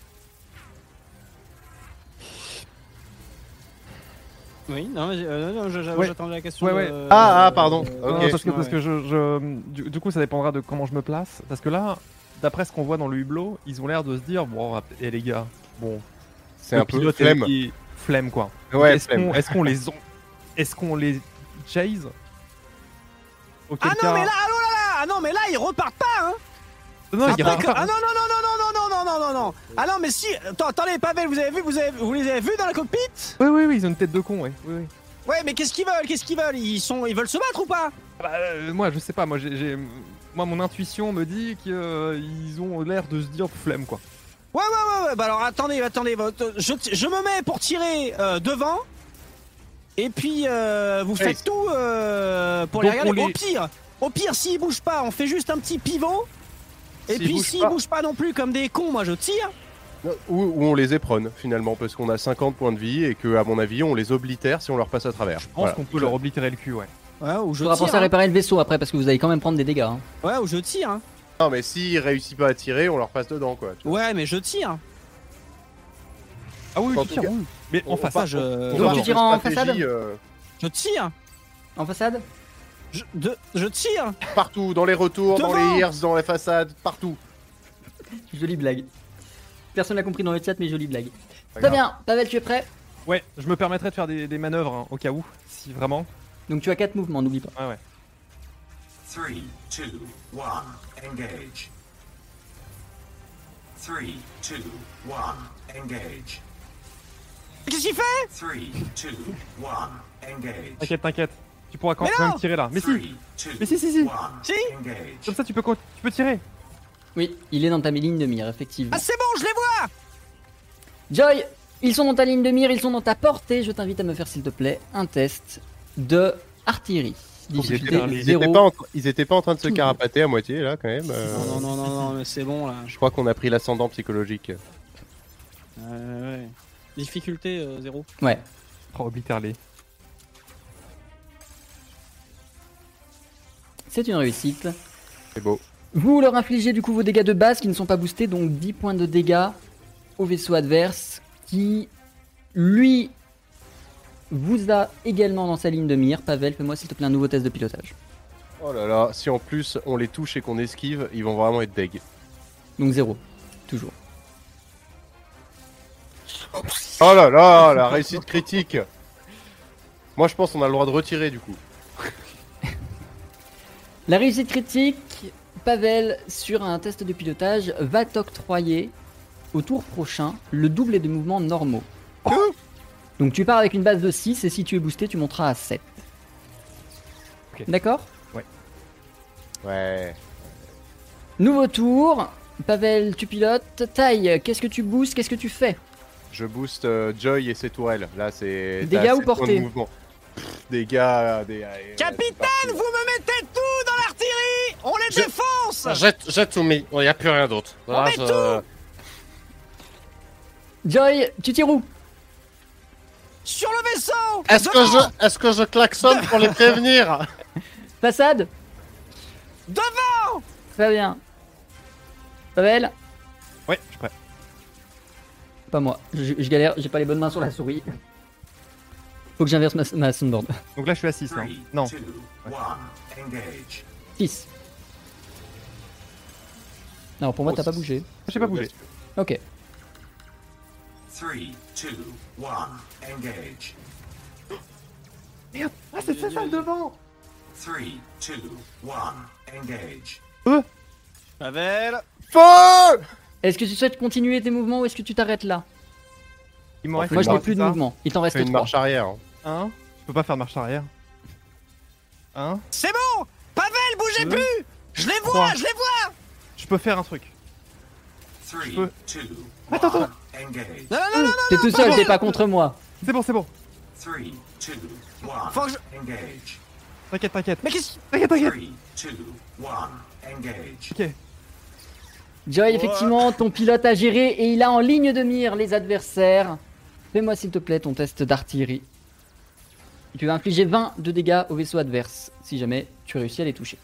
Oui, non, mais Ouais. j'attendais la question. Ouais, ouais. Pardon. Non, Ok. parce que du coup, ça dépendra de comment je me place. Parce que là, d'après ce qu'on voit dans le hublot, ils ont l'air de se dire bon, et les gars, bon, C'est le un peu pilote flemme. Flemme quoi. Ouais, Est-ce qu'on les chase? Auquel Ah non, cas- mais là, ah non, mais là, ils repartent pas, hein. Non, il y Après aura que- pas- Ah non, non, non, non, non, non, non, non, non, non. Ah non, mais si. Attendez, Pavel, vous les avez vus dans le cockpit? Oui, ils ont une tête de con, ouais. Oui. Ouais, mais qu'est-ce qu'ils veulent? Ils veulent se battre ou pas? Bah, moi, je sais pas. Moi, moi, mon intuition me dit qu'ils ont l'air de se dire flemme quoi. Ouais. Bah alors attendez. Je me mets pour tirer devant. Et puis vous faites tout pour les Donc, regarder. on Au pire, s'ils bougent pas, on fait juste un petit pivot. Et S'ils puis bougent s'ils pas. bougent pas non plus comme des cons, moi je tire. Ou on les éperonne finalement, parce qu'on a 50 points de vie et que, à mon avis, on les oblitère si on leur passe à travers. Je pense qu'on peut leur oblitérer le cul, ouais. Ouais, ou Je je faudra tire. penser à réparer le vaisseau après parce que vous allez quand même prendre des dégâts. Hein. Ouais, ou je tire. Hein. Non, mais s'ils réussissent pas à tirer, on leur passe dedans, quoi. tu vois. Ouais, mais je tire. Ah oui, En tu tout tires, cas, oui. Mais en face, Enfin, je Donc, part tu sur tires une en stratégie, façade je tire. En façade? Je tire. partout, dans les retours, dans Devant. les ears, dans les façades, partout. Jolie blague. Personne n'a compris dans le chat, mais jolie blague. Pas Très grave. bien, Pavel, tu es prêt? Ouais, je me permettrai de faire des manœuvres hein, au cas où, si vraiment. Donc tu as 4 mouvements, n'oublie pas. Ouais, ouais. 3, 2, 1, engage. 3, 2, 1, engage. Qu'est-ce qu'il fait? 3, 2, 1, engage. T'inquiète. Tu pourras quand Mais même non tirer là. Mais 3, si. 2, Mais si. 1, Si. engage. Comme ça, tu peux tirer. Oui, il est dans ta ligne de mire, effectivement. Ah c'est bon, je les vois. Joy, ils sont dans ta ligne de mire, ils sont dans ta portée. Je t'invite à me faire, s'il te plaît, un test de artillerie. Difficulté Ils 0. Ils étaient pas en train de se carapater à moitié là quand même. Non, mais c'est bon là. Je crois qu'on a pris l'ascendant psychologique. Ouais. Difficulté 0. Ouais. Oh, obliteré. C'est une réussite. C'est beau. Vous leur infligez du coup vos dégâts de base qui ne sont pas boostés, donc 10 points de dégâts au vaisseau adverse qui, lui, vous a également dans sa ligne de mire. Pavel, fais-moi s'il te plaît un nouveau test de pilotage. Oh là là, si en plus on les touche et qu'on esquive, ils vont vraiment être deg. Donc 0, toujours. Oh là là, la réussite critique. Moi je pense qu'on a le droit de retirer du coup. La réussite critique, Pavel, sur un test de pilotage, va t'octroyer au tour prochain le double des mouvements normaux. Donc tu pars avec une base de 6 et si tu es boosté, tu monteras à 7. Ok. D'accord? Ouais. Nouveau tour. Pavel, tu pilotes. Taille, qu'est-ce que tu boostes? Qu'est-ce que tu fais? Je booste Joy et ses tourelles. Là c'est. Dégâts t'as ou 7 points de portée? mouvement. Dégâts. Capitaine, vous me mettez tout dans l'artillerie. On les défonce. J'ai tout mis, il n'y a plus rien d'autre. On met tout. Joy, tu tires où? Sur le vaisseau. Est-ce que je klaxonne pour les prévenir? Façade? Devant. Très bien. Pavel? Ouais, je suis prêt. Pas moi. Je galère, j'ai pas les bonnes mains sur la souris. Faut que j'inverse ma soundboard. Donc là, je suis à 6. 3, Hein. Non. 2, 1, engage. 6. Non, pour moi, t'as pas bougé. J'ai pas bougé. Ok. 3, 2, 1, engage. Merde. Ah, c'est ça devant. 3, 2, 1, engage. Pavel. Feu. Est-ce que tu souhaites continuer tes mouvements ou est-ce que tu t'arrêtes là? Il m'en reste Moi, je une n'ai plus de ça. mouvement. Il t'en reste Fais une 3. marche arrière. Hein. Hein? Je peux pas faire marche arrière. Hein? C'est bon. Pavel, bougez Deux. plus. Je les vois, Trois. je les vois. Je peux faire un truc. 3, peux- 2, Attends. 1, engage. Non. T'es tout seul, t'es pas contre moi. C'est bon. 3, 2, 1, Faut que je- engage. T'inquiète. Mais qu'est-ce? 3, 2, 1, engage. Ok. Joy, effectivement, ton pilote a géré et il a en ligne de mire les adversaires. Fais-moi s'il te plaît ton test d'artillerie. Tu vas infliger 20 de dégâts au vaisseau adverse si jamais tu réussis à les toucher.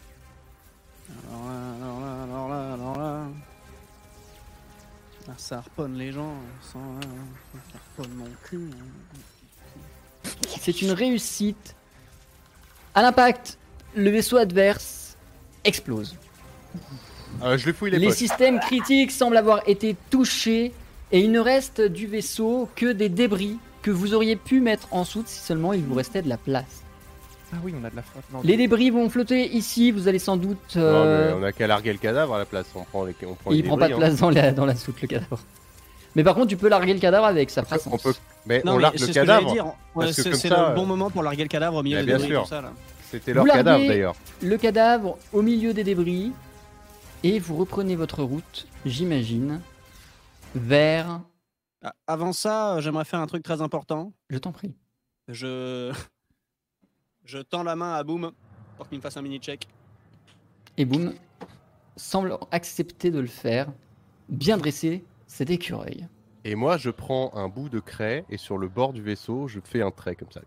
Alors là. Ah, ça harponne les gens. Ça harponne mon cul. C'est une réussite. À l'impact, le vaisseau adverse explose. Je lui fouille les Les poches. systèmes critiques semblent avoir été touchés et il ne reste du vaisseau que des débris que vous auriez pu mettre en soute si seulement il vous restait de la place. Ah oui, on a de la flotte. Non, Les débris vont flotter ici, vous allez sans doute... Non, mais on a qu'à larguer le cadavre à la place. On prend les il prend pas de débris, hein. place dans la soute, le cadavre. Mais par contre, tu peux larguer le cadavre avec, ça fera On sens. peut... Mais Non, on mais largue c'est le ce que j'allais cadavre. dire. Ouais, parce que c'est comme c'est ça, le bon moment pour larguer le cadavre au milieu bah, des bien débris et sûr. tout ça là. C'était leur Vous larguez cadavre d'ailleurs. le cadavre au milieu des débris et vous reprenez votre route, j'imagine, vers... Ah, avant ça, j'aimerais faire un truc très important. Je t'en prie. Je tends la main à Boom pour qu'il me fasse un mini check. Et boum, semble accepter de le faire. Bien dressé, cet écureuil. Et moi, je prends un bout de craie et sur le bord du vaisseau, je fais un trait comme ça.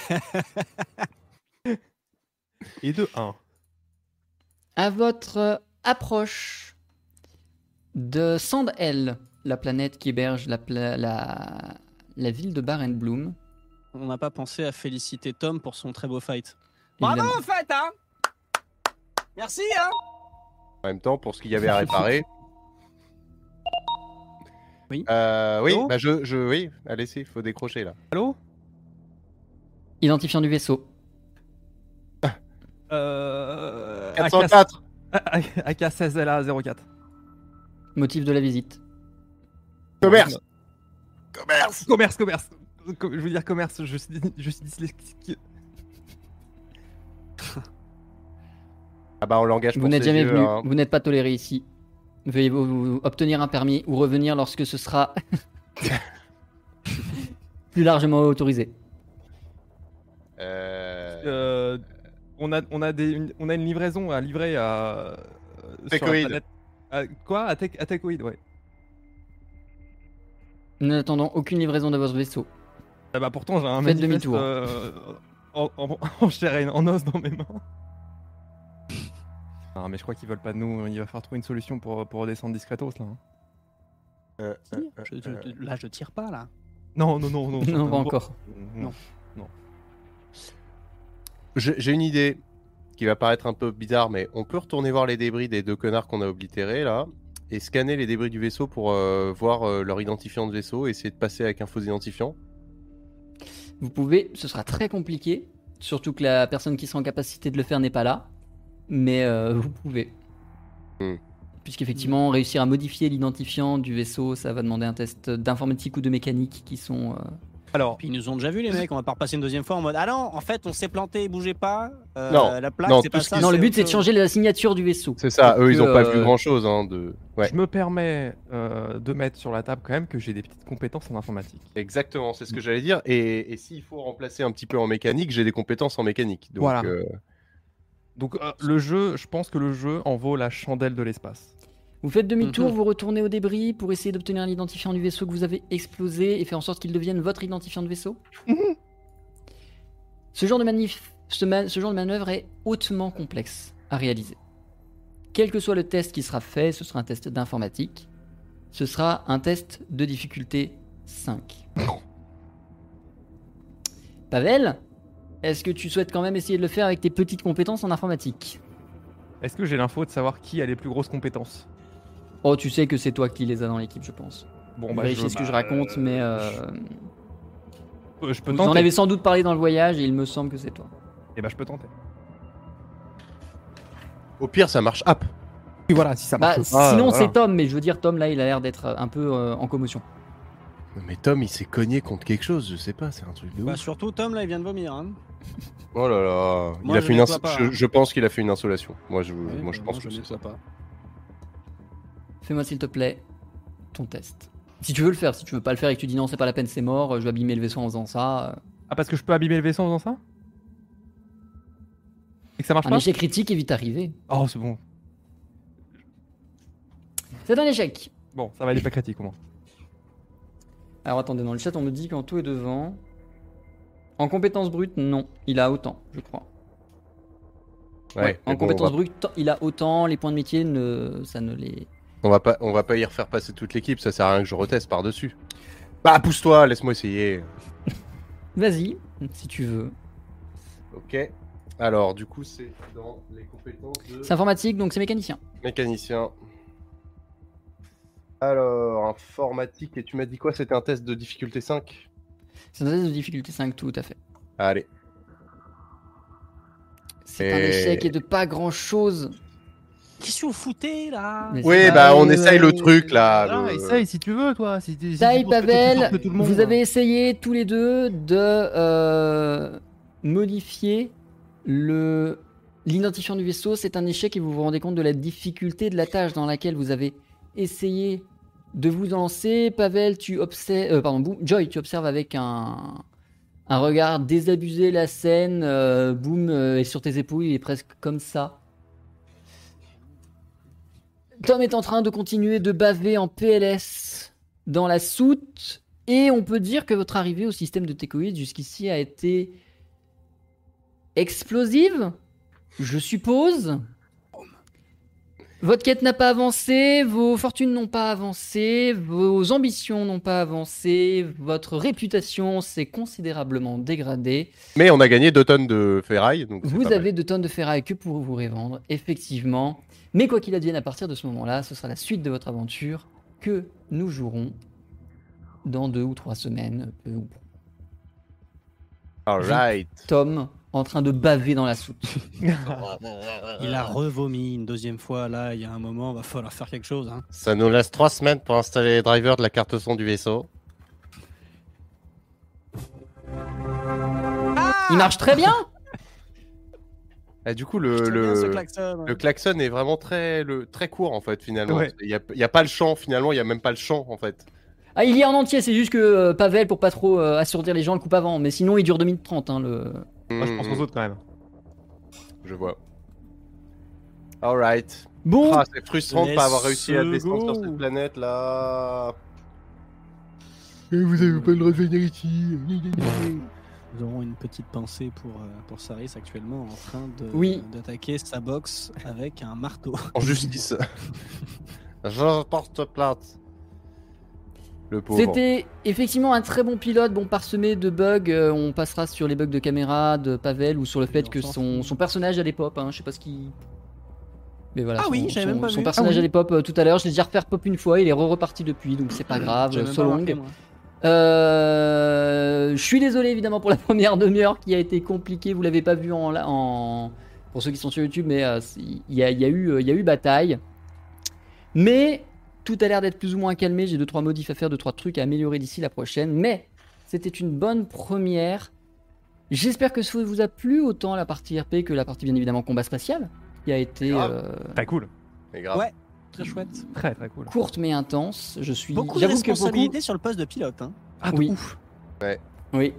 Et de 1. À votre approche de Sandhell, la planète qui héberge la ville de Barenbloom. On n'a pas pensé à féliciter Tom pour son très beau fight. Bravo évidemment. au fait, hein. Merci, hein. En même temps, pour ce qu'il y avait à réparer. Oui. Oui, Allô bah oui, allez, il faut décrocher là. Allô Identifiant du vaisseau. 404. AK16LA04. Motif de la visite. Commerce. Commerce. Je veux dire commerce, je suis dyslexique. Ah bah, on l'engage Vous pour n'êtes ses jamais yeux, venu, hein. vous n'êtes pas toléré ici. Veuillez vous obtenir un permis ou revenir lorsque ce sera plus largement autorisé. On a une livraison à livrer à. sur la Techoid. planète. Quoi à Techoid, ouais. Nous n'attendons aucune livraison de votre vaisseau. Ah bah pourtant j'ai un Faites manifeste demi-tour. en chair et en os dans mes mains. Ah mais je crois qu'ils veulent pas de nous, il va falloir trouver une solution pour redescendre discretos là. Hein. Là, je tire pas, là. Non. Non, pas encore. Non. J'ai une idée qui va paraître un peu bizarre, mais on peut retourner voir les débris des 2 connards qu'on a oblitérés là, et scanner les débris du vaisseau pour voir leur identifiant de vaisseau et essayer de passer avec un faux identifiant. Vous pouvez, ce sera très compliqué, surtout que la personne qui sera en capacité de le faire n'est pas là, mais vous pouvez. Puisqu'effectivement, réussir à modifier l'identifiant du vaisseau, ça va demander un test d'informatique ou de mécanique qui sont... Alors, Puis ils nous ont déjà vu, les mecs. On va pas repasser une deuxième fois en mode ah non, en fait, on s'est planté, bougez pas. Non, la plaque, non, c'est pas tout ce ça. qui- Non, le c'est but autre c'est de chose. changer la signature du vaisseau. C'est ça, eux ils ont pas vu euh, grand chose hein, de. Ouais. je me permets de mettre sur la table quand même que j'ai des petites compétences en informatique. Exactement, c'est ce que j'allais dire. Et s'il faut remplacer un petit peu en mécanique, j'ai des compétences en mécanique. Donc, Voilà. Donc le jeu, je pense que le jeu en vaut la chandelle de l'espace. Vous faites demi-tour, vous retournez au débris pour essayer d'obtenir l'identifiant du vaisseau que vous avez explosé et faire en sorte qu'il devienne votre identifiant de vaisseau. Ce genre de manœuvre est hautement complexe à réaliser. Quel que soit le test qui sera fait, ce sera un test d'informatique, ce sera un test de difficulté 5. Pavel, est-ce que tu souhaites quand même essayer de le faire avec tes petites compétences en informatique? Est-ce que j'ai l'info de savoir qui a les plus grosses compétences? Oh, tu sais que c'est toi qui les as dans l'équipe, je pense. Bon, Vérifiez ce que je raconte, mais je peux vous en tenter. avez sans doute parlé dans le voyage et il me semble que c'est toi. Eh ben je peux tenter. Au pire, ça marche. Hop. Et voilà, si ça Bah, marche pas, sinon, voilà. c'est Tom, mais je veux dire, Tom là, il a l'air d'être un peu en commotion. Mais Tom, il s'est cogné contre quelque chose, je sais pas, c'est un truc de ouf. Bah, surtout, Tom, là, il vient de vomir. Hein. Oh là là, Moi, il a je fait une nettoie pas, hein. je pense qu'il a fait une insolation. Moi, je Ouais, pense je que ne c'est sais ça. pas. Fais-moi s'il te plaît ton test. Si tu veux le faire, si tu veux pas le faire et que tu dis non, c'est pas la peine, c'est mort, je vais abîmer le vaisseau en faisant ça. Ah, parce que je peux abîmer le vaisseau en faisant ça? Et que ça marche Un pas? échec critique est vite arrivé. Oh, c'est bon. C'est un échec. Bon, ça va, il est pas critique au moins. Alors attendez, dans le chat, on me dit qu'Anto est devant. En compétences brutes, non. Il a autant, je crois. Ouais, En mais bon, compétences brutes, il a autant. Les points de métier, ça ne les... on va pas y refaire passer toute l'équipe, ça sert à rien que je reteste par-dessus. Bah, pousse-toi, laisse-moi essayer. Vas-y, si tu veux. Ok. Alors, du coup, c'est dans les compétences de C'est informatique, donc c'est mécanicien. mécanicien. Alors, informatique, et tu m'as dit quoi? C'était un test de difficulté 5? C'est un test de difficulté 5, tout à fait. Allez. C'est un échec et de pas grand-chose. Qu'est-ce que vous foutez, là? Mais Oui, c'est bah, pas- on essaye le truc, là. Ah, le- essaye si tu veux, toi. Si tu Taï, penses que t'es plus Pavel, fort que tout le monde, vous avez essayé tous les deux de modifier l'identifiant du vaisseau. C'est un échec et vous vous rendez compte de la difficulté de la tâche dans laquelle vous avez essayé de vous lancer. Pavel, tu observes, Joy, tu observes avec un regard désabusé la scène. Boom est sur tes épaules, il est presque comme ça. Tom est en train de continuer de baver en PLS dans la soute. Et on peut dire que votre arrivée au système de Techoid jusqu'ici a été explosive, je suppose. Votre quête n'a pas avancé, vos fortunes n'ont pas avancé, vos ambitions n'ont pas avancé, votre réputation s'est considérablement dégradée. Mais on a gagné 2 tonnes de ferraille, donc c'est Vous pas mal. avez 2 tonnes de ferraille que pour vous revendre, effectivement. Mais quoi qu'il advienne à partir de ce moment-là, ce sera la suite de votre aventure que nous jouerons dans 2 ou 3 semaines. Peu ou prou. Alright. Tom en train de baver dans la soupe. Il a revomi une deuxième fois. Là, il y a un moment, va falloir faire quelque chose. Hein. Ça nous laisse 3 semaines pour installer les drivers de la carte son du vaisseau. Il marche très bien. Et du coup, Très bien, ce klaxon. le klaxon est vraiment très court en fait finalement. Ouais. Il y a pas le chant finalement, il y a même pas le chant en fait. Ah, il y est en entier, c'est juste que Pavel, pour pas trop assourdir les gens, le coupe avant. Mais sinon, il dure 2 minutes 30. Hein, Moi, je pense aux autres quand même. Je vois. Alright. Bon, Ah, c'est frustrant de pas avoir réussi à Let's descendre sur go. cette planète là. Et vous avez pas le droit de venir ici. Nous aurons une petite pensée pour Saris actuellement en train d'attaquer sa box avec un marteau. En justice. Je porte plainte. Le pauvre. c'était effectivement un très bon pilote, bon parsemé de bugs. On passera sur les bugs de caméra de Pavel ou sur le fait que son personnage allait pop. Hein, je sais pas ce qui. Mais voilà. Ah oui, j'avais même pas son vu. personnage Ah oui. allait pop tout à l'heure. Je l'ai déjà refaire pop une fois. Il est reparti depuis, donc c'est pas grave. J'avais même So pas long. remarqué, moi. Je suis désolé évidemment pour la première demi-heure qui a été compliquée. Vous l'avez pas vu pour ceux qui sont sur YouTube, mais il y a eu bataille. Mais tout a l'air d'être plus ou moins calmé. J'ai 2-3 modifs à faire, 2-3 trucs à améliorer d'ici la prochaine. Mais c'était une bonne première. J'espère que ça vous a plu autant la partie RP que la partie bien évidemment combat spatial, qui a été Très cool. C'est grave. Ouais. Très chouette. Très très cool. courte mais intense. Je suis. Beaucoup de J'avoue que responsabilités sur le poste de pilote. Hein. Ah, de Oui. ouf. Oui.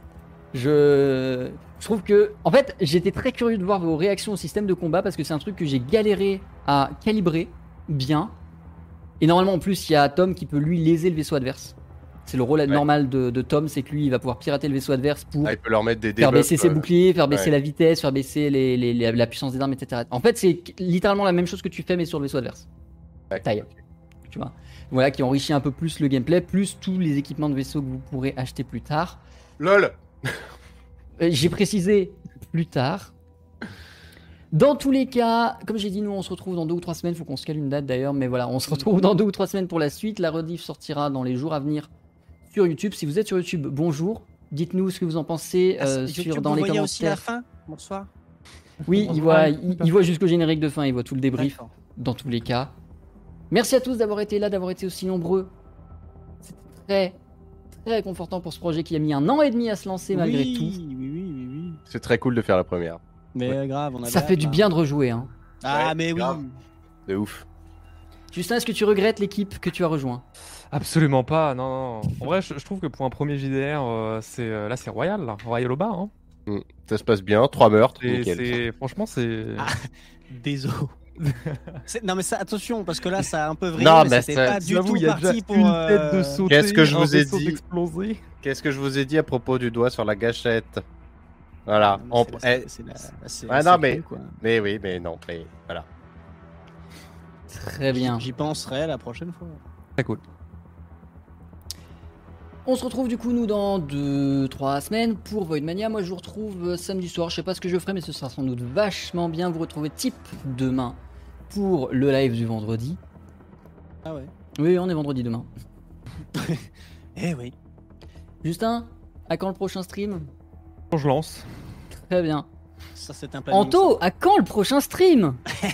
Je trouve que, en fait, j'étais très curieux de voir vos réactions au système de combat parce que c'est un truc que j'ai galéré à calibrer bien. Et normalement, en plus, il y a Tom qui peut lui léser le vaisseau adverse. C'est le rôle normal de Tom, c'est que lui, il va pouvoir pirater le vaisseau adverse pour Ah, il peut leur mettre des faire debuffs, baisser ses boucliers, faire baisser ouais. la vitesse, faire baisser la puissance des armes, etc. En fait, c'est littéralement la même chose que tu fais mais sur le vaisseau adverse. Ouais. Taille. Tu vois. Voilà, qui enrichit un peu plus le gameplay, plus tous les équipements de vaisseau que vous pourrez acheter plus tard. LOL. J'ai précisé plus tard. Dans tous les cas, comme j'ai dit, nous on se retrouve dans 2 ou 3 semaines. Faut qu'on se cale une date d'ailleurs, mais voilà, on se retrouve dans 2 ou 3 semaines pour la suite. La rediff sortira dans les jours à venir sur YouTube. Si vous êtes sur YouTube, bonjour. Dites-nous ce que vous en pensez dans les commentaires. Aussi la fin. Bonsoir. Oui, il voit jusqu'au générique de fin, il voit tout le débrief. D'accord. Dans tous les cas. Merci à tous d'avoir été là, d'avoir été aussi nombreux. C'était très, très réconfortant pour ce projet qui a mis 1 an et demi à se lancer malgré tout. Oui. C'est très cool de faire la première. Mais grave, on a Ça fait du bien de rejouer. Hein. Ah, Ouais, mais oui. grave. De ouf. Justin, est-ce que tu regrettes l'équipe que tu as rejoint? Absolument pas, non. En vrai, je trouve que pour un premier JDR, c'est royal, là. Royal au bas, hein. Ça se passe bien, 3 meurtres, Et nickel. franchement, c'est. Ah, désolé. Non mais ça, attention, parce que là ça a un peu vrillé, Non, mais mais c'était ça- pas du J'avoue, tout il y a déjà parti pour... une tête de sauter, Qu'est-ce que je un vous ai vaisseau dit d'exploser. Qu'est-ce que je vous ai dit à propos du doigt sur la gâchette? Voilà. Non, mais Ouais, non, mais- Mais oui, mais non, mais voilà. Très bien. J'y penserai la prochaine fois. Très cool. On se retrouve du coup nous dans 2-3 semaines pour Voidmania. Moi je vous retrouve samedi soir. Je sais pas ce que je ferai mais ce sera sans doute vachement bien. Vous retrouvez Tip demain pour le live du vendredi. Ah ouais. Oui, on est vendredi demain. Eh oui. Justin, à quand le prochain stream? Je lance. Très bien. Ça c'est un planning. Anto, à quand le prochain stream?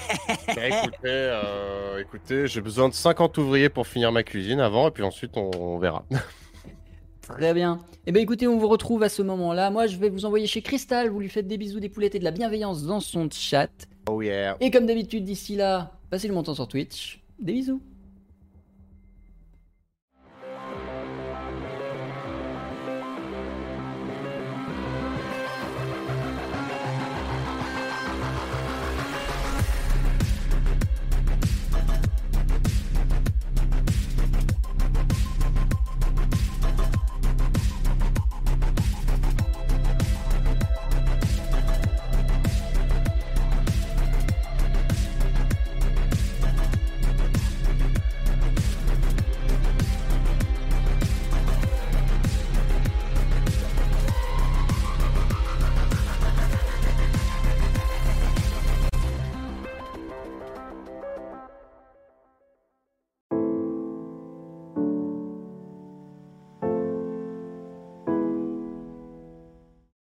Écoutez, j'ai besoin de 50 ouvriers pour finir ma cuisine avant, et puis ensuite on verra. Très bien. Eh bien écoutez, on vous retrouve à ce moment-là. Moi je vais vous envoyer chez Crystal. Vous lui faites des bisous, des poulettes et de la bienveillance dans son chat. Oh yeah. Et comme d'habitude d'ici là, passez le montant sur Twitch. Des bisous.